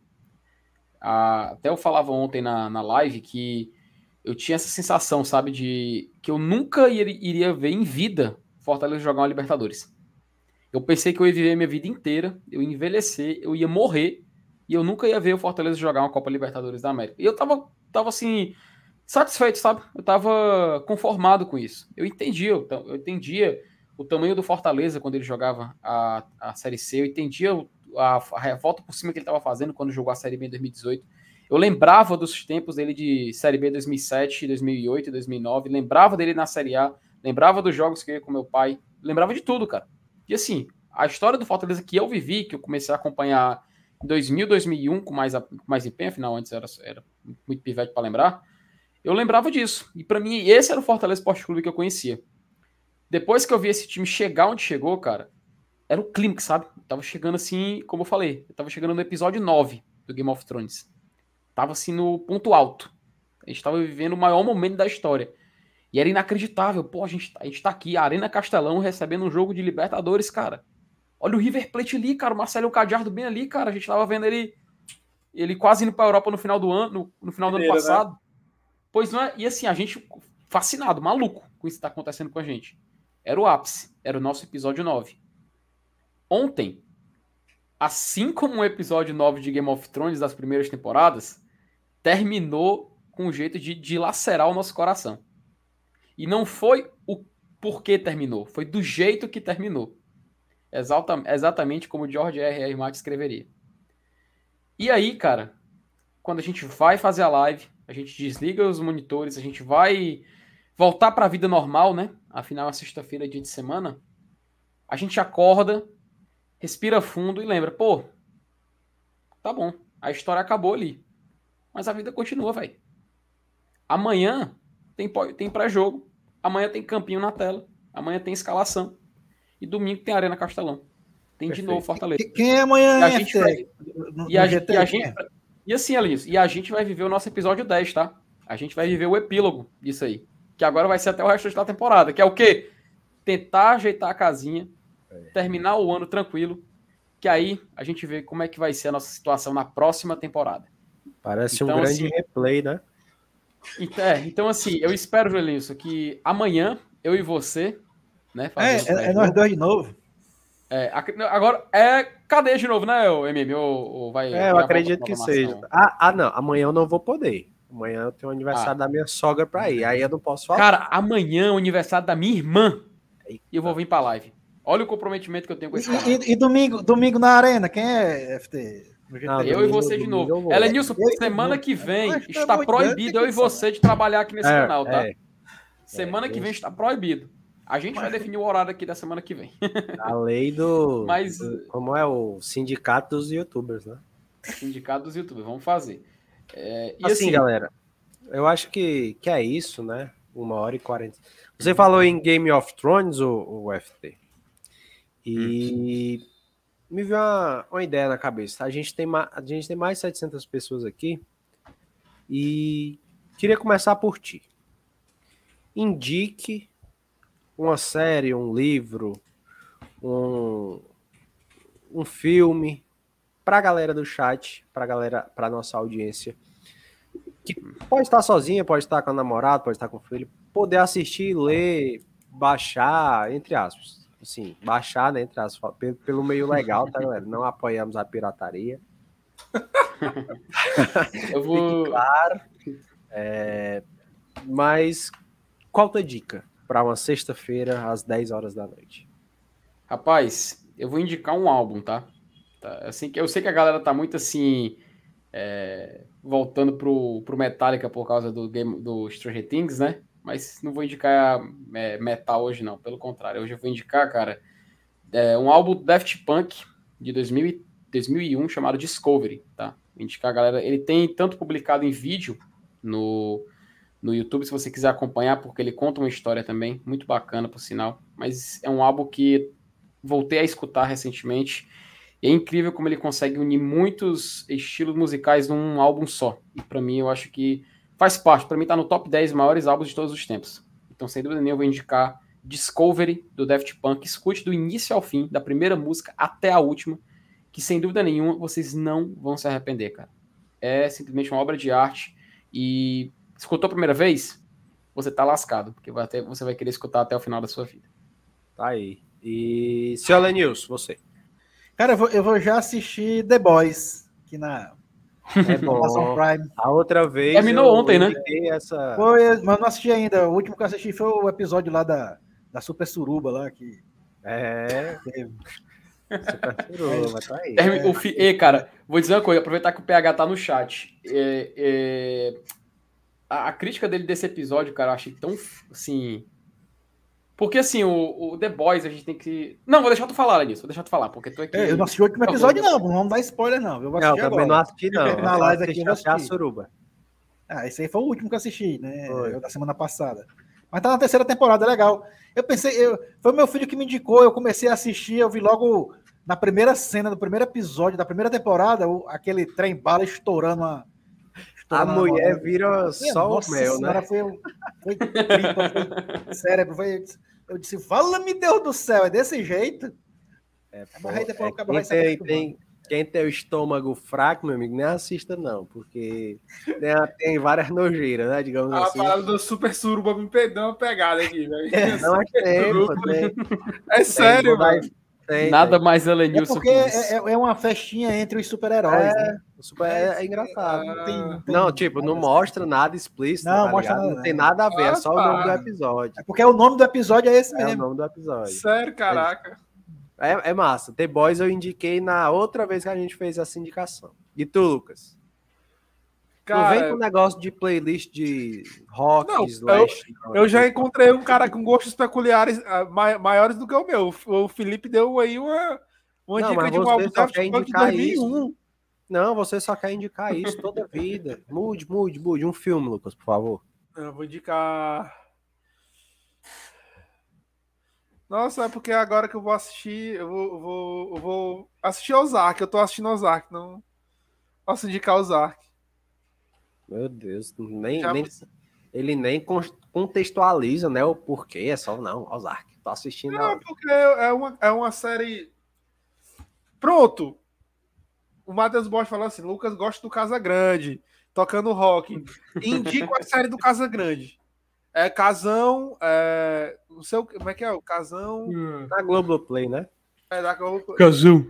Ah, até eu falava ontem na, na live que eu tinha essa sensação, sabe, de que eu nunca iria, iria ver em vida Fortaleza jogar uma Libertadores. Eu pensei que eu ia viver a minha vida inteira, eu ia envelhecer, eu ia morrer, e eu nunca ia ver o Fortaleza jogar uma Copa Libertadores da América. E eu tava, tava assim, satisfeito, sabe? Eu tava conformado com isso. Eu entendia, eu, eu entendia o tamanho do Fortaleza quando ele jogava a, a Série C, eu entendia a, a revolta por cima que ele estava fazendo quando jogou a Série B em dois mil e dezoito. Eu lembrava dos tempos dele de Série B dois mil e sete, dois mil e oito, dois mil e nove, lembrava dele na Série A, lembrava dos jogos que eu ia com meu pai, lembrava de tudo, cara. E assim, a história do Fortaleza que eu vivi, que eu comecei a acompanhar em dois mil, dois mil e um, com mais, com mais empenho, afinal antes era, era muito pivete para lembrar, eu lembrava disso. E para mim, esse era o Fortaleza Esporte Clube que eu conhecia. Depois que eu vi esse time chegar onde chegou, cara, era o clímax, sabe? Eu tava chegando assim, como eu falei, eu tava chegando no episódio nove do Game of Thrones. Tava assim no ponto alto. A gente tava vivendo o maior momento da história. E era inacreditável. Pô, a gente, a gente tá aqui, a Arena Castelão, recebendo um jogo de Libertadores, cara. Olha o River Plate ali, cara. O Marcelo Cadiardo bem ali, cara. A gente tava vendo ele, ele quase indo pra Europa no final do ano, no, no final do ano passado. Né? Pois não é? E assim, a gente fascinado, maluco com isso que tá acontecendo com a gente. Era o ápice. Era o nosso episódio nove. Ontem, assim como o episódio nove de Game of Thrones das primeiras temporadas, terminou com um jeito de dilacerar o nosso coração. E não foi o porquê terminou, foi do jeito que terminou. Exata, exatamente como o George R. R. Martin escreveria. E aí, cara, quando a gente vai fazer a live, a gente desliga os monitores, a gente vai voltar para a vida normal, né? Afinal, é sexta-feira, dia de semana. A gente acorda, respira fundo e lembra, pô, tá bom, a história acabou ali. Mas a vida continua, velho. Amanhã tem, tem pré-jogo. Amanhã tem campinho na tela. Amanhã tem escalação. E domingo tem Arena Castelão. Tem Perfeito. De novo Fortaleza. Quem é amanhã? E a gente vai... E a, e a gente... E assim, Alice, e a gente vai viver o nosso episódio dez, tá? A gente vai viver o epílogo disso aí. Que agora vai ser até o resto da temporada. Que é o quê? Tentar ajeitar a casinha. Terminar o ano tranquilo. Que aí a gente vê como é que vai ser a nossa situação na próxima temporada. Parece então, um grande assim, replay, né? Então, é, então, assim, eu espero, Gelinho, que amanhã eu e você, né? É, é, é nós dois de novo. É, agora é cadeia de novo, né, o M M? Ou, ou vai, é, eu acredito que seja. Ah, ah, não, amanhã eu não vou poder. Amanhã eu tenho o aniversário ah. da minha sogra pra ir. Aí eu não posso falar. Cara, amanhã é o aniversário da minha irmã. Eita. E eu vou vir pra live. Olha o comprometimento que eu tenho com esse e, cara. E, e domingo, domingo na Arena, quem é F T? Não, eu e você de novo. Ela, Nilson, semana que vem está proibido eu e você de trabalhar aqui nesse é, canal, tá? É, semana é, que vem está proibido. A gente Mas... vai definir o horário aqui da semana que vem. A lei do... Mas... do como é o sindicato dos youtubers, né? Sindicato dos youtubers, vamos fazer. É, e assim, assim, galera, eu acho que, que é isso, né? Uma hora e quarenta. Você falou em Game of Thrones, o, o F T. E... Hum. Me veio uma, uma ideia na cabeça. A gente, tem a gente tem mais de setecentas pessoas aqui e queria começar por ti. Indique uma série, um livro, um, um filme pra galera do chat, pra galera, pra nossa audiência, que pode estar sozinha, pode estar com o namorado, pode estar com o filho, poder assistir, ler, baixar, entre aspas. Assim, baixar, né, entre aspas, pelo, pelo meio legal, tá, galera? Não apoiamos a pirataria. Eu vou... Fique claro. É, mas qual a tua dica para uma sexta-feira às dez horas da noite? Rapaz, eu vou indicar um álbum, tá? tá assim, eu sei que a galera tá muito assim, é, voltando pro, pro Metallica por causa do, game, do Stranger Things, né? Mas não vou indicar é, metal hoje, não. Pelo contrário, hoje eu vou indicar, cara, é, um álbum do Daft Punk de dois mil e um chamado Discovery, tá? Vou indicar, galera. Ele tem tanto publicado em vídeo no, no YouTube, se você quiser acompanhar, porque ele conta uma história também, muito bacana, por sinal. Mas é um álbum que voltei a escutar recentemente. E é incrível como ele consegue unir muitos estilos musicais num álbum só. E pra mim, eu acho que faz parte. Pra mim, tá no top dez maiores álbuns de todos os tempos. Então, sem dúvida nenhuma, eu vou indicar Discovery, do Daft Punk. Escute do início ao fim, da primeira música até a última, que sem dúvida nenhuma, vocês não vão se arrepender, cara. É simplesmente uma obra de arte. E escutou a primeira vez? Você tá lascado, porque vai ter, você vai querer escutar até o final da sua vida. Tá aí. E, senhor Lenils, você? Cara, eu vou, eu vou já assistir The Boys, aqui na É bom. Amazon Prime. A outra vez. Terminou ontem, né? Essa... Foi, mas não assisti ainda. O último que eu assisti foi o episódio lá da, da Super Suruba lá, que É. teve. Super Suruba, tá aí. É. O fi... E, cara, vou dizer uma coisa, aproveitar que o P H tá no chat. É, é... A, a crítica dele desse episódio, cara, eu achei tão, assim... Porque, assim, o, o The Boys, a gente tem que... Não, vou deixar tu falar, Lenilson, vou deixar tu falar, porque tu aqui... É, eu não assisti o último episódio, não, não vamos dar spoiler, não. Eu vou Não, assistir também agora. não assisti, não. Na live aqui eu vou assisti a assistir. Suruba. Ah, esse aí foi o último que eu assisti, né? Foi. Da semana passada. Mas tá na terceira temporada, é legal. Eu pensei, eu, foi meu filho que me indicou, eu comecei a assistir, eu vi logo na primeira cena, do primeiro episódio da primeira temporada, o, aquele trem bala estourando a. A estourando mulher a- vira só o Nossa mel, senhora, né? Foi, foi tripa, foi cérebro, foi. Eu disse, fala-me Deus do céu, é desse jeito. É, Mas aí depois é, acaba vai quem, se tem, acostumando. tem, quem tem o estômago fraco, meu amigo, nem assista, não, porque né, tem várias nojeiras, né? Digamos A assim. parada do Super Suruba me perdeu uma pegada aqui, velho. Não, mas tem, pô, tem. É sério, tem, mano. tem, Nada tem. mais É Elenilson porque é, é- é uma festinha entre os super-heróis, É, né? o super- é, é engraçado. Não, tem- não tem Não, tipo, não nada mostra nada explícito, Não, tá mostra ligado? nada, Não tem não. nada a ver, é Ah, só o tá. nome do episódio. É porque o nome do episódio é esse É o mesmo. nome do episódio. Sério, caraca. É, é massa. The Boys eu indiquei na outra vez que a gente fez essa indicação. E tu, Lucas? Não vem com Cara, negócio de playlist de rock, Não, slash. eu já encontrei um cara com gostos peculiares ah, mai- maiores do que o meu. O Felipe deu aí uma, uma Não, dica mas de um você álbum só Daft quer Punk de indicar dois mil e um. Não, você só quer indicar isso toda vida. Mude, mude, mude. Um filme, Lucas, por favor. Eu vou indicar. Nossa, é porque agora que eu vou assistir, eu vou, eu vou, eu vou assistir Ozark. Eu tô assistindo Ozark, não posso indicar Ozark. Meu Deus, nem, Já- nem, ele nem con- contextualiza, né, o porquê. É só, não, Ozark. Tô assistindo. Não, a- porque é uma, é uma série. Pronto! O Matheus Bosch falou assim: Lucas gosta do Casa Grande, tocando rock. Indico a série do Casa Grande. É Casão. É... Não sei o que. Como é que é? O Casão. Na Globoplay, né? É da Casão.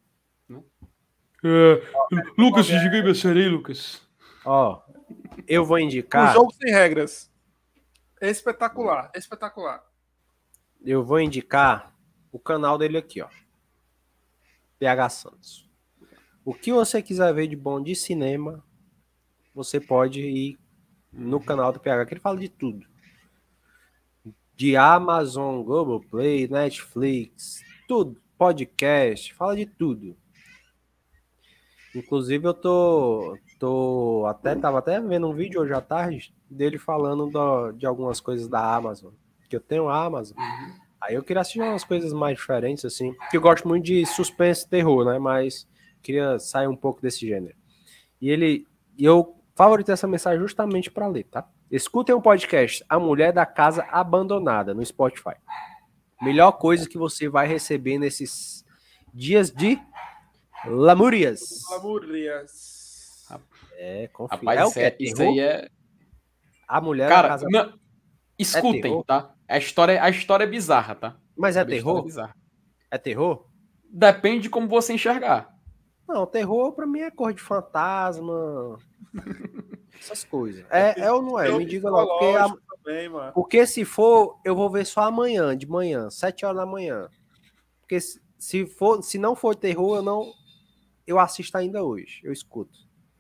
É, Lucas, diga aí minha série aí, Lucas. Ó, eu vou Um indicar. jogo sem regras. Espetacular, espetacular. Eu vou indicar o canal dele aqui, ó. P H Santos. O que você quiser ver de bom de cinema, você pode ir no canal do P H, que ele fala de tudo. De Amazon, Globoplay, Netflix, tudo. Podcast, fala de tudo. Inclusive eu tô, tô até, tava até vendo um vídeo hoje à tarde dele falando do- de algumas coisas da Amazon. Que eu tenho a Amazon. Aí eu queria assistir umas coisas mais diferentes, assim. Porque eu gosto muito de suspense e terror, né? Mas queria sair um pouco desse gênero. E ele. E eu favoritei essa mensagem justamente para ler, tá? Escutem o podcast A Mulher da Casa Abandonada no Spotify. Melhor coisa que você vai receber nesses dias de Lamúrias. Lamúrias. É, confia. Rapaz, é o isso, que? é, É isso terror? aí é. A mulher Cara, na casa... não- escutem, terror? tá? A história, a história é bizarra, tá? Mas é A história é terror? bizarra. É terror? Depende de como você enxergar. Não, terror pra mim é cor de fantasma. Essas coisas. É, é ou não é? Terror Me diga logo. Porque, a- psicológico também, mano. porque se for, eu vou ver só amanhã, de manhã, sete horas da manhã. Porque se, se for, se não for terror, eu não. Eu assisto ainda hoje. Eu escuto.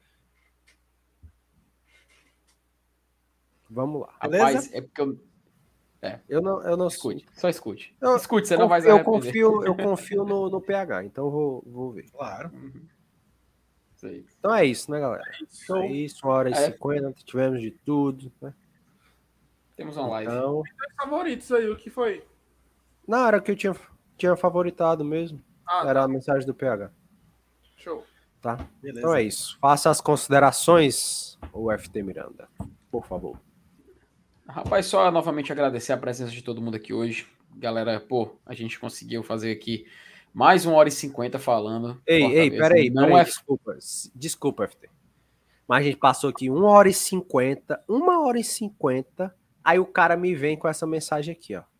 Vamos lá. Beleza? Rapaz, é porque eu. Eu não, eu não Escute, só escute. Eu, escute, você não vai se eu arrepender. confio, eu confio no, no P H, então eu vou, vou ver. Claro. Uhum. Isso aí. Então é isso, né, galera? Show. É isso, uma hora e É. cinquenta, tivemos de tudo, né? Temos uma live. Então, Dois favoritos aí, o que foi? na hora que eu tinha, tinha favoritado mesmo, Ah, era a mensagem do P H, show. tá? Beleza. Então é isso. Faça as considerações, o F T Miranda, por favor. Rapaz, só novamente agradecer a presença de todo mundo aqui hoje. Galera, pô, a gente conseguiu fazer aqui mais uma hora e cinquenta falando. Ei, ei, Fortaleza. peraí, Não peraí, é desculpa, desculpa, F T. Mas a gente passou aqui uma hora e cinquenta, uma hora e cinquenta, aí o cara me vem com essa mensagem aqui, ó.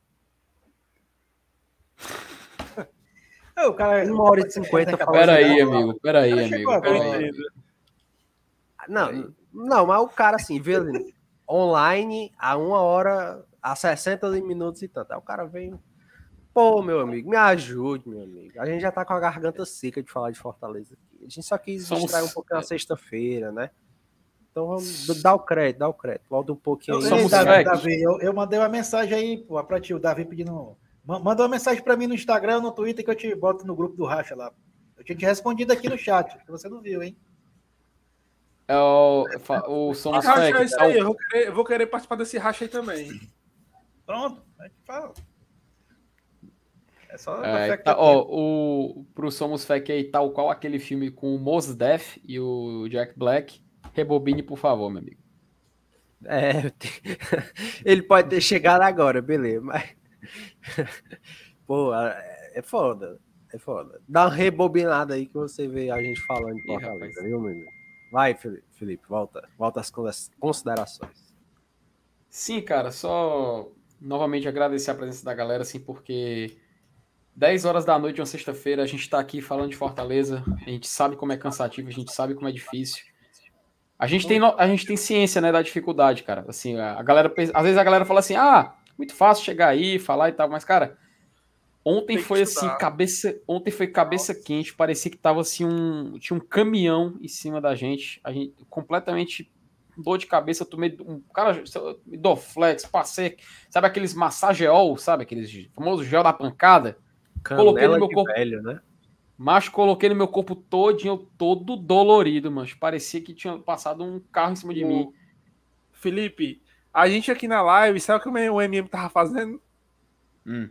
É, o cara, Uma hora e cinquenta falando. Peraí, amigo, peraí, Cara, amigo. chegou agora. Peraí. Não, não, mas o cara assim, vê ali, online a uma hora, a sessenta minutos e tanto. Aí o cara vem, pô, meu amigo, me ajude, meu amigo. A gente já tá com a garganta seca de falar de Fortaleza aqui. A gente só quis Somos- distrair um pouquinho na sexta-feira, né? Então vamos d- dar o crédito, dá o crédito. Volta um pouquinho Eu, aí. Somos Davi, facts. Davi, eu, eu mandei uma mensagem aí pô, pra ti, o Davi pedindo. ma- Manda uma mensagem pra mim no Instagram, no Twitter, que eu te boto no grupo do Racha lá. Eu tinha te respondido aqui no chat, que você não viu, hein? É o, fa- o Somos Que racha é Facts. esse aí? Eu vou querer, eu vou querer participar desse racha aí também. Pronto, a gente fala. É só É, café que tá, tá ó, o, pro Somos Fake aí, tal qual aquele filme com o Mos Def e o Jack Black. Rebobine, por favor, meu amigo. É, eu te- ele pode ter chegado agora, beleza, mas. Pô, é é foda. É foda. Dá uma rebobinada aí que você vê a gente falando de Ih, Fortaleza, rapaz. viu, meu amigo? Vai, Felipe, Felipe, volta. Volta às condas- considerações. Sim, cara, só novamente agradecer a presença da galera, assim, porque dez horas da noite, uma sexta-feira, a gente tá aqui falando de Fortaleza, a gente sabe como é cansativo, a gente sabe como é difícil. A gente tem, no- a gente tem ciência, né, da dificuldade, cara. Assim, a a galera, pensa- às vezes a galera fala assim, ah, muito fácil chegar aí, falar e tal, mas, cara, ontem Tem que foi estudar. assim, cabeça, ontem foi cabeça quente, parecia que tava assim um, tinha um caminhão em cima da gente, a gente completamente dor de cabeça, tomei um cara, me Dorflex, passei, sabe aqueles massageol, sabe aqueles famosos gel da pancada? Coloquei no Canela meu de corpo. velho, né? Mas coloquei no meu corpo todinho, todo dolorido, mas parecia que tinha passado um carro em cima de O- mim. Felipe, a gente aqui na live, sabe o que o M M tava fazendo? Hum.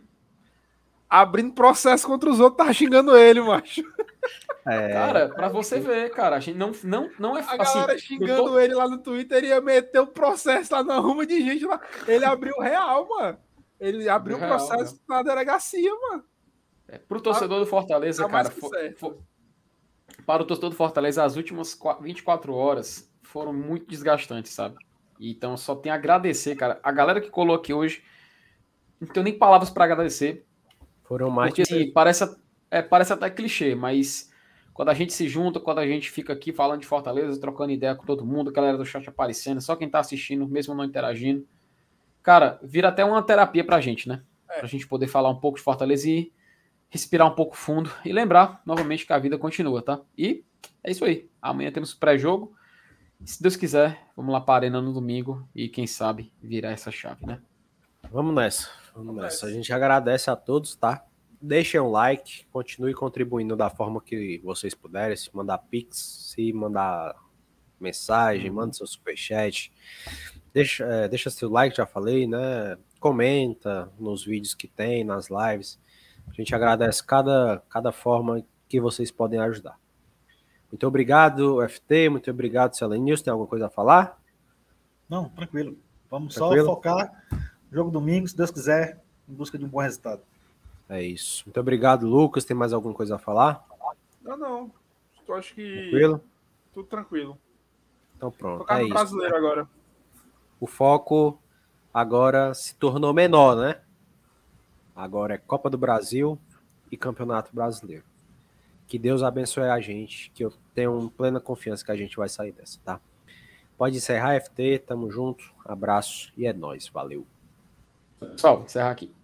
Abrindo processo contra os outros, tava xingando ele, macho. É, Cara, pra você ver, cara, a gente não, não, não é A assim, galera eu xingando tô- ele lá no Twitter, ia meter o processo lá na ruma de gente lá. Ele abriu real, mano. Ele abriu o Real, processo na delegacia, mano. é, pro torcedor do Fortaleza, Tá mais cara, que fo- certo. fo- para o torcedor do Fortaleza, as últimas qua- vinte e quatro horas foram muito desgastantes, sabe? Então, só tenho a agradecer, cara. A galera que colou aqui hoje, não tenho nem palavras pra agradecer, foram mais porque de assim, parece, é, parece até clichê, mas quando a gente se junta, quando a gente fica aqui falando de Fortaleza, trocando ideia com todo mundo, a galera do chat aparecendo, só quem tá assistindo, mesmo não interagindo, cara, vira até uma terapia pra gente, né? É. Pra gente poder falar um pouco de Fortaleza e respirar um pouco fundo e lembrar novamente que a vida continua, tá? E é isso aí. Amanhã temos pré-jogo. Se Deus quiser, vamos lá para a Arena no domingo e quem sabe virar essa chave, né? Vamos nessa. Vamos Vamos nessa. nessa. A gente agradece a todos, tá? Deixem um like, continue contribuindo da forma que vocês puderem. Se mandar pix, se mandar mensagem, Uhum. manda seu superchat. Deixa, é, deixa seu like, já falei, né? Comenta nos vídeos que tem, nas lives. A gente agradece cada, cada forma que vocês podem ajudar. Muito obrigado, F T. Muito obrigado, Selenilson. Tem alguma coisa a falar? Não, tranquilo. Vamos Tranquilo? só focar. Jogo domingo, se Deus quiser, em busca de um bom resultado. É isso. Muito obrigado, Lucas. Tem mais alguma coisa a falar? Não, não. Eu acho que Tranquilo? tudo tranquilo. Então pronto, Focar é no isso. brasileiro agora. O foco agora se tornou menor, né? Agora é Copa do Brasil e Campeonato Brasileiro. Que Deus abençoe a gente, que eu tenho plena confiança que a gente vai sair dessa, tá? Pode encerrar, F T, tamo junto, abraço e é nóis, valeu. Pessoal, encerrar aqui.